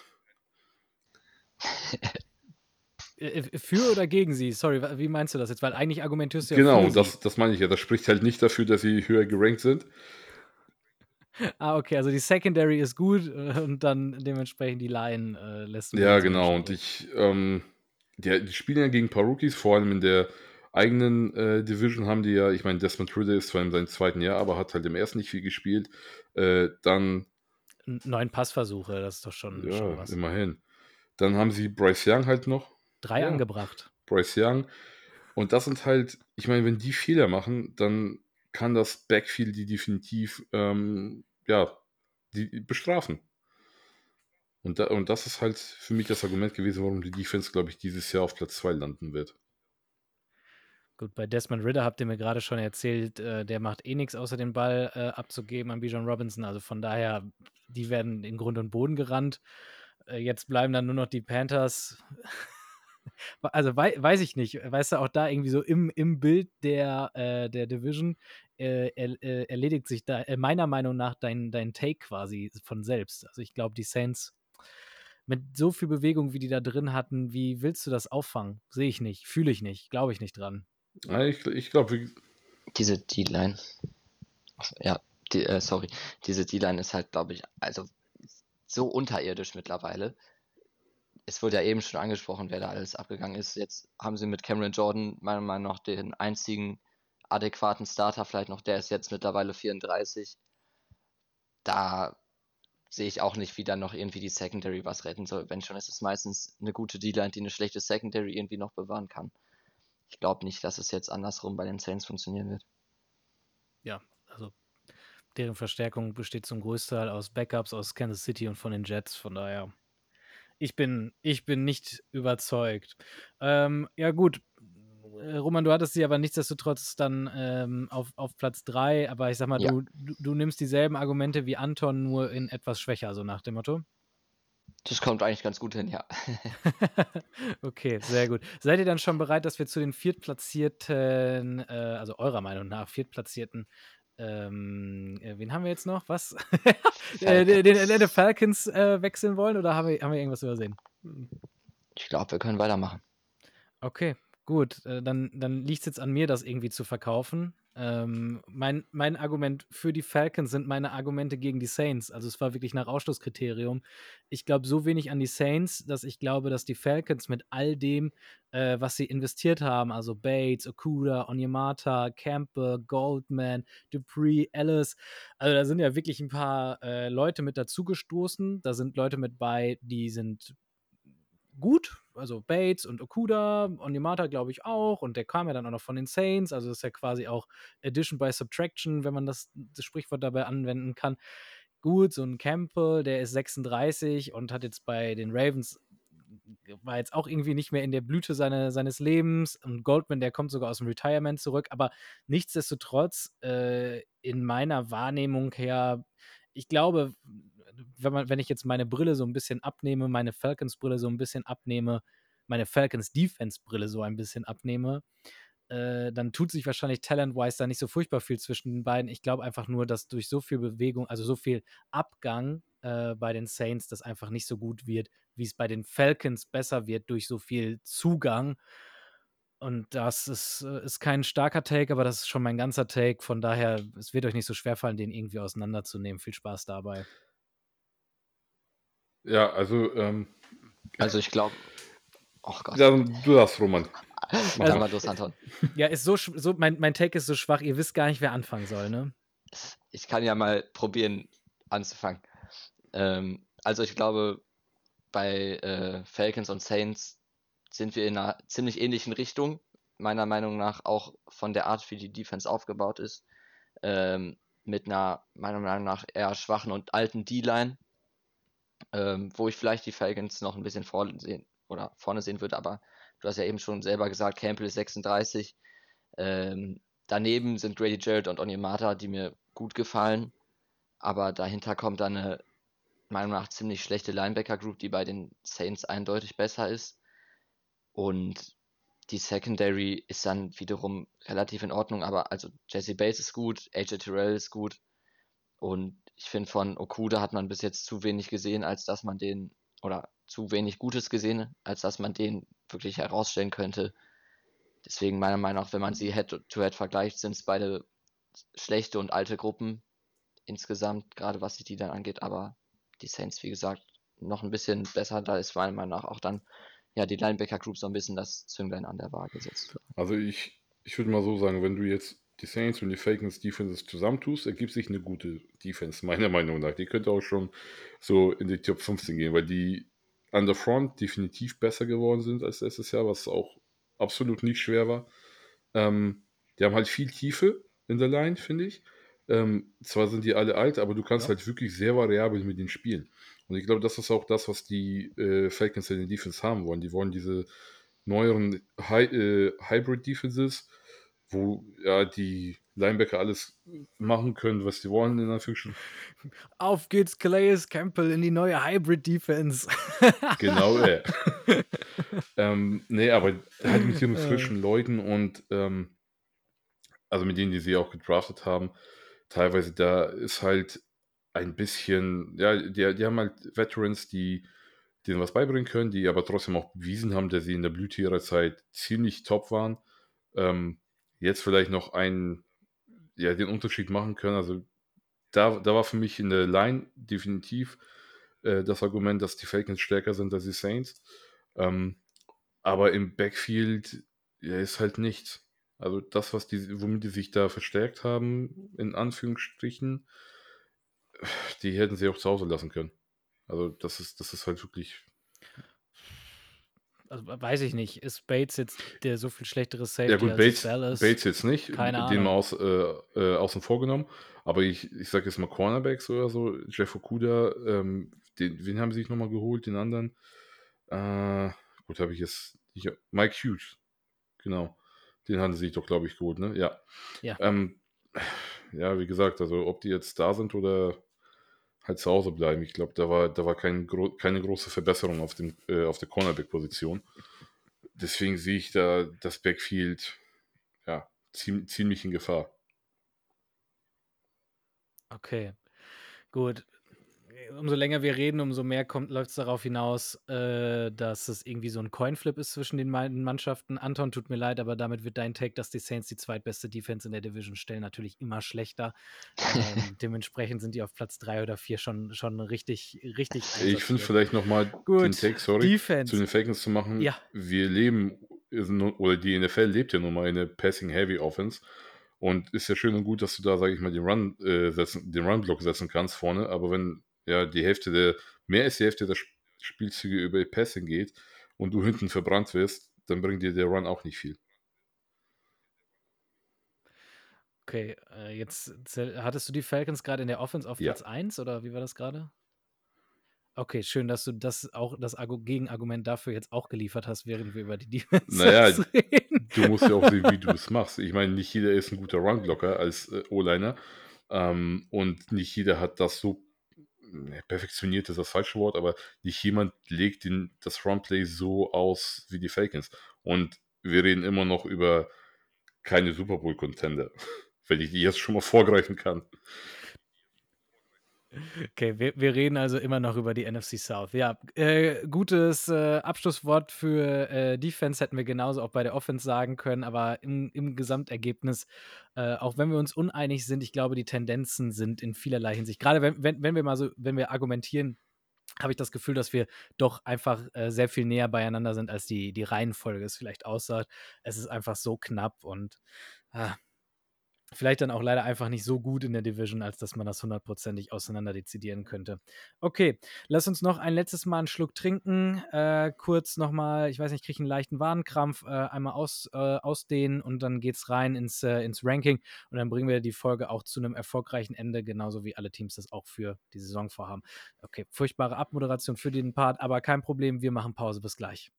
Äh, Für oder gegen sie? Sorry, wa- wie meinst du das jetzt? Weil eigentlich argumentierst du ja Genau, für und sie. das, das meine ich ja. Das spricht halt nicht dafür, dass sie höher gerankt sind. Ah, okay, also die Secondary ist gut äh, und dann dementsprechend die Line äh, lässt ein Ja, bisschen zu genau. wünschen Und übrig. ich, ähm, die, die spielen ja gegen ein paar Rookies, vor allem in der eigenen äh, Division haben die ja, ich meine, Desmond Ridder ist zwar in seinem zweiten Jahr, aber hat halt im ersten nicht viel gespielt. Äh, dann, N- Neun Passversuche, das ist doch schon, schon ja, was. immerhin. Dann haben sie Bryce Young halt noch. Drei Ja, angebracht. Bryce Young. Und das sind halt, ich meine, wenn die Fehler machen, dann kann das Backfield die definitiv, ähm, ja, die bestrafen. Und, da, und das ist halt für mich das Argument gewesen, warum die Defense, glaube ich, dieses Jahr auf Platz zwei landen wird. Gut, bei Desmond Ridder habt ihr mir gerade schon erzählt, äh, der macht eh nichts, außer den Ball äh, abzugeben an Bijan Robinson. Also von daher, die werden in Grund und Boden gerannt. Äh, jetzt bleiben dann nur noch die Panthers. Also wei weiß ich nicht. Weißt du, auch da irgendwie so im, im Bild der, äh, der Division äh, er, äh, erledigt sich da äh, meiner Meinung nach dein, dein Take quasi von selbst. Also ich glaube, die Saints mit so viel Bewegung, wie die da drin hatten, wie willst du das auffangen? Sehe ich nicht, fühle ich nicht, glaube ich nicht dran. Ja, ich ich glaube, Diese D-Line, ja, die, äh, sorry, diese D-Line ist halt, glaube ich, also so unterirdisch mittlerweile. es wurde ja eben schon angesprochen, wer da alles abgegangen ist. Jetzt haben sie mit Cameron Jordan meiner Meinung nach den einzigen adäquaten Starter, vielleicht noch, der ist jetzt mittlerweile vierunddreißig. Da sehe ich auch nicht, wie dann noch irgendwie die Secondary was retten soll. Wenn schon, ist es meistens eine gute D-Line, die eine schlechte Secondary irgendwie noch bewahren kann. Ich glaube nicht, dass es jetzt andersrum bei den Saints funktionieren wird. Ja, also deren Verstärkung besteht zum Großteil aus Backups aus Kansas City und von den Jets. Von daher, ich bin, ich bin nicht überzeugt. Ähm, ja gut, äh, Roman, du hattest sie aber nichtsdestotrotz dann ähm, auf, auf Platz drei, aber ich sag mal, Ja. du, du, du nimmst dieselben Argumente wie Anton, nur in etwas schwächer, so nach dem Motto. Das kommt eigentlich ganz gut hin, ja. Okay, sehr gut. Seid ihr dann schon bereit, dass wir zu den viertplatzierten, äh, also eurer Meinung nach, viertplatzierten, ähm, äh, wen haben wir jetzt noch? Was? äh, den den Atlanta Falcons äh, wechseln wollen oder haben wir, haben wir irgendwas übersehen? Ich glaube, wir können weitermachen. Okay, gut. Äh, dann dann liegt es jetzt an mir, das irgendwie zu verkaufen. Ähm, mein, mein Argument für die Falcons sind meine Argumente gegen die Saints. Also es war wirklich nach Ausschlusskriterium. Ich glaube so wenig an die Saints, dass ich glaube, dass die Falcons mit all dem, äh, was sie investiert haben, also Bates, Okuda, Onyemata, Campbell, Goldman, Dupree, Ellis, also da sind ja wirklich ein paar äh, Leute mit dazugestoßen. Da sind Leute mit bei, die sind gut, also Bates und Okuda, Onyemata glaube ich auch, und der kam ja dann auch noch von den Saints, also das ist ja quasi auch Addition by Subtraction, wenn man das, das Sprichwort dabei anwenden kann. Gut, so ein Campbell, der ist sechsunddreißig und hat jetzt bei den Ravens, war jetzt auch irgendwie nicht mehr in der Blüte seine, seines Lebens, und Goldman, der kommt sogar aus dem Retirement zurück, aber nichtsdestotrotz äh, in meiner Wahrnehmung her, ich glaube, wenn, man, wenn ich jetzt meine Brille so ein bisschen abnehme, meine Falcons-Brille so ein bisschen abnehme, meine Falcons-Defense-Brille so ein bisschen abnehme, äh, dann tut sich wahrscheinlich talent-wise da nicht so furchtbar viel zwischen den beiden. Ich glaube einfach nur, dass durch so viel Bewegung, also so viel Abgang äh, bei den Saints, das einfach nicht so gut wird, wie es bei den Falcons besser wird durch so viel Zugang. Und das ist, äh, ist kein starker Take, aber das ist schon mein ganzer Take. Von daher, es wird euch nicht so schwerfallen, den irgendwie auseinanderzunehmen. Viel Spaß dabei. Ja, also, ähm, Also ich glaube, oh Gott. ja, du darfst, Roman. Mach Also- mal los, Anton. Ja, ist so, sch- so mein, mein Take ist so schwach, ihr wisst gar nicht, wer anfangen soll, ne? Ich kann ja mal probieren anzufangen. Ähm, also ich glaube, bei äh, Falcons und Saints sind wir in einer ziemlich ähnlichen Richtung. Meiner Meinung nach auch von der Art, wie die Defense aufgebaut ist. Ähm, mit einer, meiner Meinung nach, eher schwachen und alten D-Line. Ähm, wo ich vielleicht die Falcons noch ein bisschen vorne sehen, oder vorne sehen würde, aber du hast ja eben schon selber gesagt, Campbell ist sechsunddreißig. Ähm, daneben sind Grady Jarrett und Onyemata, die mir gut gefallen. Aber dahinter kommt dann eine, meiner Meinung nach, ziemlich schlechte Linebacker-Group, die bei den Saints eindeutig besser ist. Und die Secondary ist dann wiederum relativ in Ordnung, aber also Jesse Bates ist gut, A J Terrell ist gut. Und ich finde, von Okuda hat man bis jetzt zu wenig gesehen, als dass man den, oder zu wenig Gutes gesehen, als dass man den wirklich herausstellen könnte. Deswegen meiner Meinung nach, wenn man sie Head-to-Head vergleicht, sind es beide schlechte und alte Gruppen insgesamt, gerade was die dann angeht. Aber die Saints, wie gesagt, noch ein bisschen besser. Da ist meiner Meinung nach auch dann ja die Linebacker-Group so ein bisschen das Zünglein an der Waage gesetzt. Also ich, ich würde mal so sagen, wenn du jetzt die Saints und die Falcons Defenses zusammentust, ergibt sich eine gute Defense, meiner Meinung nach. Die könnte auch schon so in die Top fünfzehn gehen, weil die an der Front definitiv besser geworden sind als letztes Jahr, was auch absolut nicht schwer war. Ähm, die haben halt viel Tiefe in der Line, finde ich. Ähm, zwar sind die alle alt, aber du kannst Ja. halt wirklich sehr variabel mit denen spielen. Und ich glaube, das ist auch das, was die äh, Falcons in den Defense haben wollen. Die wollen diese neueren Hy äh, Hybrid-Defenses, wo ja die Linebacker alles machen können, was sie wollen, in Anführungsstrichen. Auf geht's, Calais Campbell in die neue Hybrid-Defense. Genau, äh. ähm, nee, aber halt mit ihren frischen Leuten und ähm, also mit denen, die sie auch gedraftet haben, teilweise da ist halt ein bisschen, ja, die, die haben halt Veterans, die denen was beibringen können, die aber trotzdem auch bewiesen haben, dass sie in der Blüte ihrer Zeit ziemlich top waren. Ähm, jetzt vielleicht noch einen, ja, den Unterschied machen können. Also da, da war für mich in der Line definitiv äh, das Argument, dass die Falcons stärker sind als die Saints. Ähm, aber im Backfield ja, ist halt nichts. Also das, was die, womit die sich da verstärkt haben, in Anführungsstrichen, die hätten sie auch zu Hause lassen können. Also das ist, das ist halt wirklich. Also weiß ich nicht. Ist Bates jetzt der so viel schlechtere Ja Safety gut, als Bates, Dallas? Bates jetzt nicht, Keine den mal Ahnung. aus, äh, äh, außen vor genommen. Aber ich, ich sag jetzt mal Cornerbacks oder so. Jeff Okuda, ähm, den, wen haben sie sich nochmal geholt? Den anderen? Äh, gut, habe ich jetzt nicht. Mike Hughes, genau. Den haben sie sich doch, glaube ich, geholt, ne? Ja. Ja. Ähm, ja, wie gesagt, also ob die jetzt da sind oder halt zu Hause bleiben, ich glaube, da war, da war kein, gro keine große Verbesserung auf, dem, äh, auf der Cornerback-Position. Deswegen sehe ich da das Backfield ja, ziem ziemlich in Gefahr. Okay, gut. Umso länger wir reden, umso mehr läuft es darauf hinaus, äh, dass es irgendwie so ein Coinflip ist zwischen den beiden Mannschaften. Anton, tut mir leid, aber damit wird dein Take, dass die Saints die zweitbeste Defense in der Division stellen, natürlich immer schlechter. ähm, dementsprechend sind die auf Platz drei oder vier schon, schon richtig, richtig Ich finde einsortiert. vielleicht nochmal den Gut, Take, sorry, Defense. zu den Falcons zu machen. Ja. Wir leben, oder die N F L lebt ja nun mal in der Passing-Heavy-Offense. Und ist ja schön und gut, dass du da, sage ich mal, den Run äh, setzen, den Run-Block setzen kannst vorne. Aber wenn ja die Hälfte der, mehr als die Hälfte der Spielzüge über Passing geht und du hinten verbrannt wirst, dann bringt dir der Run auch nicht viel. Okay, äh, jetzt hattest du die Falcons gerade in der Offense auf Ja. Platz eins oder wie war das gerade? Okay, schön, dass du das auch das Argu Gegenargument dafür jetzt auch geliefert hast, während wir über die Defense Naja, reden. du musst ja auch sehen, wie du es machst. Ich meine, nicht jeder ist ein guter Run-Blocker als äh, O-Liner ähm, und nicht jeder hat das so ne, perfektioniert ist das falsche Wort, aber nicht jemand legt den, das Runplay so aus wie die Falcons. Und wir reden immer noch über keine Super Bowl-Contender, wenn ich die jetzt schon mal vorgreifen kann. Okay, wir, wir reden also immer noch über die N F C South. Ja, äh, gutes äh, Abschlusswort für äh, Defense hätten wir genauso auch bei der Offense sagen können, aber im, im Gesamtergebnis, äh, auch wenn wir uns uneinig sind, ich glaube, die Tendenzen sind in vielerlei Hinsicht, gerade wenn, wenn, wenn wir mal so, wenn wir argumentieren, habe ich das Gefühl, dass wir doch einfach äh, sehr viel näher beieinander sind, als die, die Reihenfolge es vielleicht aussagt. Es ist einfach so knapp und ah, vielleicht dann auch leider einfach nicht so gut in der Division, als dass man das hundertprozentig auseinander dezidieren könnte. Okay, lass uns noch ein letztes Mal einen Schluck trinken. Äh, kurz nochmal, ich weiß nicht, ich kriege einen leichten Wadenkrampf, äh, einmal aus, äh, ausdehnen und dann geht's rein ins, äh, ins Ranking und dann bringen wir die Folge auch zu einem erfolgreichen Ende, genauso wie alle Teams das auch für die Saison vorhaben. Okay, furchtbare Abmoderation für den Part, aber kein Problem, wir machen Pause, bis gleich.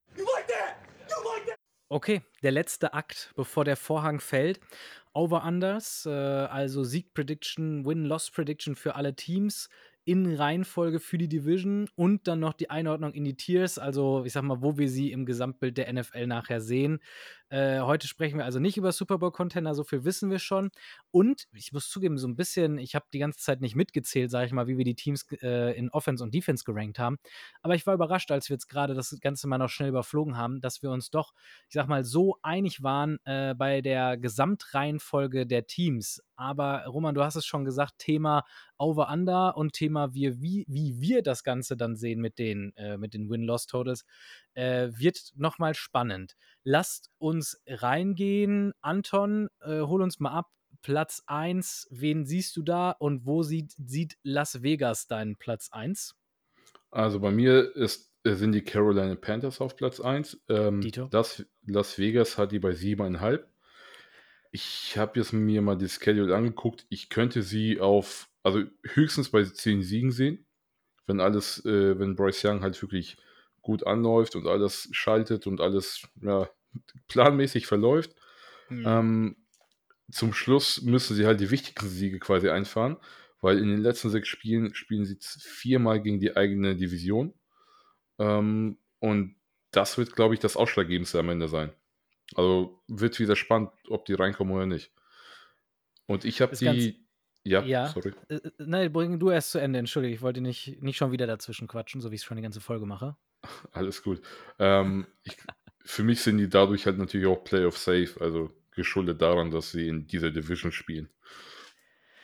Okay, der letzte Akt, bevor der Vorhang fällt. Over-Unders, äh, also Sieg-Prediction, Win-Loss-Prediction für alle Teams in Reihenfolge für die Division und dann noch die Einordnung in die Tiers, also ich sag mal, wo wir sie im Gesamtbild der N F L nachher sehen. Äh, heute sprechen wir also nicht über Super Bowl-Contender, so viel wissen wir schon. Und ich muss zugeben, so ein bisschen, ich habe die ganze Zeit nicht mitgezählt, sage ich mal, wie wir die Teams äh, in Offense und Defense gerankt haben. Aber ich war überrascht, als wir jetzt gerade das Ganze mal noch schnell überflogen haben, dass wir uns doch, ich sag mal, so einig waren äh, bei der Gesamtreihenfolge der Teams. Aber Roman, du hast es schon gesagt, Thema Over-Under und Thema, wie, wie, wie wir das Ganze dann sehen mit den, äh, mit den Win-Loss-Totals, äh, wird nochmal spannend. Lasst uns reingehen. Anton, äh, hol uns mal ab. Platz eins, wen siehst du da und wo sieht, sieht Las Vegas deinen Platz eins? Also bei mir ist, sind die Carolina Panthers auf Platz eins. Ähm, Dito. Las, Las Vegas hat die bei sieben Komma fünf. Ich habe jetzt mir mal die Schedule angeguckt. Ich könnte sie auf, also höchstens bei zehn Siegen sehen, wenn alles, äh, wenn Bryce Young halt wirklich gut anläuft und alles schaltet und alles ja, planmäßig verläuft. Mhm. Ähm, zum Schluss müssen sie halt die wichtigsten Siege quasi einfahren, weil in den letzten sechs Spielen spielen sie viermal gegen die eigene Division. Ähm, und das wird, glaube ich, das Ausschlaggebendste am Ende sein. Also wird wieder spannend, ob die reinkommen oder nicht. Und ich habe Ist ganz- die. Ja, Ja, sorry. äh, äh, nein, bring du erst zu Ende. Entschuldige, ich wollte nicht, nicht schon wieder dazwischen quatschen, so wie ich es schon die ganze Folge mache. Alles gut. Ähm, ich, für mich sind die dadurch halt natürlich auch Playoff safe, also geschuldet daran, dass sie in dieser Division spielen.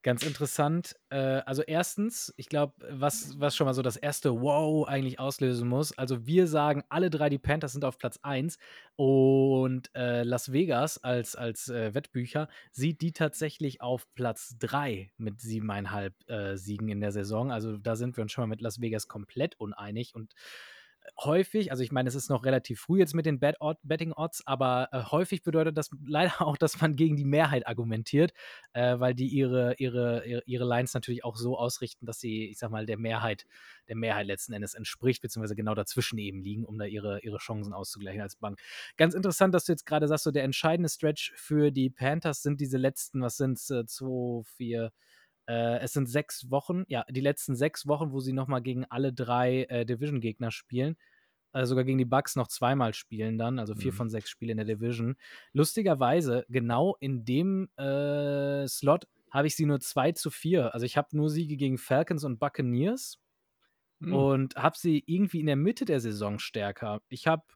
Ganz interessant. Äh, also erstens, ich glaube, was, was schon mal so das erste Wow eigentlich auslösen muss. Also wir sagen alle drei, die Panthers sind auf Platz eins und äh, Las Vegas als, als äh, Wettbücher sieht die tatsächlich auf Platz drei mit siebeneinhalb äh, Siegen in der Saison. Also da sind wir uns schon mal mit Las Vegas komplett uneinig und häufig, also ich meine, es ist noch relativ früh jetzt mit den Bet Betting Odds, aber äh, häufig bedeutet das leider auch, dass man gegen die Mehrheit argumentiert, äh, weil die ihre, ihre, ihre, ihre Lines natürlich auch so ausrichten, dass sie, ich sag mal, der Mehrheit, der Mehrheit letzten Endes entspricht, beziehungsweise genau dazwischen eben liegen, um da ihre, ihre Chancen auszugleichen als Bank. Ganz interessant, dass du jetzt gerade sagst, so der entscheidende Stretch für die Panthers sind diese letzten, was sind es, äh, zwei, vier, Äh, es sind sechs Wochen, ja, die letzten sechs Wochen, wo sie nochmal gegen alle drei äh, Division-Gegner spielen. Äh, sogar gegen die Bucks noch zweimal spielen dann, also vier Mhm. von sechs Spielen in der Division. Lustigerweise, genau in dem äh, Slot habe ich sie nur zwei zu vier. Also ich habe nur Siege gegen Falcons und Buccaneers Hm. und habe sie irgendwie in der Mitte der Saison stärker. Ich habe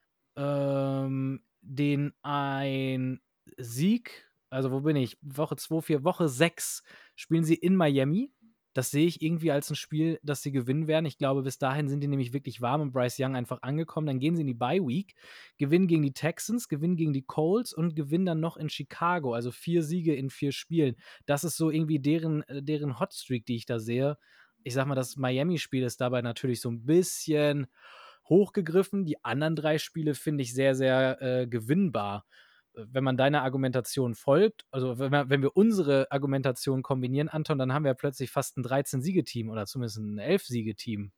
ähm, den ein Sieg, also wo bin ich? Woche zwei, vier, Woche sechs spielen sie in Miami. Das sehe ich irgendwie als ein Spiel, das sie gewinnen werden. Ich glaube, bis dahin sind die nämlich wirklich warm und Bryce Young einfach angekommen. Dann gehen sie in die Bye-Week, gewinnen gegen die Texans, gewinnen gegen die Colts und gewinnen dann noch in Chicago. Also vier Siege in vier Spielen. Das ist so irgendwie deren, äh, deren Hotstreak, die ich da sehe. Ich sag mal, das Miami-Spiel ist dabei natürlich so ein bisschen hochgegriffen. Die anderen drei Spiele finde ich sehr, sehr äh, gewinnbar. Wenn man deiner Argumentation folgt, also wenn wir, wenn wir unsere Argumentation kombinieren, Anton, dann haben wir plötzlich fast ein dreizehn-Siege-Team oder zumindest ein elf-Siege-Team.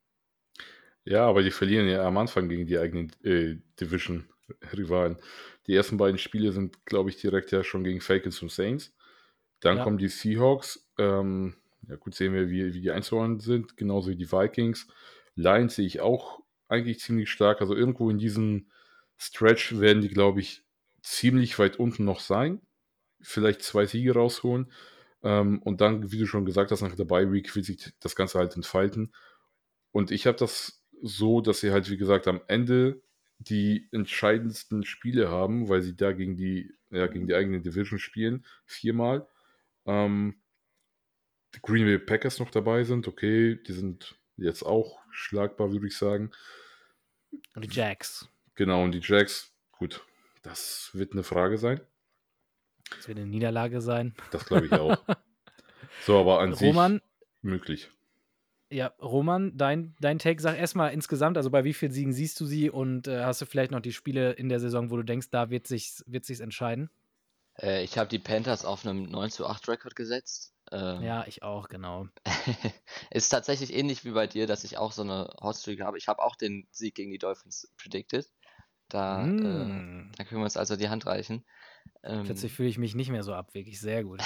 Ja, aber die verlieren ja am Anfang gegen die eigenen äh, Division-Rivalen. Die ersten beiden Spiele sind, glaube ich, direkt ja schon gegen Falcons und Saints. Dann Ja. kommen die Seahawks. Ähm, ja, gut, sehen wir, wie, wie die einzuordnen sind. Genauso wie die Vikings. Lions sehe ich auch eigentlich ziemlich stark. Also irgendwo in diesem Stretch werden die, glaube ich, ziemlich weit unten noch sein. Vielleicht zwei Siege rausholen. Ähm, und dann, wie du schon gesagt hast, nach der Bye-Week will sich das Ganze halt entfalten. Und ich habe das so, dass sie halt, wie gesagt, am Ende die entscheidendsten Spiele haben, weil sie da gegen die, ja, gegen die eigene Division spielen, viermal. Ähm, die Green Bay Packers noch dabei sind, okay, die sind jetzt auch schlagbar, würde ich sagen. Und die Jacks. Genau, und die Jacks, gut, das wird eine Frage sein. Das wird eine Niederlage sein. Das glaube ich auch. So, aber an Roman, sich möglich. Ja, Roman, dein, dein Take, sag erstmal insgesamt, also bei wie vielen Siegen siehst du sie und äh, hast du vielleicht noch die Spiele in der Saison, wo du denkst, da wird sich's, wird sich's entscheiden? Äh, ich habe die Panthers auf einem neun zu acht Rekord gesetzt. Ähm, Ja, ich auch, genau. Ist tatsächlich ähnlich wie bei dir, dass ich auch so eine Hotstreak habe. Ich habe auch den Sieg gegen die Dolphins predicted. Da, äh, Mm. da können wir uns also die Hand reichen. Ähm, Plötzlich fühle ich mich nicht mehr so abwegig, sehr gut.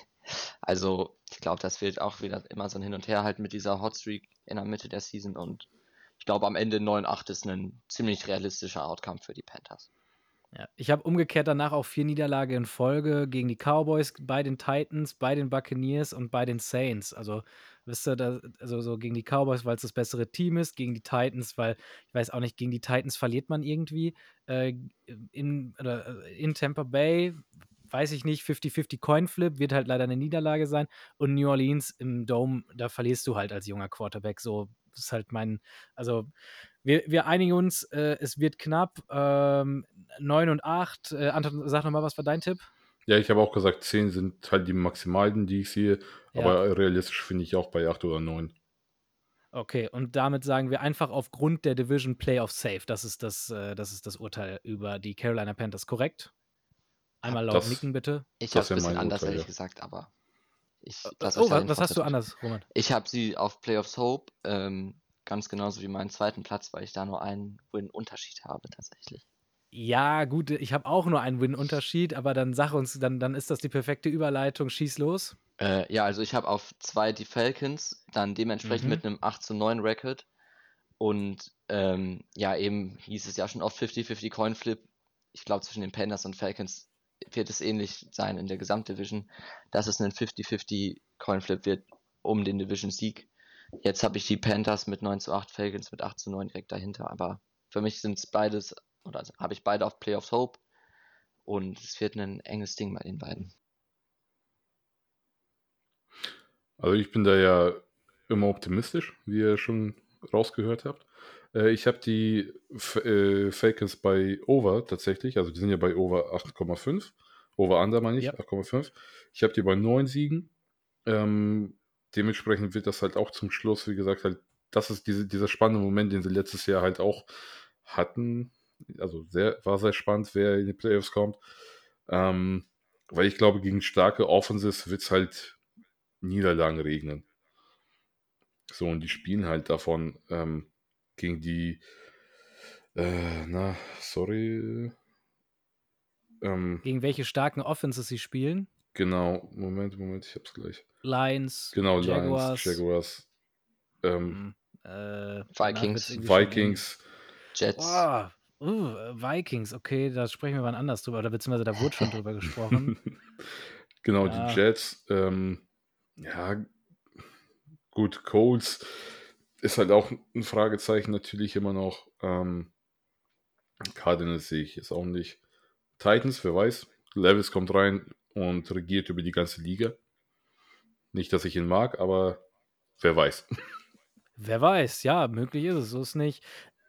also, ich glaube, das wird auch wieder immer so ein Hin und Her halt mit dieser Hotstreak in der Mitte der Season und ich glaube, am Ende neun acht ist ein ziemlich realistischer Outcome für die Panthers. Ja, ich habe umgekehrt danach auch vier Niederlage in Folge gegen die Cowboys, bei den Titans, bei den Buccaneers und bei den Saints. Also, wisst ihr, da, also so gegen die Cowboys, weil es das bessere Team ist, gegen die Titans, weil, ich weiß auch nicht, gegen die Titans verliert man irgendwie. Äh, in, oder, äh, in Tampa Bay, weiß ich nicht, fünfzig fünfzig Coinflip, wird halt leider eine Niederlage sein. Und New Orleans im Dome, da verlierst du halt als junger Quarterback. So, das ist halt mein, also wir, wir einigen uns, äh, es wird knapp. Ähm, neun und acht. Äh, Anton, sag nochmal, was war dein Tipp? Ja, ich habe auch gesagt, zehn sind halt die maximalen, die ich sehe, Ja. aber realistisch finde ich auch bei acht oder neun. Okay, und damit sagen wir einfach aufgrund der Division Playoff Safe. Das ist das, äh, das ist das Urteil über die Carolina Panthers, korrekt? Einmal laut Das- nicken, bitte. Ich Das habe wär es ein bisschen mein anders, Urteil, ehrlich ja. gesagt, aber ich Äh, lasse oh, euch da was, den was hast du Vortritt. anders, Roman? Ich habe sie auf Playoffs Hope, ähm, ganz genauso wie meinen zweiten Platz, weil ich da nur einen Win-Unterschied habe tatsächlich. Ja, gut, ich habe auch nur einen Win-Unterschied, aber dann sag uns, dann, dann ist das die perfekte Überleitung. Schieß los. Äh, ja, also ich habe auf zwei die Falcons, dann dementsprechend Mhm. mit einem acht zu neun Record und ähm, ja, eben hieß es ja schon oft fünfzig fünfzig Coinflip. Ich glaube, zwischen den Panthers und Falcons wird es ähnlich sein in der Gesamtdivision, dass es ein fünfzig fünfzig Coinflip wird um den Division-Sieg. Jetzt habe ich die Panthers mit neun zu acht, Falcons mit acht zu neun direkt dahinter, aber für mich sind es beides, oder also habe ich beide auf Playoffs Hope und es wird ein enges Ding bei den beiden. Also ich bin da ja immer optimistisch, wie ihr schon rausgehört habt. Äh, ich habe die F äh, Falcons bei Over tatsächlich, also die sind ja bei Over acht Komma fünf. Over Under meine ich, Ja. acht Komma fünf. Ich habe die bei neun Siegen. Ähm, dementsprechend wird das halt auch zum Schluss, wie gesagt, halt, das ist diese, dieser spannende Moment, den sie letztes Jahr halt auch hatten. Also sehr, war sehr spannend, wer in die Playoffs kommt. Ähm, weil ich glaube, gegen starke Offenses wird es halt Niederlagen regnen. So, und die spielen halt davon ähm, gegen die, äh, na, sorry, ähm, Gegen welche starken Offenses sie spielen? genau, Moment, Moment, ich hab's gleich. Lions, Genau, Jaguars, Lions, Jaguars, ähm, hm, äh, danach Vikings. wird's irgendwie schon eng. Vikings, Jets. Oh, uh, Vikings, okay, da sprechen wir wann anders drüber, oder beziehungsweise da wurde schon drüber gesprochen. genau, Ja. die Jets, ähm, ja, gut, Colts ist halt auch ein Fragezeichen natürlich immer noch. Ähm, Cardinals sehe ich jetzt auch nicht. Titans, wer weiß. Levis kommt rein und regiert über die ganze Liga. Nicht, dass ich ihn mag, aber wer weiß. Wer weiß, ja, möglich ist es, so ist nicht.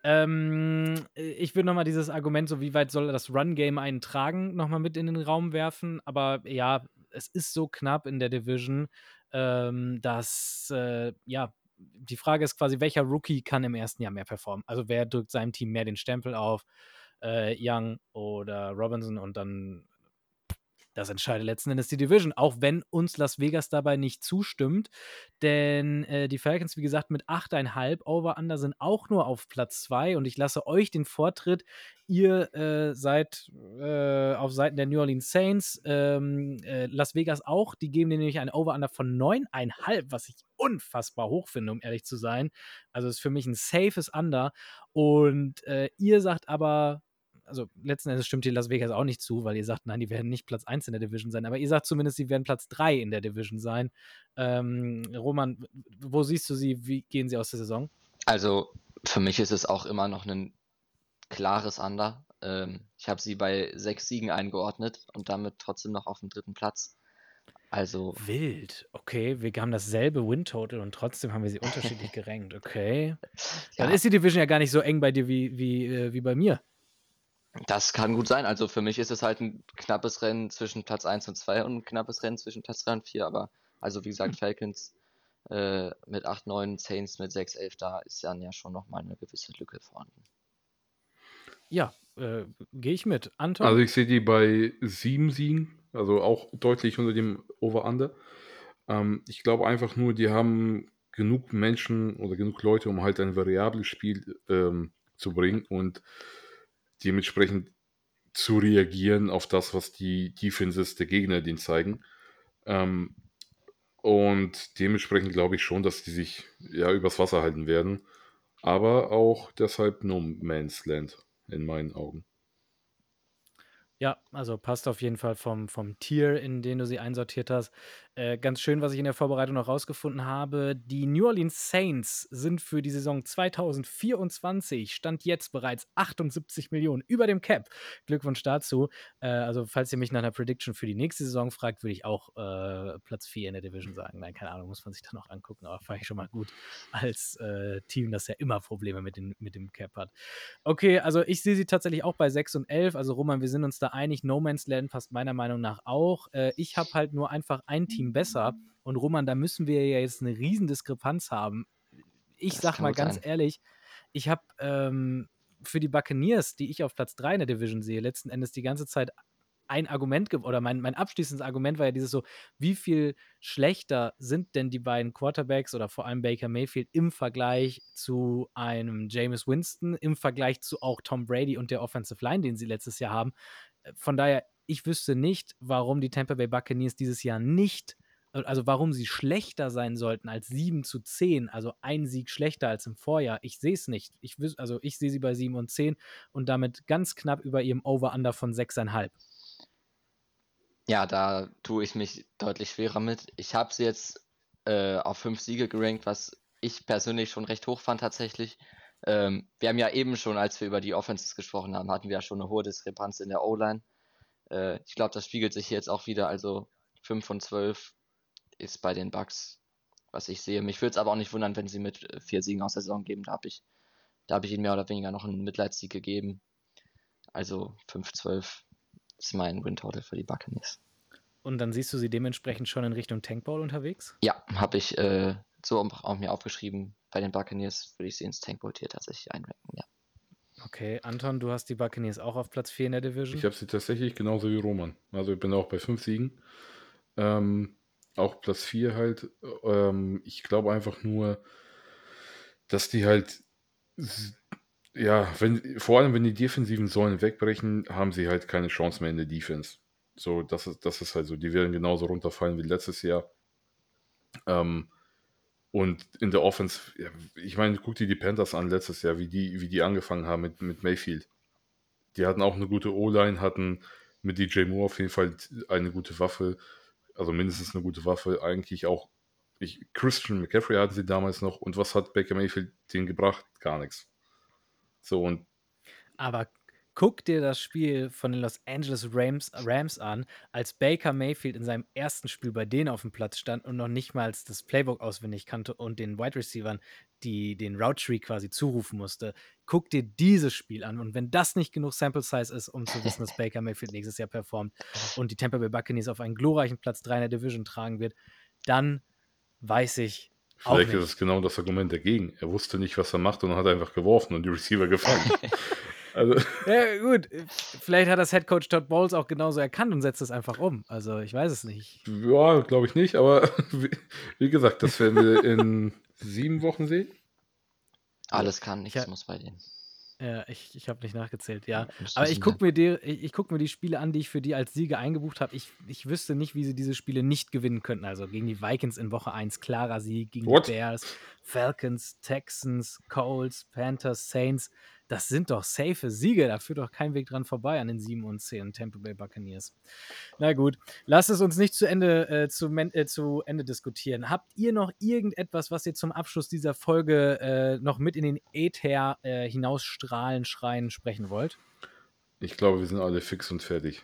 Ähm, äh, ich würde nochmal dieses Argument, so wie weit soll das Run-Game einen tragen, nochmal mit in den Raum werfen. Aber ja, es ist so knapp in der Division, ähm, dass, äh, ja, die Frage ist quasi, welcher Rookie kann im ersten Jahr mehr performen? Also wer drückt seinem Team mehr den Stempel auf? Äh, Young oder Robinson, und dann das entscheidet letzten Endes die Division, auch wenn uns Las Vegas dabei nicht zustimmt. Denn äh, die Falcons, wie gesagt, mit acht Komma fünf Over-Under sind auch nur auf Platz zwei. Und ich lasse euch den Vortritt. Ihr äh, seid äh, auf Seiten der New Orleans Saints. Ähm, äh, Las Vegas auch. Die geben nämlich ein Over-Under von neun Komma fünf, was ich unfassbar hoch finde, um ehrlich zu sein. Also ist für mich ein safes Under. Und äh, ihr sagt aber, also letzten Endes stimmt hier Las Vegas auch nicht zu, weil ihr sagt, nein, die werden nicht Platz eins in der Division sein, aber ihr sagt zumindest, sie werden Platz drei in der Division sein. Ähm, Roman, wo siehst du sie, wie gehen sie aus der Saison? Also für mich ist es auch immer noch ein klares Under. Ähm, ich habe sie bei sechs Siegen eingeordnet und damit trotzdem noch auf dem dritten Platz. Also Wild, okay, wir haben dasselbe Win-Total und trotzdem haben wir sie unterschiedlich gerankt, okay. Dann ja, ist die Division ja gar nicht so eng bei dir wie, wie, äh, wie bei mir. das kann gut sein. Also für mich ist es halt ein knappes Rennen zwischen Platz eins und zwei und ein knappes Rennen zwischen Platz drei und vier. Aber also wie gesagt, Falcons äh, mit acht neun, Saints mit sechs elf, da ist dann ja schon nochmal eine gewisse Lücke vorhanden. Ja, äh, gehe ich mit. Anton? Also ich sehe die bei sieben Siegen, also auch deutlich unter dem Over-Under. Ähm, ich glaube einfach nur, die haben genug Menschen oder genug Leute, um halt ein variables Spiel ähm, zu bringen und dementsprechend zu reagieren auf das, was die Defenses der Gegner denen zeigen. Ähm, und dementsprechend glaube ich schon, dass die sich ja übers Wasser halten werden. Aber auch deshalb No Man's Land in meinen Augen. Ja, also passt auf jeden Fall vom, vom Tier, in den du sie einsortiert hast. Äh, ganz schön, was ich in der Vorbereitung noch rausgefunden habe. Die New Orleans Saints sind für die Saison zwanzig vierundzwanzig, Stand jetzt bereits achtundsiebzig Millionen über dem Cap. Glückwunsch dazu. Äh, also, falls ihr mich nach einer Prediction für die nächste Saison fragt, würde ich auch äh, Platz vier in der Division sagen. Nein, keine Ahnung, muss man sich dann noch angucken. Aber fand ich schon mal gut als äh, Team, das ja immer Probleme mit, den, mit dem Cap hat. Okay, also ich sehe sie tatsächlich auch bei sechs und elf. Also Roman, wir sind uns da einig. No Man's Land passt meiner Meinung nach auch. Äh, ich habe halt nur einfach ein Team besser. Und Roman, da müssen wir ja jetzt eine riesen Diskrepanz haben. Ich Das sag kann mal gut ganz sein. ehrlich, ich habe ähm, für die Buccaneers, die ich auf Platz drei in der Division sehe, letzten Endes die ganze Zeit ein Argument, ge- oder mein, mein abschließendes Argument war ja dieses so, wie viel schlechter sind denn die beiden Quarterbacks oder vor allem Baker Mayfield im Vergleich zu einem Jameis Winston, im Vergleich zu auch Tom Brady und der Offensive Line, den sie letztes Jahr haben. Äh, Von daher, ich wüsste nicht, warum die Tampa Bay Buccaneers dieses Jahr nicht, äh, also warum sie schlechter sein sollten als sieben zu zehn, also ein Sieg schlechter als im Vorjahr. Ich sehe es nicht. Ich wüs- also ich sehe sie bei sieben und zehn und damit ganz knapp über ihrem Over-Under von sechs Komma fünf. Ja, da tue ich mich deutlich schwerer mit. Ich habe sie jetzt äh, auf fünf Siege gerankt, was ich persönlich schon recht hoch fand tatsächlich. Ähm, wir haben ja eben schon, als wir über die Offenses gesprochen haben, hatten wir ja schon eine hohe Diskrepanz in der O-Line. Äh, ich glaube, das spiegelt sich hier jetzt auch wieder. Also fünf von zwölf ist bei den Bucks was ich sehe. Mich würde es aber auch nicht wundern, wenn sie mit äh, vier Siegen aus der Saison geben. Da habe ich, da habe ich ihnen mehr oder weniger noch einen Mitleidssieg gegeben. Also fünf zwölf ist mein Win-Total für die Buccaneers. Und dann siehst du sie dementsprechend schon in Richtung Tank Bowl unterwegs? Ja, habe ich äh, so auch auch mir aufgeschrieben. Bei den Buccaneers würde ich sie ins Tank Bowl Tier tatsächlich einranken, ja. Okay, Anton, du hast die Buccaneers auch auf Platz vier in der Division? Ich habe sie tatsächlich genauso wie Roman. Also ich bin auch bei fünf Siegen. Ähm, auch Platz vier halt. Ähm, ich glaube einfach nur, dass die halt, s- ja, wenn, vor allem wenn die defensiven Säulen wegbrechen, haben sie halt keine Chance mehr in der Defense. So, das ist, das ist halt so. Die werden genauso runterfallen wie letztes Jahr. Ähm, und in der Offense, ja, ich meine, guck dir die Panthers an letztes Jahr, wie die, wie die angefangen haben mit, mit Mayfield. Die hatten auch eine gute O-Line, hatten mit D J Moore auf jeden Fall eine gute Waffe, also mindestens eine gute Waffe, eigentlich auch. Ich, Christian McCaffrey hatten sie damals noch, und was hat Baker Mayfield denen gebracht? Gar nichts. So, und Aber guck dir das Spiel von den Los Angeles Rams, Rams an, als Baker Mayfield in seinem ersten Spiel bei denen auf dem Platz stand und noch nicht mal das Playbook auswendig kannte und den Wide Receivern die, den Route Tree quasi zurufen musste. Guck dir dieses Spiel an. Und wenn das nicht genug Sample Size ist, um zu wissen, dass Baker Mayfield nächstes Jahr performt und die Tampa Bay Buccaneers auf einen glorreichen Platz drei in der Division tragen wird, dann weiß ich auch vielleicht ist nicht. es genau das Argument dagegen. Er wusste nicht, was er macht, und hat einfach geworfen und die Receiver gefangen. Also, Ja, gut. Vielleicht hat das Headcoach Todd Bowles auch genauso erkannt und setzt es einfach um. Also, ich weiß es nicht. ja, glaube ich nicht, aber wie, wie gesagt, das werden wir in sieben Wochen sehen. Alles kann, nichts Ja. muss bei denen. Ja, ich, ich habe nicht nachgezählt, ja. Müssen Aber sie ich gucke mir, die, ich, ich guck mir die Spiele an, die ich für die als Sieger eingebucht habe. Ich, ich wüsste nicht, wie sie diese Spiele nicht gewinnen könnten. Also gegen die Vikings in Woche eins, klarer Sieg, gegen What? die Bears, Falcons, Texans, Colts, Panthers, Saints. Das sind doch safe Siege. Da führt doch kein Weg dran vorbei an den sieben und zehn Tampa Bay Buccaneers. Na gut, lasst es uns nicht zu Ende, äh, zu, men- äh, zu Ende diskutieren. Habt ihr noch irgendetwas, was ihr zum Abschluss dieser Folge äh, noch mit in den Äther äh, hinausstrahlen, schreien, sprechen wollt? Ich glaube, wir sind alle fix und fertig.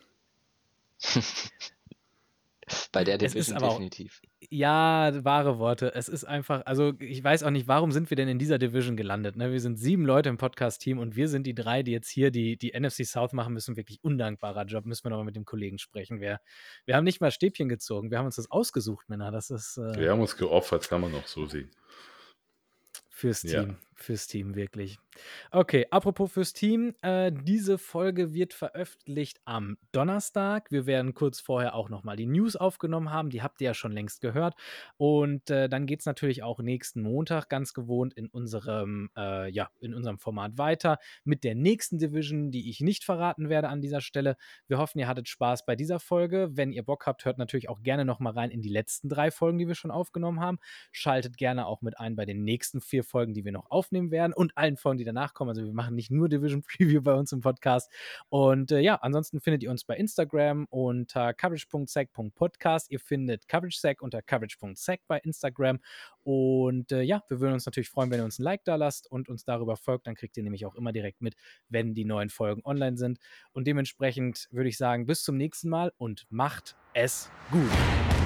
Bei der Es ist Division aber auch- definitiv. Ja, wahre Worte. Es ist einfach, also ich weiß auch nicht, warum sind wir denn in dieser Division gelandet? Ne? Wir sind sieben Leute im Podcast-Team und wir sind die drei, die jetzt hier die, die N F C South machen müssen. Wirklich undankbarer Job. Müssen wir nochmal mit dem Kollegen sprechen. Wir, wir haben nicht mal Stäbchen gezogen. Wir haben uns das ausgesucht, Männer. Das ist äh, Wir haben uns geopfert, kann man auch so sehen. fürs Ja. Team. Fürs Team, wirklich. Okay, apropos fürs Team. Äh, diese Folge wird veröffentlicht am Donnerstag. Wir werden kurz vorher auch nochmal die News aufgenommen haben. Die habt ihr ja schon längst gehört. Und äh, dann geht es natürlich auch nächsten Montag ganz gewohnt in unserem, äh, ja, in unserem Format weiter mit der nächsten Division, die ich nicht verraten werde an dieser Stelle. Wir hoffen, ihr hattet Spaß bei dieser Folge. Wenn ihr Bock habt, hört natürlich auch gerne nochmal rein in die letzten drei Folgen, die wir schon aufgenommen haben. Schaltet gerne auch mit ein bei den nächsten vier Folgen, die wir noch aufnehmen werden und allen Folgen, die danach kommen. Also wir machen nicht nur Division Preview bei uns im Podcast. Und äh, ja, ansonsten findet ihr uns bei Instagram unter coverage punkt sec punkt podcast. Ihr findet CoverageSec unter coverage punkt sec bei Instagram. Und äh, ja, wir würden uns natürlich freuen, wenn ihr uns ein Like da lasst und uns darüber folgt. Dann kriegt ihr nämlich auch immer direkt mit, wenn die neuen Folgen online sind. Und dementsprechend würde ich sagen, bis zum nächsten Mal und macht es gut.